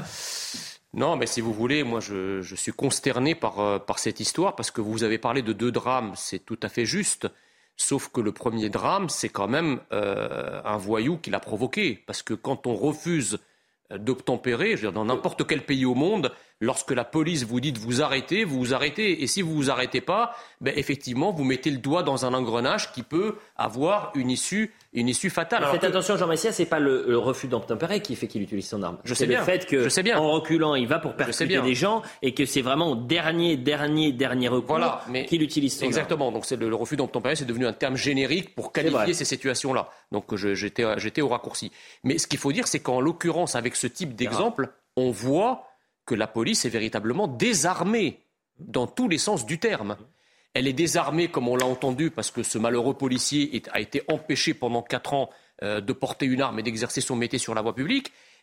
Non, mais si vous voulez, moi je, je suis consterné par, euh, par cette histoire parce que vous avez parlé de deux drames, c'est tout à fait juste. Sauf que le premier drame, c'est quand même euh, un voyou qui l'a provoqué. Parce que quand on refuse d'obtempérer, je veux dire, dans n'importe quel pays au monde, lorsque la police vous dit de vous arrêter, vous vous arrêtez. Et si vous vous arrêtez pas, ben effectivement, vous mettez le doigt dans un engrenage qui peut avoir une issue, une issue fatale. Alors, faites que... attention, Jean Messia, c'est pas le, le refus d'obtempérer qui fait qu'il utilise son arme. Je c'est sais bien. le fait que, je sais bien. en reculant, il va pour persécuter des gens et que c'est vraiment au dernier, dernier, dernier recours voilà, mais qu'il utilise son exactement. arme. Donc c'est le, le refus d'obtempérer, c'est devenu un terme générique pour qualifier ces situations-là. Donc je, j'étais, j'étais au raccourci. Mais ce qu'il faut dire, c'est qu'en l'occurrence, avec ce type d'exemple, on voit que la police est véritablement désarmée dans tous les sens du terme. Elle est désarmée, comme on l'a entendu, parce que ce malheureux policier est, a été empêché pendant quatre ans euh, de porter une arme et d'exercer son métier sur la voie publique.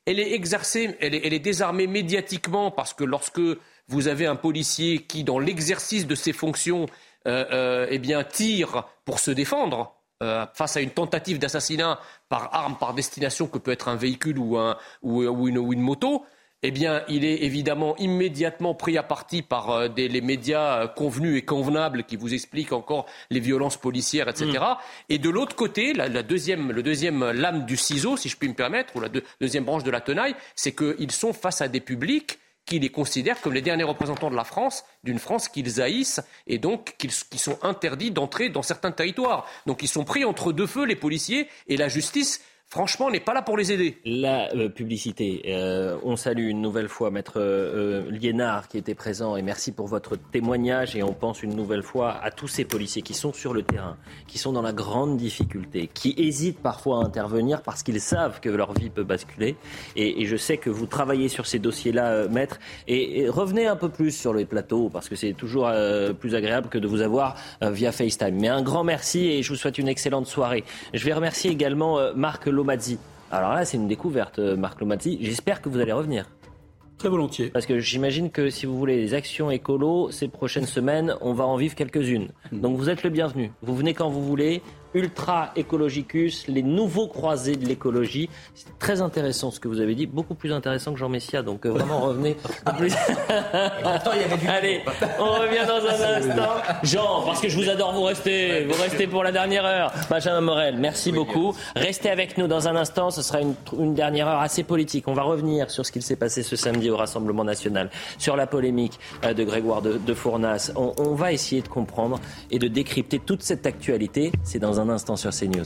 elle est exercée, elle est, elle est désarmée médiatiquement parce que lorsque vous avez un policier qui, dans l'exercice de ses fonctions, euh, euh, eh bien, tire pour se défendre euh, face à une tentative d'assassinat par arme, par destination que peut être un véhicule ou, un, ou, ou, une, ou une moto, eh bien, il est évidemment immédiatement pris à partie par euh, des, les médias euh, convenus et convenables qui vous expliquent encore les violences policières, et cetera. Mmh. Et de l'autre côté, la, la deuxième, le deuxième lame du ciseau, si je puis me permettre, ou la deux, deuxième branche de la tenaille, c'est qu'ils sont face à des publics qui les considèrent comme les derniers représentants de la France, d'une France qu'ils haïssent, et donc qu'ils, qui sont interdits d'entrer dans certains territoires. Donc ils sont pris entre deux feux, les policiers, et la justice, franchement, n'est pas là pour les aider. La euh, publicité. Euh, on salue une nouvelle fois Maître euh, Liénard qui était présent et merci pour votre témoignage. Et on pense une nouvelle fois à tous ces policiers qui sont sur le terrain, qui sont dans la grande difficulté, qui hésitent parfois à intervenir parce qu'ils savent que leur vie peut basculer. Et, et je sais que vous travaillez sur ces dossiers-là, euh, Maître. Et, et revenez un peu plus sur les plateaux parce que c'est toujours euh, plus agréable que de vous avoir euh, via FaceTime. Mais un grand merci et je vous souhaite une excellente soirée. Je vais remercier également euh, Marc Lomazzi. Alors là, c'est une découverte, Marc Lomazzi. J'espère que vous allez revenir. Très volontiers. Parce que j'imagine que si vous voulez des actions écolo, ces prochaines semaines, on va en vivre quelques-unes. Donc vous êtes le bienvenu. Vous venez quand vous voulez. Ultra Ecologicus, les nouveaux croisés de l'écologie. C'est très intéressant ce que vous avez dit, beaucoup plus intéressant que Jean Messia, donc euh, vraiment revenez. Plus... Allez, on revient dans un instant. Jean, parce que je vous adore, vous restez, vous restez pour la dernière heure. Benjamin Morel, merci beaucoup. Restez avec nous dans un instant, ce sera une, une dernière heure assez politique. On va revenir sur ce qu'il s'est passé ce samedi au Rassemblement National, sur la polémique euh, de Grégoire de, de Fournas. On, on va essayer de comprendre et de décrypter toute cette actualité. C'est dans un instant sur CNews.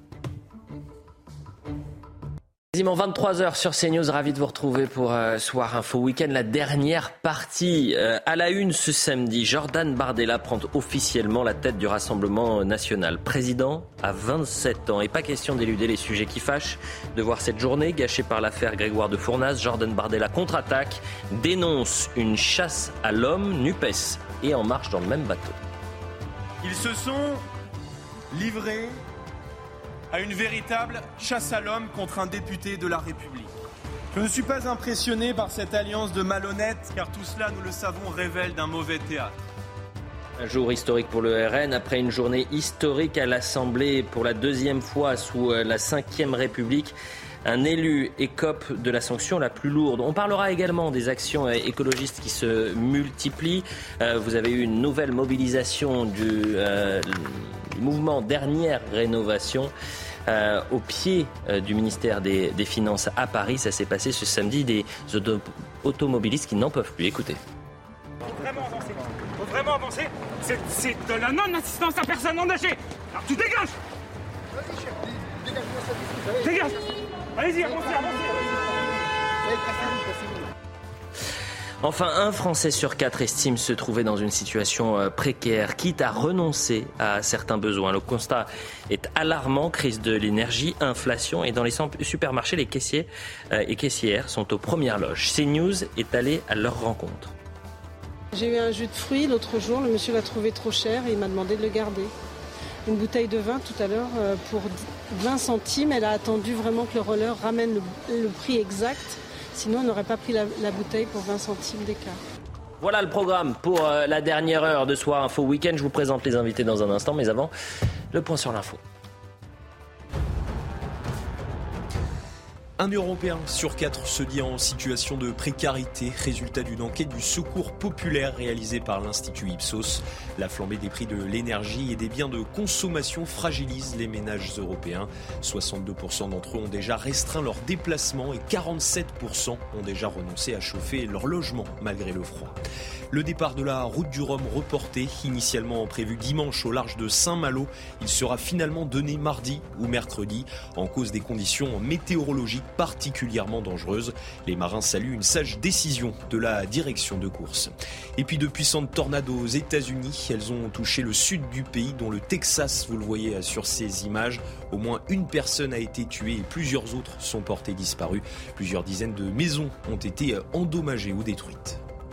Quasiment vingt-trois heures sur CNews, ravi de vous retrouver pour euh, Soir Info Week-end, la dernière partie. Euh, à la une ce samedi, Jordan Bardella prend officiellement la tête du Rassemblement National. Président à vingt-sept ans. Et pas question d'éluder les sujets qui fâchent. De voir cette journée gâchée par l'affaire Grégoire de Fournas, Jordan Bardella contre-attaque, dénonce une chasse à l'homme, NUPES et En Marche dans le même bateau. Ils se sont livrés à une véritable chasse à l'homme contre un député de la République. Je ne suis pas impressionné par cette alliance de malhonnêtes, car tout cela, nous le savons, révèle d'un mauvais théâtre. Un jour historique pour le R N, après une journée historique à l'Assemblée pour la deuxième fois sous la cinquième République. Un élu écope de la sanction la plus lourde. On parlera également des actions écologistes qui se multiplient. Euh, vous avez eu une nouvelle mobilisation du, euh, du mouvement Dernière Rénovation euh, au pied euh, du ministère des, des Finances à Paris. Ça s'est passé ce samedi. Des auto- automobilistes qui n'en peuvent plus. Écoutez. Il faut vraiment avancer. Il faut vraiment avancer. C'est, c'est de la non-assistance à personne engagée. Alors tu dégages. Vas-y, chef, dégage-moi ça d'ici. Dégage. Allez-y, avancez, avancez. Enfin, un Français sur quatre estime se trouver dans une situation précaire, quitte à renoncer à certains besoins. Le constat est alarmant, crise de l'énergie, inflation, et dans les supermarchés, les caissiers et caissières sont aux premières loges. CNews est allé à leur rencontre. J'ai eu un jus de fruits l'autre jour, le monsieur l'a trouvé trop cher et il m'a demandé de le garder. Une bouteille de vin tout à l'heure pour vingt centimes, elle a attendu vraiment que le roller ramène le, le prix exact. Sinon, on n'aurait pas pris la, la bouteille pour vingt centimes d'écart. Voilà le programme pour euh, la dernière heure de Soir Info Week-end. Je vous présente les invités dans un instant, mais avant, le point sur l'info. Un Européen sur quatre se dit en situation de précarité, résultat d'une enquête du Secours populaire réalisée par l'Institut Ipsos. La flambée des prix de l'énergie et des biens de consommation fragilise les ménages européens. soixante-deux pour cent d'entre eux ont déjà restreint leurs déplacements et quarante-sept pour cent ont déjà renoncé à chauffer leur logement malgré le froid. Le départ de la route du Rhum reporté, initialement prévu dimanche au large de Saint-Malo, il sera finalement donné mardi ou mercredi en cause des conditions météorologiques particulièrement dangereuses. Les marins saluent une sage décision de la direction de course. Et puis de puissantes tornades aux États-Unis, elles ont touché le sud du pays, dont le Texas, vous le voyez sur ces images. Au moins une personne a été tuée et plusieurs autres sont portées disparues. Plusieurs dizaines de maisons ont été endommagées ou détruites.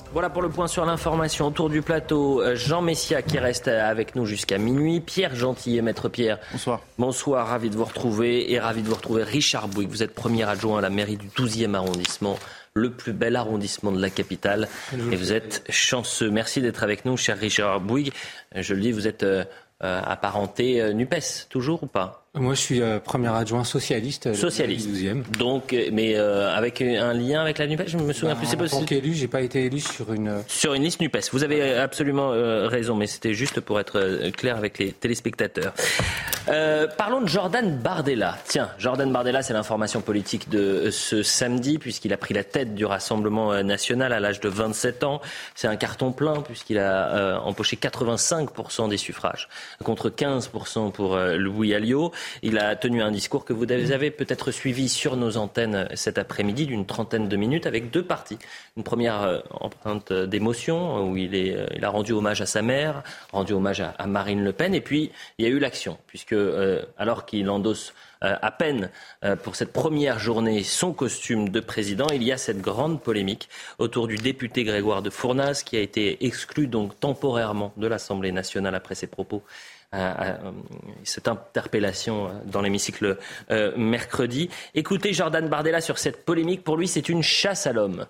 Voilà pour le point sur l'information. Autour du plateau, Jean Messia qui reste avec nous jusqu'à minuit. Pierre Gentillet, Maître Pierre. Bonsoir. Bonsoir, ravi de vous retrouver. Et ravi de vous retrouver Richard Bouygues. Vous êtes premier adjoint à la mairie du douzième arrondissement, le plus bel arrondissement de la capitale. Et vous êtes chanceux. Merci d'être avec nous, cher Richard Bouygues. Je le dis, vous êtes euh, apparenté euh, NUPES, toujours ou pas ? Moi, je suis euh, premier adjoint socialiste. Socialiste. Du douzième. Donc, mais euh, avec un lien avec la NUPES, je me souviens bah, plus. C'est possible. En tant qu'élu, j'ai pas été élu sur une sur une liste NUPES. Vous avez absolument euh, raison, mais c'était juste pour être euh, clair avec les téléspectateurs. Euh, parlons de Jordan Bardella. Tiens, Jordan Bardella, c'est l'information politique de euh, ce samedi, puisqu'il a pris la tête du Rassemblement euh, national à l'âge de vingt-sept ans. C'est un carton plein, puisqu'il a euh, empoché quatre-vingt-cinq pour cent des suffrages, contre quinze pour cent pour euh, Louis Alliot. Il a tenu un discours que vous avez peut-être suivi sur nos antennes cet après-midi d'une trentaine de minutes avec deux parties. Une première euh, empreinte d'émotion où il, est, euh, il a rendu hommage à sa mère, rendu hommage à, à Marine Le Pen et puis il y a eu l'action puisque euh, alors qu'il endosse euh, à peine euh, pour cette première journée son costume de président, il y a cette grande polémique autour du député Grégoire de Fournas qui a été exclu donc temporairement de l'Assemblée nationale après ses propos. À, à, cette interpellation dans l'hémicycle euh, mercredi. Écoutez Jordan Bardella sur cette polémique. Pour lui, c'est une chasse à l'homme.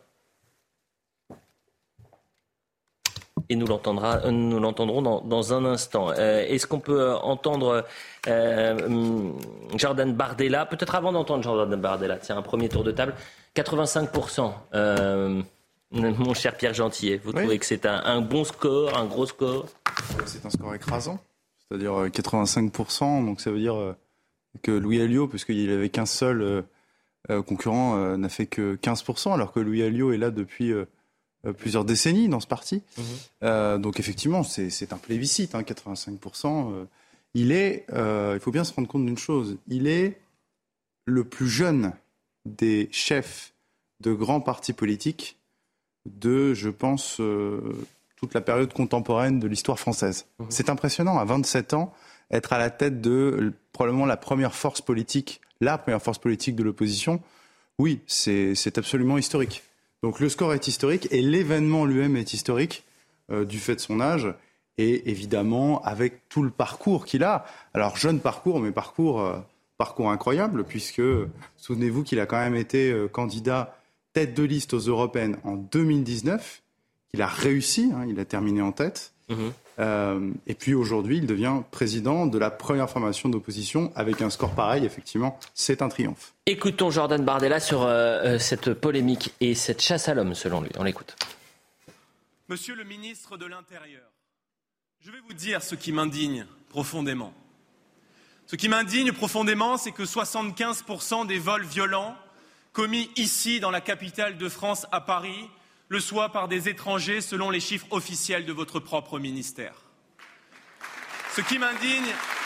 Et nous, l'entendra, euh, nous l'entendrons dans, dans un instant. Euh, est-ce qu'on peut entendre euh, Jordan Bardella ? Peut-être avant d'entendre Jordan Bardella. Tiens, un premier tour de table. quatre-vingt-cinq pour cent. Euh, mon cher Pierre Gentillet, vous oui. trouvez que c'est un, un bon score, un gros score ? C'est un score écrasant. C'est-à-dire quatre-vingt-cinq pour cent, donc ça veut dire que Louis Alliot, puisqu'il n'avait qu'un seul euh, concurrent, euh, n'a fait que quinze pour cent, alors que Louis Alliot est là depuis euh, plusieurs décennies dans ce parti. Mmh. Euh, donc effectivement, c'est, c'est un plébiscite, hein, quatre-vingt-cinq pour cent. Euh, il est, euh, il faut bien se rendre compte d'une chose, il est le plus jeune des chefs de grands partis politiques de, je pense... Euh, toute la période contemporaine de l'histoire française. Mmh. C'est impressionnant, à vingt-sept ans, être à la tête de probablement la première force politique, la première force politique de l'opposition. Oui, c'est, c'est absolument historique. Donc le score est historique et l'événement lui-même est historique euh, du fait de son âge et évidemment avec tout le parcours qu'il a. Alors jeune parcours, mais parcours, euh, parcours incroyable puisque, souvenez-vous qu'il a quand même été euh, candidat tête de liste aux européennes en deux mille dix-neuf. Il a réussi, hein, il a terminé en tête. Mmh. Euh, et puis aujourd'hui, il devient président de la première formation d'opposition avec un score pareil. Effectivement, c'est un triomphe. Écoutons Jordan Bardella sur euh, cette polémique et cette chasse à l'homme, selon lui. On l'écoute. Monsieur le ministre de l'Intérieur, je vais vous dire ce qui m'indigne profondément. Ce qui m'indigne profondément, c'est que soixante-quinze pour cent des vols violents commis ici, dans la capitale de France, à Paris, le soient par des étrangers selon les chiffres officiels de votre propre ministère. Ce qui m'indigne,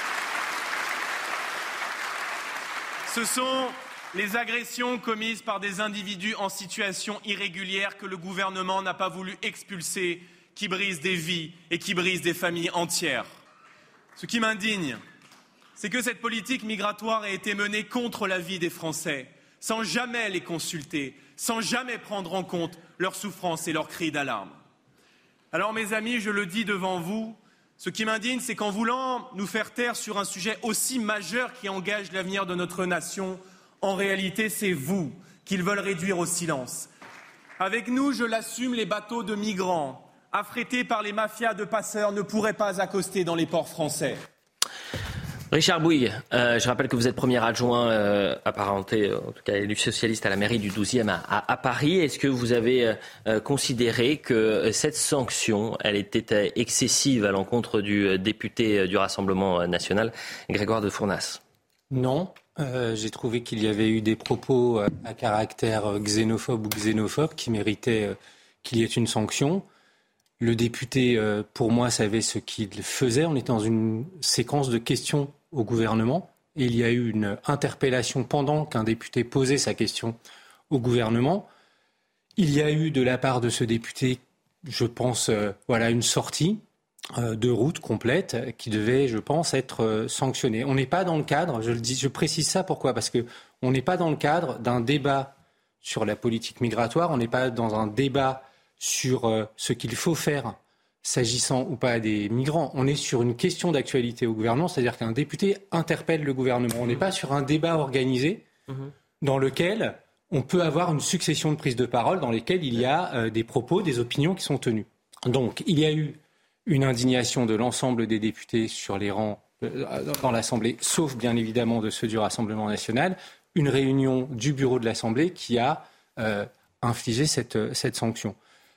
ce sont les agressions commises par des individus en situation irrégulière que le gouvernement n'a pas voulu expulser, qui brisent des vies et qui brisent des familles entières. Ce qui m'indigne, c'est que cette politique migratoire a été menée contre la vie des Français, sans jamais les consulter, sans jamais prendre en compte leurs souffrances et leurs cris d'alarme. Alors mes amis, je le dis devant vous, ce qui m'indigne, c'est qu'en voulant nous faire taire sur un sujet aussi majeur qui engage l'avenir de notre nation, en réalité, c'est vous qu'ils veulent réduire au silence. Avec nous, je l'assume, les bateaux de migrants, affrétés par les mafias de passeurs, ne pourraient pas accoster dans les ports français. Richard Bouygues, euh, je rappelle que vous êtes premier adjoint euh, apparenté, en tout cas élu socialiste à la mairie du douzième à, à, à Paris. Est-ce que vous avez euh, considéré que cette sanction, elle était excessive à l'encontre du député du Rassemblement national, Grégoire de Fournas ? Non. Euh, j'ai trouvé qu'il y avait eu des propos à caractère xénophobe ou xénophobe qui méritaient euh, qu'il y ait une sanction. Le député, euh, pour moi, savait ce qu'il faisait. On était dans une séquence de questions au gouvernement. Et il y a eu une interpellation pendant qu'un député posait sa question au gouvernement. Il y a eu de la part de ce député, je pense, euh, voilà, une sortie euh, de route complète qui devait, je pense, être euh, sanctionnée. On n'est pas dans le cadre, je le dis, je précise ça pourquoi ? Parce que on n'est pas dans le cadre d'un débat sur la politique migratoire. On n'est pas dans un débat sur euh, ce qu'il faut faire s'agissant ou pas des migrants. On est sur une question d'actualité au gouvernement, c'est-à-dire qu'un député interpelle le gouvernement. On n'est pas sur un débat organisé mmh. dans lequel on peut avoir une succession de prises de parole dans lesquelles il y a euh, des propos, des opinions qui sont tenues. Donc, il y a eu une indignation de l'ensemble des députés sur les rangs euh, dans l'Assemblée, sauf bien évidemment de ceux du Rassemblement national, une réunion du bureau de l'Assemblée qui a euh, infligé cette, cette sanction.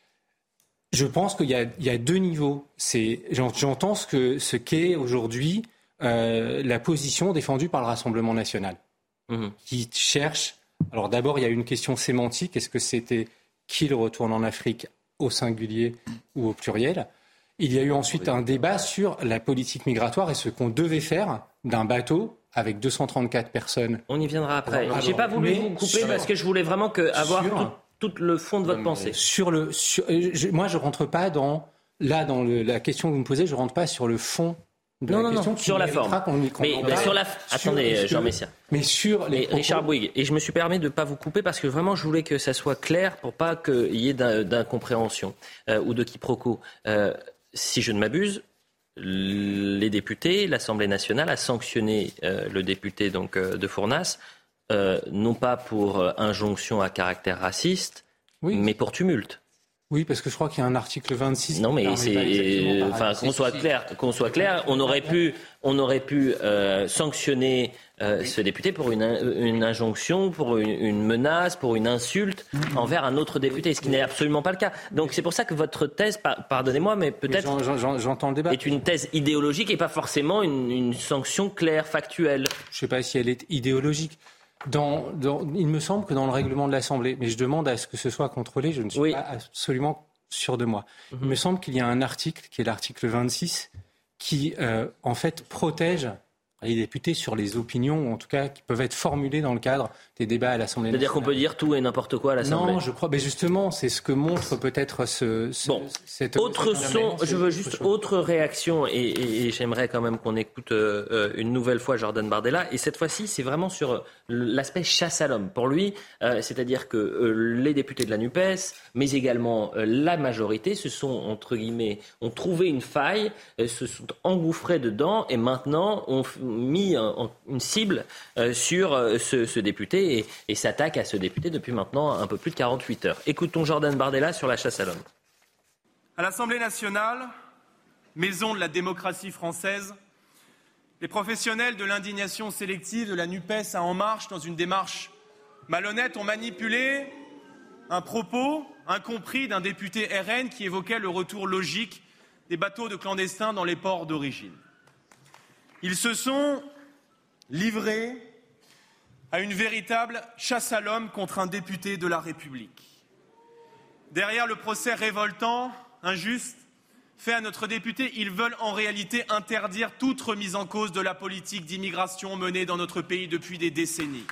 Je pense qu'il y a, il y a deux niveaux. C'est, j'entends ce, que, ce qu'est aujourd'hui euh, la position défendue par le Rassemblement national, mmh. qui cherche... Alors d'abord, il y a une question sémantique. Est-ce que c'était qu'il retourne en Afrique au singulier ou au pluriel ? Il y a eu ensuite un débat sur la politique migratoire et ce qu'on devait faire d'un bateau avec deux cent trente-quatre personnes. On y viendra après. Alors, J'ai pas voulu vous couper sur, parce que je voulais vraiment que, avoir sur, tout, tout le fond de votre pensée. Sur le, sur, je, moi, je rentre pas dans là dans le, la question que vous me posez. Je rentre pas sur le fond. De non, la non, question non, sur la forme. Qu'on, qu'on mais, mais sur la. Sur, Attendez, Jean Messia. Mais sur les. Mais propos... Richard Bouygues. Et je me suis permis de ne pas vous couper parce que vraiment, je voulais que ça soit clair pour pas qu'il y ait d'incompréhension euh, ou de quiproquo. Euh, si je ne m'abuse, les députés, l'Assemblée nationale a sanctionné euh, le député donc euh, de Fournas, euh, non pas pour euh, injonction à caractère raciste, oui. mais pour tumulte. Oui, parce que je crois qu'il y a un article vingt-six. Non, mais c'est, enfin, qu'on soit clair, qu'on soit clair, on aurait pu, on aurait pu euh, sanctionner euh, ce député pour une, une injonction, pour une, une menace, pour une insulte envers un autre député, ce qui n'est absolument pas le cas. Donc c'est pour ça que votre thèse, pardonnez-moi, mais peut-être mais j'en, j'en, j'entends le débat. est une thèse idéologique et pas forcément une, une sanction claire, factuelle. Je ne sais pas si elle est idéologique. Dans, dans, il me semble que dans le règlement de l'Assemblée, mais je demande à ce que ce soit contrôlé, je ne suis oui. pas absolument sûr de moi. Mm-hmm. Il me semble qu'il y a un article, qui est l'article vingt-six, qui euh, en fait protège les députés sur les opinions, ou en tout cas qui peuvent être formulées dans le cadre des débats à l'Assemblée nationale. C'est-à-dire qu'on peut dire tout et n'importe quoi à l'Assemblée ? Non, je crois, mais justement, c'est ce que montre peut-être ce... ce bon, cette, autre cette son, je veux juste autre réaction, et, et, et j'aimerais quand même qu'on écoute euh, une nouvelle fois Jordan Bardella, et cette fois-ci, c'est vraiment sur l'aspect chasse à l'homme. Pour lui, euh, c'est-à-dire que euh, les députés de la NUPES, mais également euh, la majorité, se sont, entre guillemets, ont trouvé une faille, euh, se sont engouffrés dedans, et maintenant ont mis un, une cible euh, sur euh, ce, ce député, et, et s'attaque à ce député depuis maintenant un peu plus de quarante-huit heures. Écoutons Jordan Bardella sur la chasse à l'homme. À l'Assemblée nationale, maison de la démocratie française, les professionnels de l'indignation sélective de la NUPES à En Marche, dans une démarche malhonnête, ont manipulé un propos incompris d'un député R N qui évoquait le retour logique des bateaux de clandestins dans les ports d'origine. Ils se sont livrés à une véritable chasse à l'homme contre un député de la République. Derrière le procès révoltant, injuste, fait à notre député, ils veulent en réalité interdire toute remise en cause de la politique d'immigration menée dans notre pays depuis des décennies.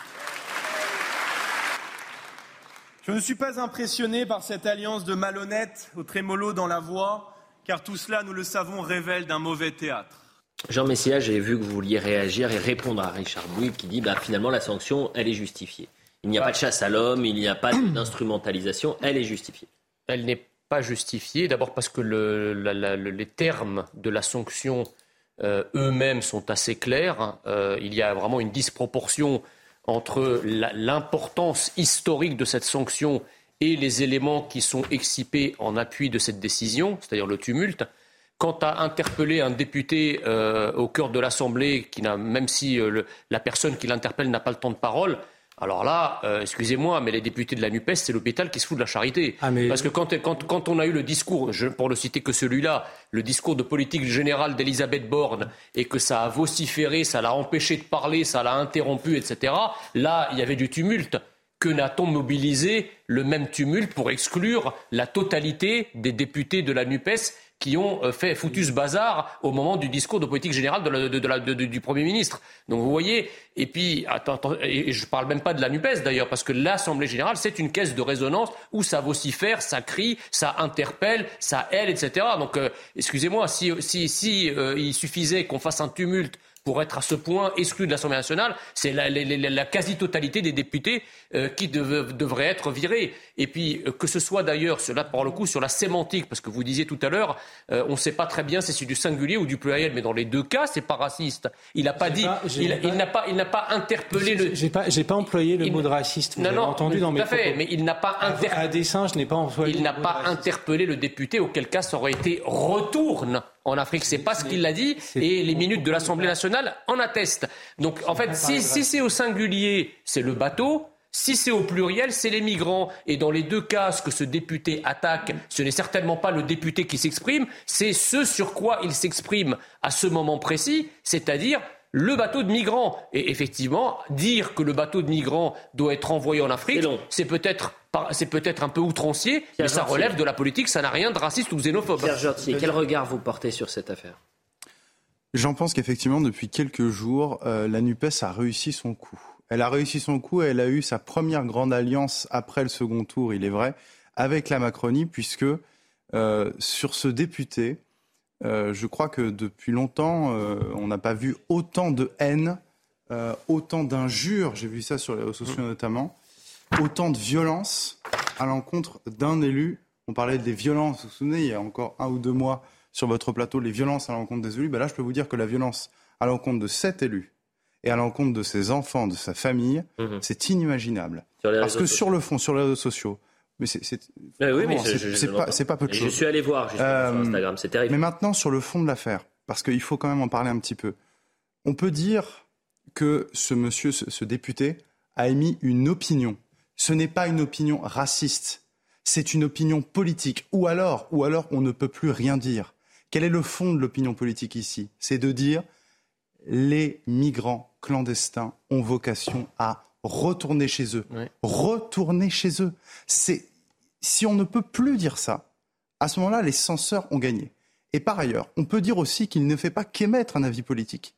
Je ne suis pas impressionné par cette alliance de malhonnêtes au trémolo dans la voix, car tout cela, nous le savons, révèle d'un mauvais théâtre. Jean Messia, j'ai vu que vous vouliez réagir et répondre à Richard Bouygues qui dit bah, finalement la sanction, elle est justifiée. Il n'y a bah. pas de chasse à l'homme, il n'y a pas d'instrumentalisation, elle est justifiée. Elle n'est pas justifiée, d'abord parce que le, la, la, le, les termes de la sanction euh, eux-mêmes sont assez clairs. Euh, il y a vraiment une disproportion entre la, l'importance historique de cette sanction et les éléments qui sont excipés en appui de cette décision, c'est-à-dire le tumulte. Quant à interpeller un député euh, au cœur de l'Assemblée, qui n'a, même si euh, le, la personne qui l'interpelle n'a pas le temps de parole, alors là, euh, excusez-moi, mais les députés de la NUPES, c'est l'hôpital qui se fout de la charité. Ah mais... Parce que quand, quand, quand on a eu le discours, je, pour ne citer que celui-là, le discours de politique générale d'Elisabeth Borne, et que ça a vociféré, ça l'a empêché de parler, ça l'a interrompu, et cetera, là, il y avait du tumulte. Que n'a-t-on mobilisé le même tumulte pour exclure la totalité des députés de la NUPES qui ont fait foutu ce bazar au moment du discours de politique générale de la, de, de la, de, de, du Premier ministre. Donc vous voyez, et puis, attends, attends, et je ne parle même pas de la NUPES d'ailleurs, parce que l'Assemblée générale, c'est une caisse de résonance où ça vocifère, ça crie, ça interpelle, ça hèle, et cetera. Donc, euh, excusez-moi, si, si, si euh, il suffisait qu'on fasse un tumulte pour être à ce point exclu de l'Assemblée nationale. C'est la, la, la, la quasi-totalité des députés euh, qui dev, devraient être virés. Et puis, euh, que ce soit d'ailleurs, cela par le coup, sur la sémantique, parce que vous disiez tout à l'heure, euh, on ne sait pas très bien si c'est du singulier ou du pluriel, mais dans les deux cas, c'est pas raciste. Il n'a pas j'ai dit, pas, il, pas, il n'a pas, il n'a pas interpellé j'ai, le. J'ai pas, j'ai pas employé le il, mot de raciste. Vous non, non, entendu dans mes propos. Tout à fait, mais il n'a pas inter... à, à dessein, je n'ai pas employé. Il n'a pas interpellé le député, auquel cas ça aurait été retourne en Afrique. C'est pas ce qu'il a dit, et les minutes de l'Assemblée nationale en attestent. Donc, en fait, si, si c'est au singulier, c'est le bateau. Si c'est au pluriel, c'est les migrants. Et dans les deux cas, ce que ce député attaque, ce n'est certainement pas le député qui s'exprime, c'est ce sur quoi il s'exprime à ce moment précis, c'est-à-dire le bateau de migrants. Et effectivement, dire que le bateau de migrants doit être envoyé en Afrique, c'est, c'est peut-être... C'est peut-être un peu outrancier, Pierre mais ça Gentil. relève de la politique, ça n'a rien de raciste ou xénophobe. Pierre Gentil, quel regard vous portez sur cette affaire ? J'en pense qu'effectivement, depuis quelques jours, euh, la NUPES a réussi son coup. Elle a réussi son coup et elle a eu sa première grande alliance après le second tour, il est vrai, avec la Macronie, puisque euh, sur ce député, euh, je crois que depuis longtemps, euh, on n'a pas vu autant de haine, euh, autant d'injures, j'ai vu ça sur les réseaux sociaux notamment, autant de violence à l'encontre d'un élu. On parlait des violences, vous vous souvenez, il y a encore un ou deux mois sur votre plateau, les violences à l'encontre des élus. Ben là, je peux vous dire que la violence à l'encontre de cet élu et à l'encontre de ses enfants, de sa famille, mmh. c'est inimaginable. Parce que sociaux. sur le fond, sur les réseaux sociaux, mais c'est, c'est, mais oui, mais c'est, je, je, c'est, je pas, c'est pas peu de choses. Je suis allé voir justement euh, sur Instagram, c'est terrible. Mais maintenant, sur le fond de l'affaire, parce qu'il faut quand même en parler un petit peu, on peut dire que ce monsieur, ce, ce député, a émis une opinion. Ce n'est pas une opinion raciste, c'est une opinion politique. Ou alors, ou alors, on ne peut plus rien dire. Quel est le fond de l'opinion politique ici ? C'est de dire les migrants clandestins ont vocation à retourner chez eux. Oui. Retourner chez eux. C'est, si on ne peut plus dire ça, à ce moment-là, les censeurs ont gagné. Et par ailleurs, on peut dire aussi qu'il ne fait pas qu'émettre un avis politique.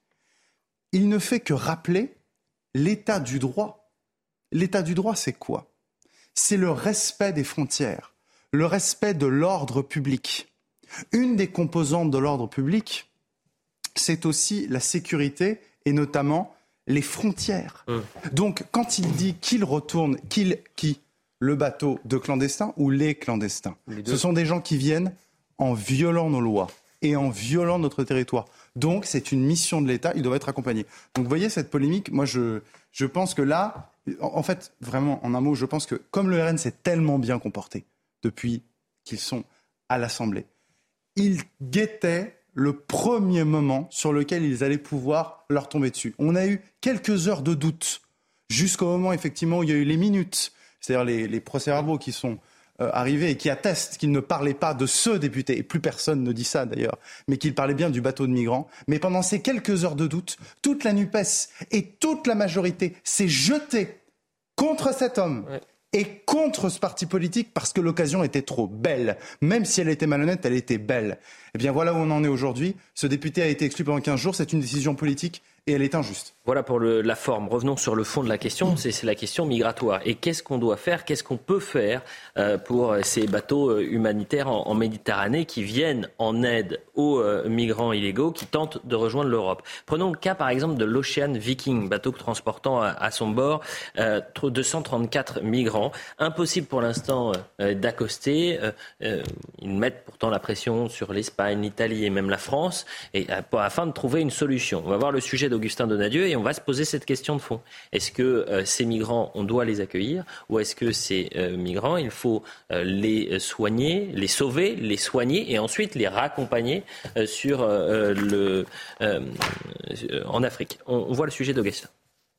Il ne fait que rappeler l'état du droit. L'état du droit, c'est quoi ? C'est le respect des frontières, le respect de l'ordre public. Une des composantes de l'ordre public, c'est aussi la sécurité et notamment les frontières. Mmh. Donc, quand il dit qu'il retourne, qu'il, qui ? Le bateau de clandestins ou les clandestins ? Les Ce sont des gens qui viennent en violant nos lois et en violant notre territoire. Donc, c'est une mission de l'État, il doit être accompagné. Donc, vous voyez cette polémique, moi, je, je pense que là... En fait, vraiment, en un mot, je pense que comme le R N s'est tellement bien comporté depuis qu'ils sont à l'Assemblée, ils guettaient le premier moment sur lequel ils allaient pouvoir leur tomber dessus. On a eu quelques heures de doute jusqu'au moment, effectivement, où il y a eu les minutes, c'est-à-dire les, les procès-verbaux qui sont euh, arrivés et qui attestent qu'ils ne parlaient pas de ce député, et plus personne ne dit ça d'ailleurs, mais qu'ils parlaient bien du bateau de migrants. Mais pendant ces quelques heures de doute, toute la NUPES et toute la majorité s'est jetée contre cet homme. Ouais. Et contre ce parti politique parce que l'occasion était trop belle. Même si elle était malhonnête, elle était belle. Eh bien voilà où on en est aujourd'hui. Ce député a été exclu pendant quinze jours. C'est une décision politique et elle est injuste. Voilà pour le, la forme. Revenons sur le fond de la question. C'est, c'est la question migratoire. Et qu'est-ce qu'on doit faire ? Qu'est-ce qu'on peut faire euh, pour ces bateaux humanitaires en, en Méditerranée qui viennent en aide aux euh, migrants illégaux qui tentent de rejoindre l'Europe ? Prenons le cas par exemple de l'Ocean Viking, bateau transportant à, à son bord euh, deux cent trente-quatre migrants. Impossible pour l'instant euh, d'accoster. Euh, euh, ils mettent pourtant la pression sur l'Espagne, l'Italie et même la France et, euh, afin de trouver une solution. On va voir le sujet d'Augustin Donadieu et on va se poser cette question de fond. Est-ce que euh, ces migrants, on doit les accueillir ou est-ce que ces euh, migrants, il faut euh, les soigner, les sauver, les soigner et ensuite les raccompagner euh, sur, euh, le, euh, en Afrique ? on, on voit le sujet d'Augustin.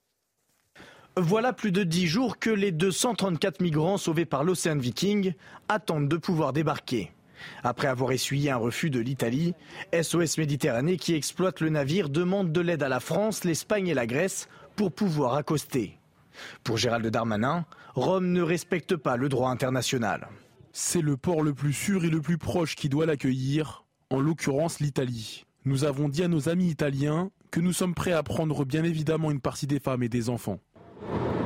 Voilà plus de dix jours que les deux cent trente-quatre migrants sauvés par l'Ocean Viking attendent de pouvoir débarquer. Après avoir essuyé un refus de l'Italie, S O S Méditerranée qui exploite le navire demande de l'aide à la France, l'Espagne et la Grèce pour pouvoir accoster. Pour Gérald Darmanin, Rome ne respecte pas le droit international. C'est le port le plus sûr et le plus proche qui doit l'accueillir, en l'occurrence l'Italie. Nous avons dit à nos amis italiens que nous sommes prêts à prendre bien évidemment une partie des femmes et des enfants.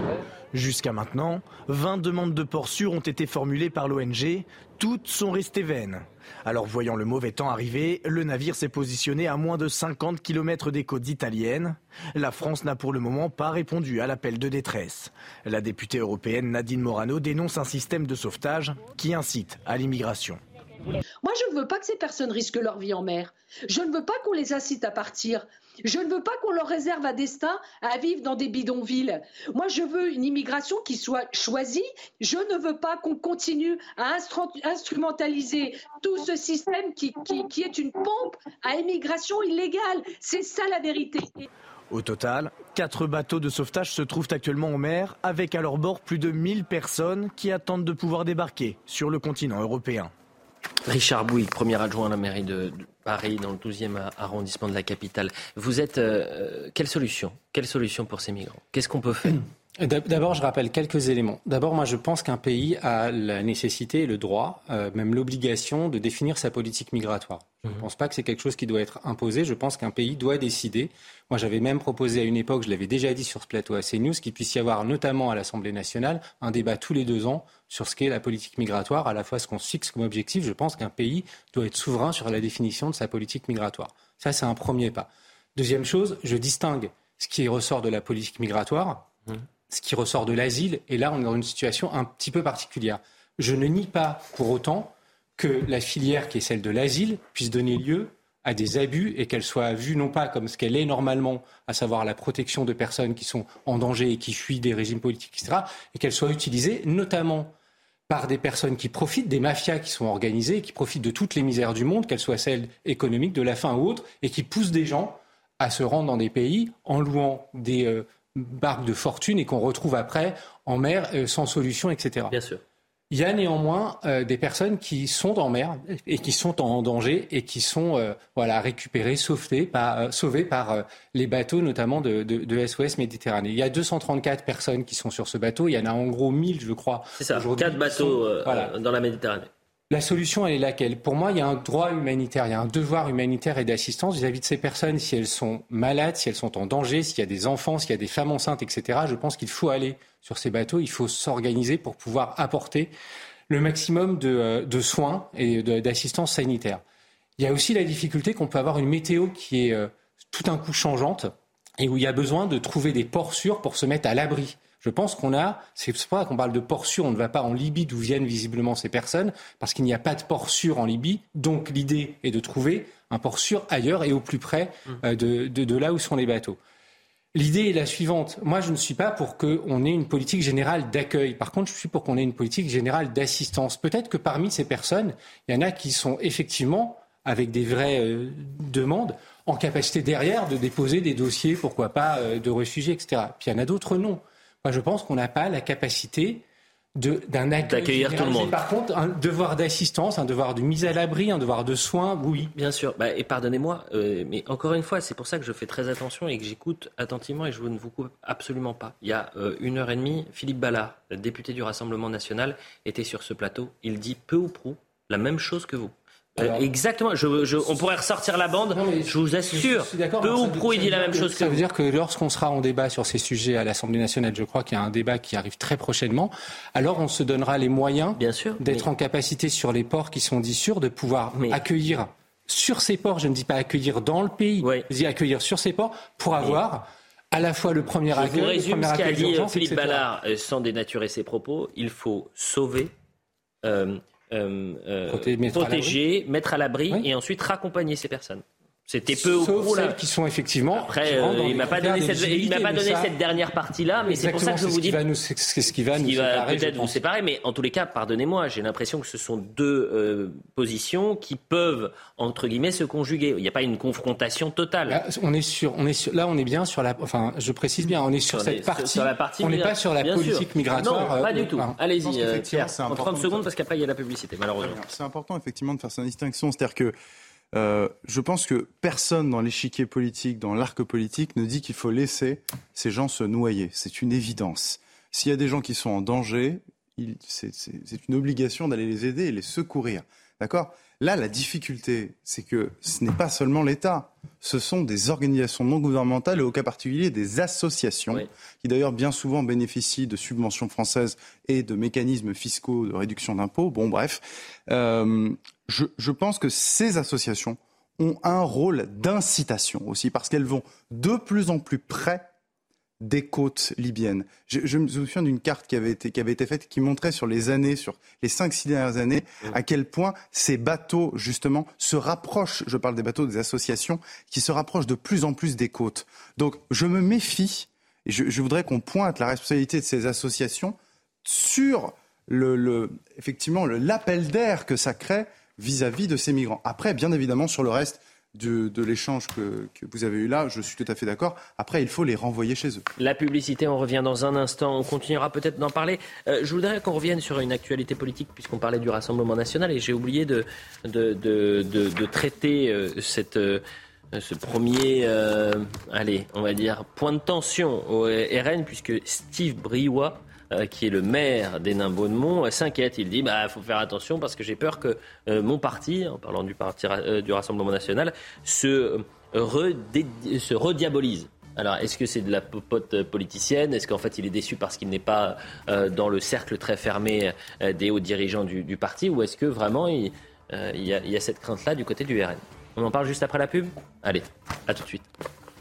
Jusqu'à maintenant, vingt demandes de port sûr ont été formulées par l'O N G. Toutes sont restées vaines. Alors voyant le mauvais temps arriver, le navire s'est positionné à moins de cinquante kilomètres des côtes italiennes. La France n'a pour le moment pas répondu à l'appel de détresse. La députée européenne Nadine Morano dénonce un système de sauvetage qui incite à l'immigration. Moi, je ne veux pas que ces personnes risquent leur vie en mer. Je ne veux pas qu'on les incite à partir. Je ne veux pas qu'on leur réserve un destin à vivre dans des bidonvilles. Moi, je veux une immigration qui soit choisie. Je ne veux pas qu'on continue à instrumentaliser tout ce système qui, qui, qui est une pompe à immigration illégale. C'est ça la vérité. Au total, quatre bateaux de sauvetage se trouvent actuellement en mer, avec à leur bord plus de mille personnes qui attendent de pouvoir débarquer sur le continent européen. Richard Bouygues, premier adjoint à la mairie de, de Paris, dans le douzième arrondissement de la capitale. Vous êtes... Euh, quelle solution Quelle solution pour ces migrants? Qu'est-ce qu'on peut faire? D'abord, je rappelle quelques éléments. D'abord, moi, je pense qu'un pays a la nécessité et le droit, euh, même l'obligation de définir sa politique migratoire. Je ne mmh. pense pas que c'est quelque chose qui doit être imposé. Je pense qu'un pays doit décider. Moi, j'avais même proposé à une époque, je l'avais déjà dit sur ce plateau à CNews, qu'il puisse y avoir, notamment à l'Assemblée nationale, un débat tous les deux ans sur ce qu'est la politique migratoire, à la fois ce qu'on se fixe comme objectif. Je pense qu'un pays doit être souverain sur la définition de sa politique migratoire. Ça, c'est un premier pas. Deuxième chose, je distingue ce qui ressort de la politique migratoire, mmh. ce qui ressort de l'asile, et là, on est dans une situation un petit peu particulière. Je ne nie pas pour autant que la filière qui est celle de l'asile puisse donner lieu à des abus et qu'elle soit vue non pas comme ce qu'elle est normalement, à savoir la protection de personnes qui sont en danger et qui fuient des régimes politiques, et cetera, et qu'elle soit utilisée notamment par des personnes qui profitent, des mafias qui sont organisées, et qui profitent de toutes les misères du monde, qu'elles soient celles économiques, de la faim ou autres, et qui poussent des gens à se rendre dans des pays en louant des euh, barques de fortune et qu'on retrouve après en mer euh, sans solution, et cetera. Bien sûr. Il y a néanmoins euh, des personnes qui sont en mer et qui sont en danger et qui sont euh, voilà, récupérées, sauvées par, euh, sauvées par euh, les bateaux, notamment de, de, de S O S Méditerranée. Il y a deux cent trente-quatre personnes qui sont sur ce bateau. Il y en a en gros mille, je crois. C'est ça, quatre bateaux sont, euh, voilà. dans la Méditerranée. La solution, elle est laquelle? Pour moi, il y a un droit humanitaire, il y a un devoir humanitaire et d'assistance vis-à-vis de ces personnes si elles sont malades, si elles sont en danger, s'il y a des enfants, s'il y a des femmes enceintes, et cetera. Je pense qu'il faut aller sur ces bateaux, il faut s'organiser pour pouvoir apporter le maximum de, de soins et de, d'assistance sanitaire. Il y a aussi la difficulté qu'on peut avoir une météo qui est euh, tout un coup changeante et où il y a besoin de trouver des ports sûrs pour se mettre à l'abri. Je pense qu'on a, c'est pour ça qu'on parle de port sûr, on ne va pas en Libye d'où viennent visiblement ces personnes, parce qu'il n'y a pas de port sûr en Libye, donc l'idée est de trouver un port sûr ailleurs et au plus près euh, de, de, de là où sont les bateaux. L'idée est la suivante, moi je ne suis pas pour qu'on ait une politique générale d'accueil, par contre je suis pour qu'on ait une politique générale d'assistance. Peut-être que parmi ces personnes, il y en a qui sont effectivement, avec des vraies euh, demandes, en capacité derrière de déposer des dossiers, pourquoi pas, euh, de réfugiés, et cetera. Puis il y en a d'autres non. Moi, je pense qu'on n'a pas la capacité de, d'un accueil d'accueillir tout le monde. Par contre, un devoir d'assistance, un devoir de mise à l'abri, un devoir de soins, oui. Bien sûr. Bah, et pardonnez-moi, euh, mais encore une fois, c'est pour ça que je fais très attention et que j'écoute attentivement et je ne vous coupe absolument pas. Il y a euh, une heure et demie, Philippe Ballard, le député du Rassemblement national, était sur ce plateau. Il dit peu ou prou la même chose que vous. Alors, euh, exactement, je, je, on pourrait ressortir la bande, non, je vous assure, je, je peu ou prou il dit la même chose que, ça vous. veut dire que lorsqu'on sera en débat sur ces sujets à l'Assemblée nationale, je crois qu'il y a un débat qui arrive très prochainement, alors on se donnera les moyens Bien sûr, d'être mais... en capacité sur les ports qui sont dits sûrs, de pouvoir mais... accueillir sur ces ports, je ne dis pas accueillir dans le pays, oui. je dis accueillir sur ces ports pour avoir... Mais... à la fois le premier je accueil, vous résume le premier ce qu'a dit Philippe et cetera. Ballard, euh, sans dénaturer ses propos, il faut sauver... Euh, Euh, euh, Proté- mettre protéger, à mettre à l'abri oui. et ensuite raccompagner ces personnes. C'était peu Sauf ou prou celles qui sont effectivement. Après, euh, il m'a pas donné cette, il m'a pas donné ça... cette dernière partie-là, mais c'est pour ça que je vous dis. Nous, c'est ce qui va ce nous qui va séparer, peut-être vous séparer, mais en tous les cas, pardonnez-moi, j'ai l'impression que ce sont deux euh, positions qui peuvent entre guillemets se conjuguer. Il n'y a pas une confrontation totale. Là, on est sur, on est sur, là, on est bien sur la. Enfin, je précise bien, on est sur, sur cette les, partie. Sur la partie. On n'est pas sur la politique sûr. migratoire. Non, pas euh, du tout. Enfin, allez-y, euh, Pierre. En trente secondes, parce qu'après il y a la publicité, malheureusement. C'est important effectivement de faire cette distinction, c'est-à-dire que. Euh, je pense que personne dans l'échiquier politique, dans l'arc politique, ne dit qu'il faut laisser ces gens se noyer. C'est une évidence. S'il y a des gens qui sont en danger, il, c'est, c'est, c'est une obligation d'aller les aider et les secourir. D'accord ? Là, la difficulté, c'est que ce n'est pas seulement l'État. Ce sont des organisations non gouvernementales et au cas particulier des associations oui. qui d'ailleurs bien souvent bénéficient de subventions françaises et de mécanismes fiscaux de réduction d'impôts. Bon, bref, euh, je, je pense que ces associations ont un rôle d'incitation aussi parce qu'elles vont de plus en plus près des côtes libyennes. Je, je me souviens d'une carte qui avait été, qui avait été faite qui montrait sur les années, sur les cinq six dernières années, mmh. à quel point ces bateaux, justement, se rapprochent, je parle des bateaux des associations, qui se rapprochent de plus en plus des côtes. Donc, je me méfie, et je, je voudrais qu'on pointe la responsabilité de ces associations sur le, le, effectivement, le, l'appel d'air que ça crée vis-à-vis de ces migrants. Après, bien évidemment, sur le reste, De, de l'échange que, que vous avez eu là, je suis tout à fait d'accord. Après, il faut les renvoyer chez eux. La publicité, on revient dans un instant. On continuera peut-être d'en parler. Euh, je voudrais qu'on revienne sur une actualité politique, puisqu'on parlait du Rassemblement national, et j'ai oublié de, de, de, de, de traiter euh, cette, euh, ce premier, euh, allez, on va dire, point de tension au R N, puisque Steve Briouat, Euh, qui est le maire d'Hénin-Beaumont, euh, s'inquiète. Il dit bah, faut faire attention parce que j'ai peur que euh, mon parti, en parlant du, parti, euh, du Rassemblement national, se, euh, redé- se rediabolise. Alors, est-ce que c'est de la popote politicienne ? Est-ce qu'en fait, il est déçu parce qu'il n'est pas euh, dans le cercle très fermé euh, des hauts dirigeants du, du parti ? Ou est-ce que vraiment, il, euh, il, y a, il y a cette crainte-là du côté du R N ? On en parle juste après la pub ? Allez, à tout de suite.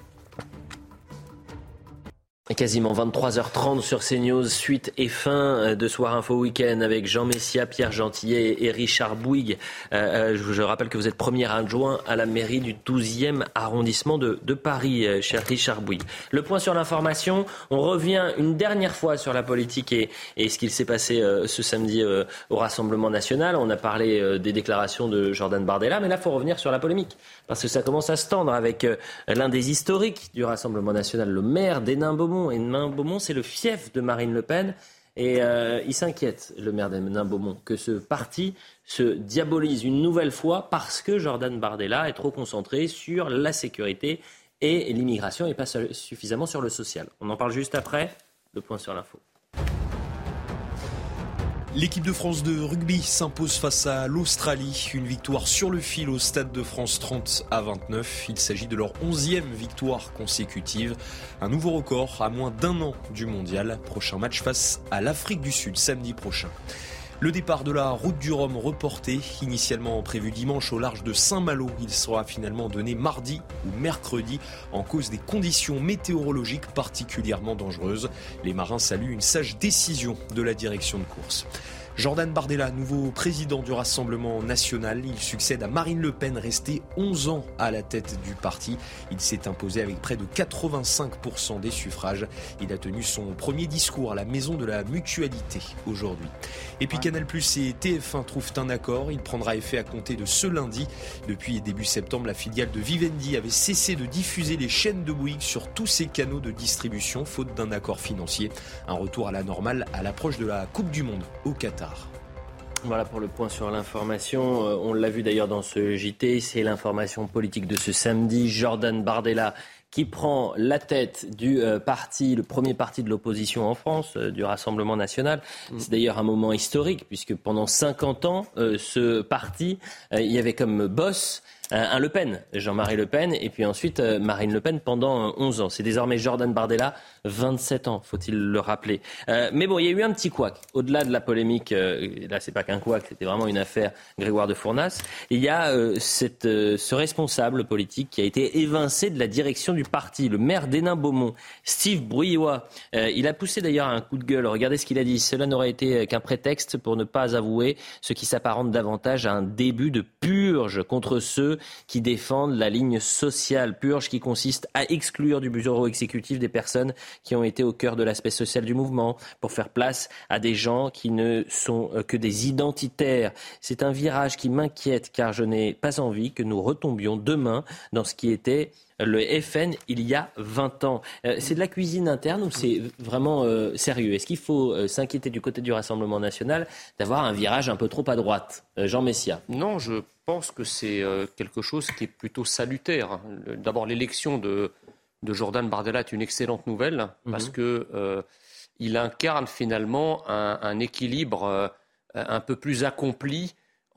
Quasiment vingt-trois heures trente sur CNews, suite et fin de Soir Info Week-end avec Jean Messia, Pierre Gentillet et Richard Bouygues. Euh, je, je rappelle que vous êtes premier adjoint à la mairie du douzième arrondissement de, de Paris, euh, cher Richard Bouygues. Le point sur l'information, on revient une dernière fois sur la politique et, et ce qu'il s'est passé euh, ce samedi euh, au Rassemblement national. On a parlé euh, des déclarations de Jordan Bardella, mais là, il faut revenir sur la polémique parce que ça commence à se tendre avec euh, l'un des historiques du Rassemblement national, le maire d'Hénin-Beaumont. Hénin-Beaumont, c'est le fief de Marine Le Pen et euh, il s'inquiète, le maire d'Hénin-Beaumont, que ce parti se diabolise une nouvelle fois parce que Jordan Bardella est trop concentré sur la sécurité et l'immigration et pas suffisamment sur le social. On en parle juste après, le point sur l'info. L'équipe de France de rugby s'impose face à l'Australie. Une victoire sur le fil au Stade de France trente à vingt-neuf. Il s'agit de leur onzième victoire consécutive. Un nouveau record à moins d'un an du mondial. Prochain match face à l'Afrique du Sud samedi prochain. Le départ de la route du Rhum reporté, initialement prévu dimanche au large de Saint-Malo. Il sera finalement donné mardi ou mercredi en cause des conditions météorologiques particulièrement dangereuses. Les marins saluent une sage décision de la direction de course. Jordan Bardella, nouveau président du Rassemblement national. Il succède à Marine Le Pen, restée onze ans à la tête du parti. Il s'est imposé avec près de quatre-vingt-cinq pour cent des suffrages. Il a tenu son premier discours à la Maison de la Mutualité aujourd'hui. Et puis Canal plus et T F un trouvent un accord. Il prendra effet à compter de ce lundi. Depuis début septembre, la filiale de Vivendi avait cessé de diffuser les chaînes de Bouygues sur tous ses canaux de distribution, faute d'un accord financier. Un retour à la normale à l'approche de la Coupe du Monde au Qatar. Voilà pour le point sur l'information. Euh, on l'a vu d'ailleurs dans ce J T, c'est l'information politique de ce samedi. Jordan Bardella qui prend la tête du euh, parti, le premier parti de l'opposition en France, euh, du Rassemblement national. Mmh. C'est d'ailleurs un moment historique puisque pendant cinquante ans, euh, ce parti, euh, il y avait comme boss un Le Pen, Jean-Marie Le Pen, et puis ensuite euh, Marine Le Pen pendant onze ans. C'est désormais Jordan Bardella, vingt-sept ans, faut-il le rappeler. Euh, mais bon, il y a eu un petit couac. Au-delà de la polémique, euh, là c'est pas qu'un couac, c'était vraiment une affaire Grégoire de Fournas. Il y a euh, cette, euh, ce responsable politique qui a été évincé de la direction du parti, le maire d'Hénin-Beaumont, Steve Briouat. Euh, il a poussé d'ailleurs un coup de gueule. Regardez ce qu'il a dit. Cela n'aurait été qu'un prétexte pour ne pas avouer ce qui s'apparente davantage à un début de purge contre ceux qui défendent la ligne sociale. Purge qui consiste à exclure du bureau exécutif des personnes qui ont été au cœur de l'aspect social du mouvement pour faire place à des gens qui ne sont que des identitaires. C'est un virage qui m'inquiète car je n'ai pas envie que nous retombions demain dans ce qui était le F N il y a vingt ans. Euh, c'est de la cuisine interne ou c'est vraiment euh, sérieux ? Est-ce qu'il faut euh, s'inquiéter du côté du Rassemblement national d'avoir un virage un peu trop à droite ? euh, Jean Messia. Non, je pense que c'est euh, quelque chose qui est plutôt salutaire. D'abord, l'élection de, de Jordan Bardella est une excellente nouvelle parce mmh. que euh, il incarne finalement un, un équilibre euh, un peu plus accompli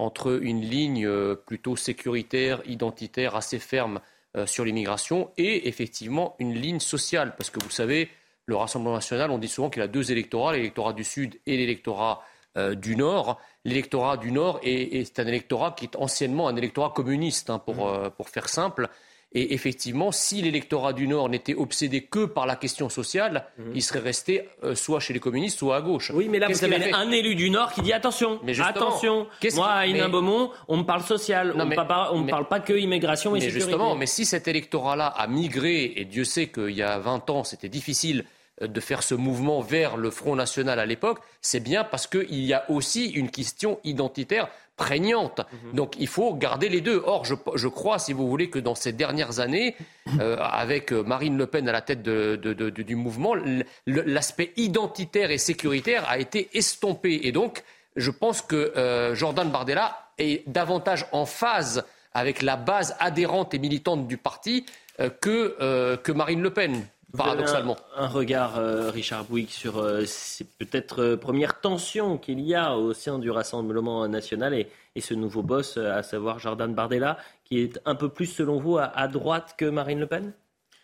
entre une ligne euh, plutôt sécuritaire, identitaire, assez ferme euh, sur l'immigration et effectivement une ligne sociale. Parce que vous savez, le Rassemblement national, on dit souvent qu'il a deux électorats, l'électorat du Sud et l'électorat euh, du Nord. L'électorat du Nord est, est un électorat qui est anciennement un électorat communiste, hein, pour, euh, pour faire simple. Et effectivement, si l'électorat du Nord n'était obsédé que par la question sociale, mmh. il serait resté euh, soit chez les communistes, soit à gauche. Oui, mais là, Qu'est-ce vous avez un élu du Nord qui dit attention, mais attention, moi, à Hénin Beaumont, on me parle social, non, on ne parle, parle pas que immigration et mais sécurité. Justement, mais si cet électorat-là a migré, et Dieu sait qu'il y a vingt ans, c'était difficile de faire ce mouvement vers le Front National à l'époque, c'est bien parce qu'il y a aussi une question identitaire prégnante. Mmh. Donc il faut garder les deux. Or, je, je crois, si vous voulez, que dans ces dernières années, euh, avec Marine Le Pen à la tête de, de, de, de, du mouvement, l'aspect identitaire et sécuritaire a été estompé. Et donc, je pense que euh, Jordan Bardella est davantage en phase avec la base adhérente et militante du parti euh, que, euh, que Marine Le Pen. Paradoxalement. Un, un regard, euh, Richard Bouygues, sur euh, ces peut-être euh, premières tensions qu'il y a au sein du Rassemblement national et, et ce nouveau boss, euh, à savoir Jordan Bardella, qui est un peu plus, selon vous, à, à droite que Marine Le Pen ?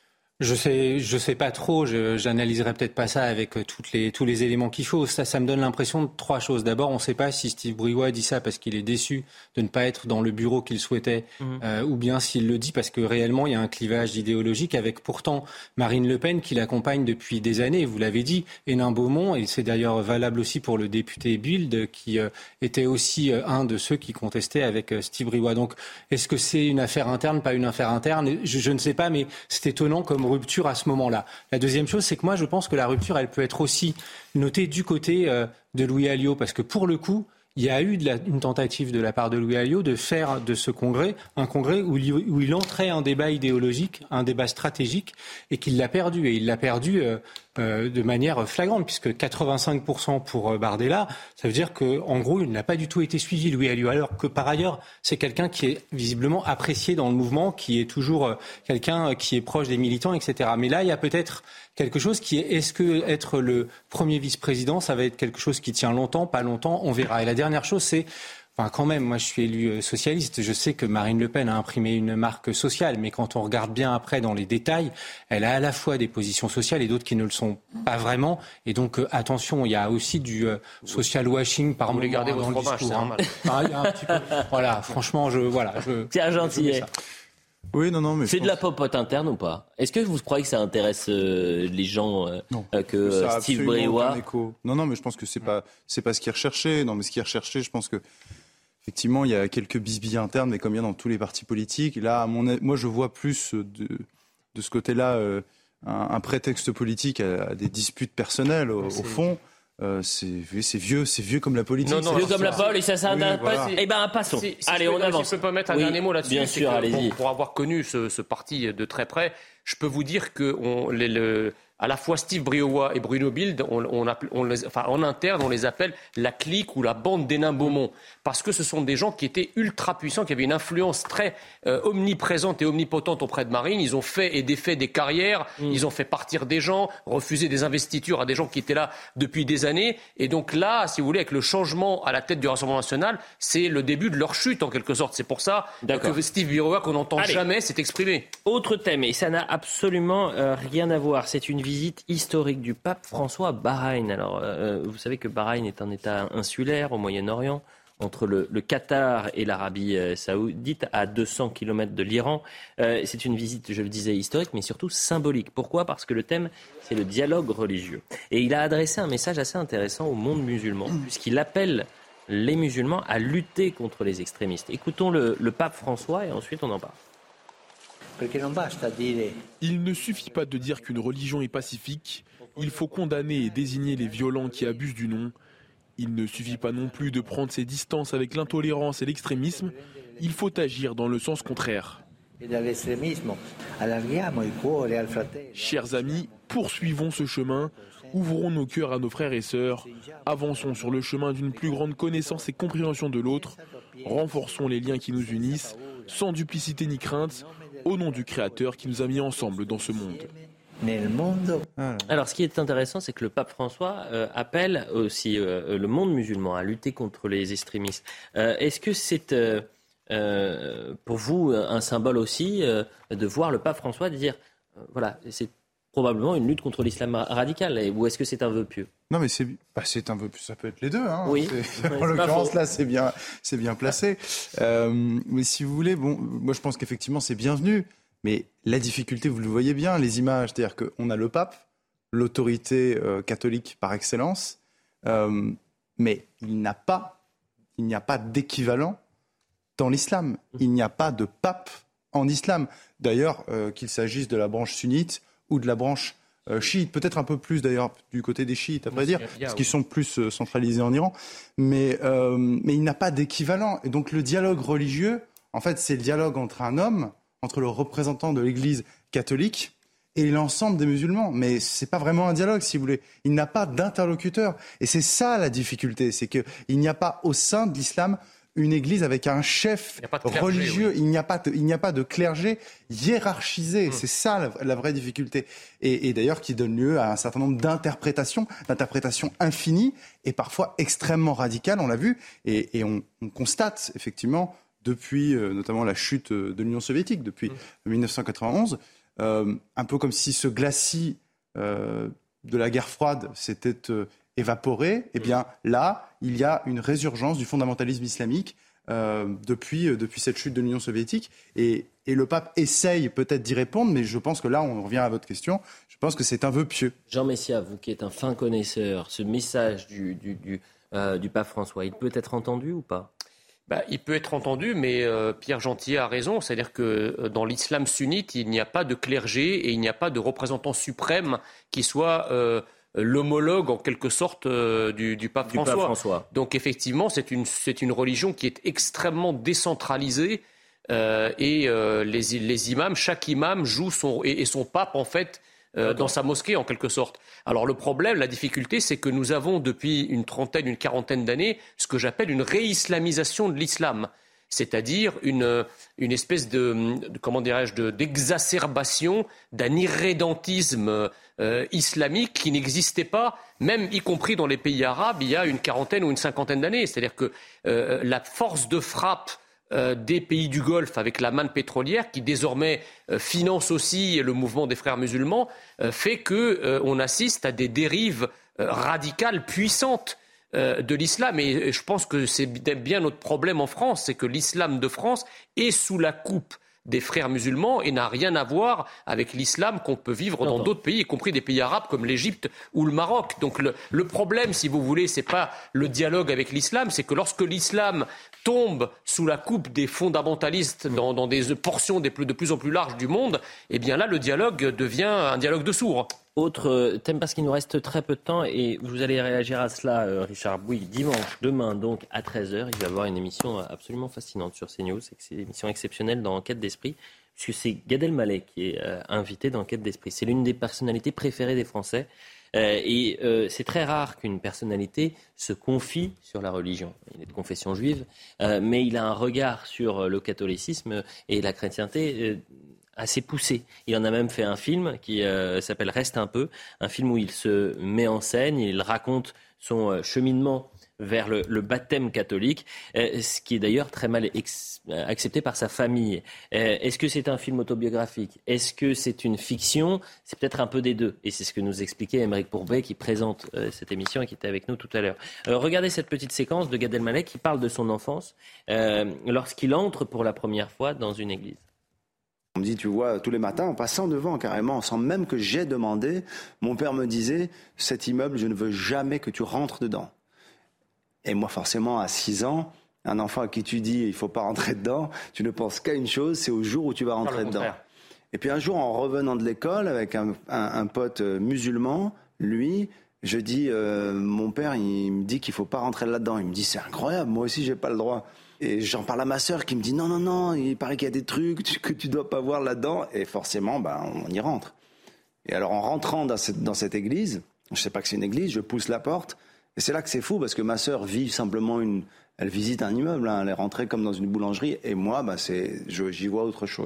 Je sais, je sais pas trop. Je, j'analyserai peut-être pas ça avec toutes les, tous les éléments qu'il faut. Ça, ça me donne l'impression de trois choses. D'abord, on ne sait pas si Steve Briouat dit ça parce qu'il est déçu de ne pas être dans le bureau qu'il souhaitait, mmh. euh, ou bien s'il le dit parce que réellement il y a un clivage idéologique avec pourtant Marine Le Pen qui l'accompagne depuis des années. Vous l'avez dit, Hénin Beaumont, et c'est d'ailleurs valable aussi pour le député Bild qui euh, était aussi euh, un de ceux qui contestaient avec euh, Steve Briouat. Donc, est-ce que c'est une affaire interne, pas une affaire interne ? je, je ne sais pas, mais c'est étonnant comme rupture à ce moment-là. La deuxième chose, c'est que moi, je pense que la rupture, elle peut être aussi notée du côté euh, de Louis Alliot, parce que pour le coup, il y a eu de la, une tentative de la part de Louis Alliot de faire de ce congrès un congrès où il, où il entrait un débat idéologique, un débat stratégique, et qu'il l'a perdu. Et il l'a perdu euh, euh, de manière flagrante, puisque quatre-vingt-cinq pour cent pour Bardella, ça veut dire qu'en gros, il n'a pas du tout été suivi, Louis Alliot, alors que par ailleurs, c'est quelqu'un qui est visiblement apprécié dans le mouvement, qui est toujours euh, quelqu'un qui est proche des militants, et cetera. Mais là, il y a peut-être quelque chose qui est, est-ce que être le premier vice-président, ça va être quelque chose qui tient longtemps, pas longtemps, on verra. Et la dernière chose, c'est, enfin quand même, moi je suis élu socialiste, je sais que Marine Le Pen a imprimé une marque sociale, mais quand on regarde bien après dans les détails, elle a à la fois des positions sociales et d'autres qui ne le sont pas vraiment. Et donc euh, attention, il y a aussi du euh, social washing par moment dans le fromage, discours. Hein. Ah, il y a un petit peu, voilà, franchement, je, voilà, je. Tiens, gentil. Oui, non, non, mais c'est pense... de la popote interne ou pas ? Est-ce que vous croyez que ça intéresse euh, les gens euh, euh, que ça Steve Briouat ? Non, non, mais je pense que c'est pas c'est pas ce qui est recherché. Non, mais ce qui est recherché, je pense que effectivement, il y a quelques bisbilles internes, mais comme il y a dans tous les partis politiques, là, à mon, moi, je vois plus de de ce côté-là euh, un, un prétexte politique à, à des disputes personnelles au, au fond. Euh, c'est, c'est vieux, c'est vieux comme la politique. Non, non, vieux comme la politique, ça, ça, oui, ça voilà. Eh ben, passons. Si, si allez, peux, on avance. Si je peux pas mettre un oui, dernier mot là-dessus, bien c'est sûr, que, allez-y. pour, pour avoir connu ce, ce parti de très près, je peux vous dire que on, les, le, à la fois Steve Briouat et Bruno Bild, on, on appelle, on les, enfin, en interne, on les appelle la clique ou la bande d'Hénin Beaumont, parce que ce sont des gens qui étaient ultra puissants, qui avaient une influence très euh, omniprésente et omnipotente auprès de Marine. Ils ont fait et défait des carrières, mmh. ils ont fait partir des gens, refusé des investitures à des gens qui étaient là depuis des années. Et donc là, si vous voulez, avec le changement à la tête du Rassemblement national, c'est le début de leur chute en quelque sorte. C'est pour ça D'accord. que Steve Briouat, qu'on n'entend Allez. jamais, s'est exprimé. Autre thème, et ça n'a absolument euh, rien à voir, c'est une visite historique du pape François à Bahreïn. Alors, euh, vous savez que Bahreïn est un État insulaire au Moyen-Orient, entre le, le Qatar et l'Arabie euh, saoudite, à deux cents kilomètres de l'Iran. Euh, c'est une visite, je le disais, historique, mais surtout symbolique. Pourquoi ? Parce que le thème, c'est le dialogue religieux. Et il a adressé un message assez intéressant au monde musulman, puisqu'il appelle les musulmans à lutter contre les extrémistes. Écoutons le, le pape François et ensuite on en parle. Il ne suffit pas de dire qu'une religion est pacifique, il faut condamner et désigner les violents qui abusent du nom. Il ne suffit pas non plus de prendre ses distances avec l'intolérance et l'extrémisme, il faut agir dans le sens contraire. Chers amis, poursuivons ce chemin, ouvrons nos cœurs à nos frères et sœurs, avançons sur le chemin d'une plus grande connaissance et compréhension de l'autre, renforçons les liens qui nous unissent, sans duplicité ni crainte, au nom du Créateur qui nous a mis ensemble dans ce monde. Alors, ce qui est intéressant, c'est que le pape François euh, appelle aussi euh, le monde musulman à lutter contre les extrémistes. Euh, est-ce que c'est euh, euh, pour vous un symbole aussi euh, de voir le pape François dire, euh, voilà, c'est probablement une lutte contre l'islam radical, ou est-ce que c'est un vœu pieux ? Non, mais c'est, bah, c'est un vœu pieux, ça peut être les deux. Hein. Oui. C'est, en l'occurrence, là, c'est bien, c'est bien placé. Euh, mais si vous voulez, bon, moi, je pense qu'effectivement, c'est bienvenu. Mais la difficulté, vous le voyez bien, les images, c'est-à-dire qu'on a le pape, l'autorité euh, catholique par excellence, euh, mais il n'a pas, il n'y a pas d'équivalent dans l'islam. Il n'y a pas de pape en islam. D'ailleurs, euh, qu'il s'agisse de la branche sunnite ou de la branche euh, chiite, peut-être un peu plus d'ailleurs du côté des chiites, à vrai dire, parce qu'ils sont plus euh, centralisés en Iran. Mais, euh, mais il n'a pas d'équivalent. Et donc le dialogue religieux, en fait, c'est le dialogue entre un homme, entre le représentant de l'Église catholique et l'ensemble des musulmans. Mais ce n'est pas vraiment un dialogue, si vous voulez. Il n'a pas d'interlocuteur. Et c'est ça la difficulté, c'est qu'il n'y a pas au sein de l'islam une église avec un chef clergé, religieux. Oui. Il n'y a pas de, il n'y a pas de clergé hiérarchisé. Mmh. C'est ça la, la vraie difficulté. Et, et d'ailleurs qui donne lieu à un certain nombre d'interprétations, d'interprétations infinies et parfois extrêmement radicales, on l'a vu. Et, et on, on constate effectivement, depuis euh, notamment la chute de l'Union soviétique, depuis mmh. dix-neuf cent quatre-vingt-onze, euh, un peu comme si ce glacis euh, de la guerre froide s'était euh, évaporé, eh bien là, il y a une résurgence du fondamentalisme islamique euh, depuis, euh, depuis cette chute de l'Union soviétique. Et, et le pape essaye peut-être d'y répondre, mais je pense que là, on revient à votre question, je pense que c'est un vœu pieux. Jean Messia, vous qui êtes un fin connaisseur, ce message du, du, du, euh, du pape François, il peut être entendu ou pas ? Bah, il peut être entendu, mais euh, Pierre Gentillet a raison. C'est-à-dire que euh, dans l'islam sunnite, il n'y a pas de clergé et il n'y a pas de représentant suprême qui soit euh, l'homologue en quelque sorte euh, du, du pape du François. Pape François. Donc effectivement, c'est une, c'est une religion qui est extrêmement décentralisée euh, et euh, les, les imams, chaque imam joue son, et, et son pape en fait euh, dans sa mosquée en quelque sorte. Alors le problème, la difficulté, c'est que nous avons depuis une trentaine, une quarantaine d'années ce que j'appelle une réislamisation de l'islam. C'est-à-dire une, une espèce de, de comment dirais-je, de, d'exacerbation d'un irrédentisme euh, islamique qui n'existait pas, même y compris dans les pays arabes, il y a une quarantaine ou une cinquantaine d'années. C'est-à-dire que euh, la force de frappe euh, des pays du Golfe avec la manne pétrolière, qui désormais euh, finance aussi le mouvement des frères musulmans, euh, fait qu'on euh, assiste à des dérives euh, radicales puissantes de l'islam. Et je pense que c'est bien notre problème en France, c'est que l'islam de France est sous la coupe des frères musulmans et n'a rien à voir avec l'islam qu'on peut vivre dans d'autres pays, y compris des pays arabes comme l'Égypte ou le Maroc. Donc le, le problème, si vous voulez, c'est pas le dialogue avec l'islam, c'est que lorsque l'islam tombe sous la coupe des fondamentalistes dans, dans des portions des plus, de plus en plus larges du monde, eh bien là, le dialogue devient un dialogue de sourds. Autre thème, parce qu'il nous reste très peu de temps, et vous allez réagir à cela, euh, Richard Bouygues, dimanche, demain, donc à treize heures, il va y avoir une émission absolument fascinante sur CNews. C'est une émission exceptionnelle dans Enquête d'Esprit, puisque c'est Gad Elmaleh qui est euh, invité dans Enquête d'Esprit. C'est l'une des personnalités préférées des Français, euh, et euh, c'est très rare qu'une personnalité se confie sur la religion. Il est de confession juive, euh, mais il a un regard sur le catholicisme et la chrétienté euh, assez poussé. Il en a même fait un film qui euh, s'appelle Reste un peu, un film où il se met en scène, il raconte son euh, cheminement vers le, le baptême catholique, euh, ce qui est d'ailleurs très mal ex- accepté par sa famille. Euh, est-ce que c'est un film autobiographique ? Est-ce que c'est une fiction ? C'est peut-être un peu des deux. Et c'est ce que nous expliquait Aymeric Pourbet qui présente euh, cette émission et qui était avec nous tout à l'heure. Euh, regardez cette petite séquence de Gad Elmaleh qui parle de son enfance euh, lorsqu'il entre pour la première fois dans une église. On me dit, tu vois, tous les matins, en passant devant carrément, sans même que j'aie demandé, mon père me disait, cet immeuble, je ne veux jamais que tu rentres dedans. Et moi, forcément, à six ans, un enfant à qui tu dis, il ne faut pas rentrer dedans, tu ne penses qu'à une chose, c'est au jour où tu vas rentrer dedans. Et puis un jour, en revenant de l'école, avec un, un, un pote musulman, lui, je dis, euh, mon père, il me dit qu'il ne faut pas rentrer là-dedans. Il me dit, c'est incroyable, moi aussi, je n'ai pas le droit. Et j'en parle à ma sœur qui me dit non, non, non, il paraît qu'il y a des trucs que tu ne dois pas voir là-dedans. Et forcément, ben, on y rentre. Et alors, en rentrant dans cette, dans cette église, je ne sais pas que c'est une église, je pousse la porte. Et c'est là que c'est fou, parce que ma sœur vit simplement une... Elle visite un immeuble, hein, elle est rentrée comme dans une boulangerie. Et moi, ben, c'est, je, j'y vois autre chose.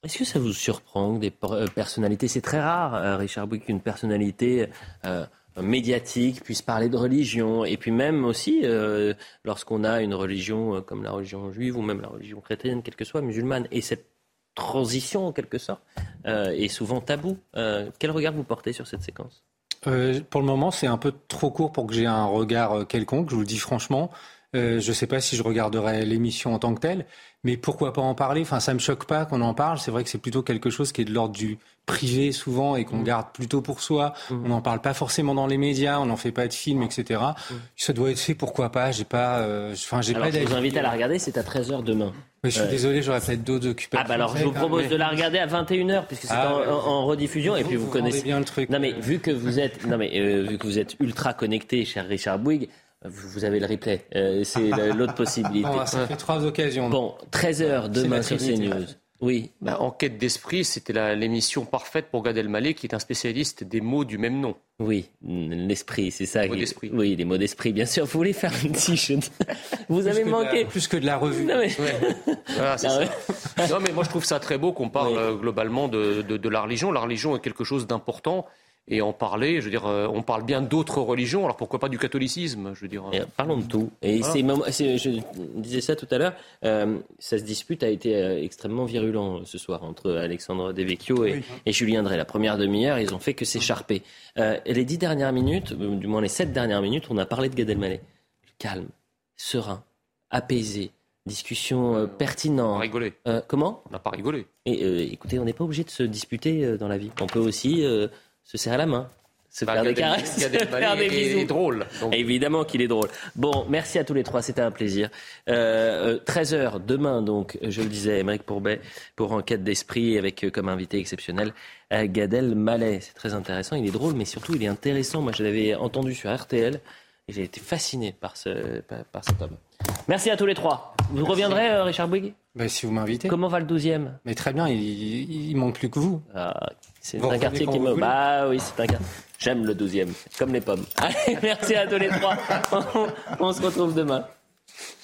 Est-ce que ça vous surprend que des personnalités, c'est très rare, euh, Richard Bouygues, qu'une personnalité euh, médiatique puisse parler de religion, et puis même aussi euh, lorsqu'on a une religion euh, comme la religion juive ou même la religion chrétienne, quelle que soit, musulmane, et cette transition en quelque sorte euh, est souvent tabou. Euh, quel regard vous portez sur cette séquence ? euh, Pour le moment, c'est un peu trop court pour que j'ai un regard euh, quelconque, je vous le dis franchement. Euh, je ne sais pas si je regarderai l'émission en tant que telle, mais pourquoi pas en parler ? Enfin, ça ne me choque pas qu'on en parle. C'est vrai que c'est plutôt quelque chose qui est de l'ordre du privé souvent et qu'on mmh. garde plutôt pour soi. Mmh. On n'en parle pas forcément dans les médias, on n'en fait pas de films, et cetera. Mmh. Ça doit être fait, pourquoi pas ? J'ai pas, euh, enfin, j'ai alors, pas je vous invite à la regarder, c'est à treize heures demain. Mais je suis euh... désolé, j'aurais peut-être d'autres occupations. Ah bah alors je vous propose mais... de la regarder à vingt et une heures puisque c'est ah, en, ouais. en, en rediffusion, vous, et puis vous, vous connaissez bien le truc. Non mais vu que vous êtes non mais euh, vu que vous êtes ultra connecté, cher Richard Bouygues, vous avez le replay, euh, c'est l'autre possibilité. Bon, ça fait trois occasions. Bon, treize heures demain sur CNews. Oui. Bah, Enquête d'esprit, c'était la, l'émission parfaite pour Gad Elmaleh, qui est un spécialiste des mots du même nom. Oui, l'esprit, c'est ça. Les mots d'esprit. Oui, les mots d'esprit, bien sûr. Vous voulez faire un t-shirt ? Vous plus avez manqué. La, plus que de la revue. Non, mais... Ouais. Voilà, c'est ah, ça. Ouais. Non, mais moi, je trouve ça très beau qu'on parle oui. euh, globalement de, de, de la religion. La religion est quelque chose d'important. Et en parler, je veux dire, euh, on parle bien d'autres religions, alors pourquoi pas du catholicisme, je veux dire. Et parlons de tout. Et voilà. c'est, c'est, je disais ça tout à l'heure, euh, ça se dispute a été euh, extrêmement virulent ce soir entre Alexandre Devecchio et, oui. et Julien Drey. La première demi-heure, ils ont fait que s'écharper. Euh, les dix dernières minutes, du moins les sept dernières minutes, on a parlé de Gad Elmaleh. Calme, serein, apaisé. Discussion euh, pertinente. On a rigolé. Euh, comment ? On n'a pas rigolé. Et euh, écoutez, on n'est pas obligé de se disputer euh, dans la vie. On peut aussi euh, se serrer la main, se bah, faire des caresses, se faire des bisous. Il est drôle. Donc. Évidemment qu'il est drôle. Bon, merci à tous les trois, c'était un plaisir. Euh, treize heures demain, donc, je le disais, Aymeric Pourbet pour Enquête d'esprit avec euh, comme invité exceptionnel euh, Gad Elmaleh. C'est très intéressant, il est drôle, mais surtout il est intéressant. Moi, je l'avais entendu sur R T L et j'ai été fasciné par, ce, par, par cet homme. Merci à tous les trois. Vous Merci. reviendrez, euh, Richard Bouygues ? Ben, si vous m'invitez. Comment va le douzième ? Mais très bien, il, il, il manque plus que vous. Ah, c'est vous un quartier qui me... Bah oui, c'est un quartier. J'aime le douzième, comme les pommes. Allez, merci à tous les trois. On, on se retrouve demain.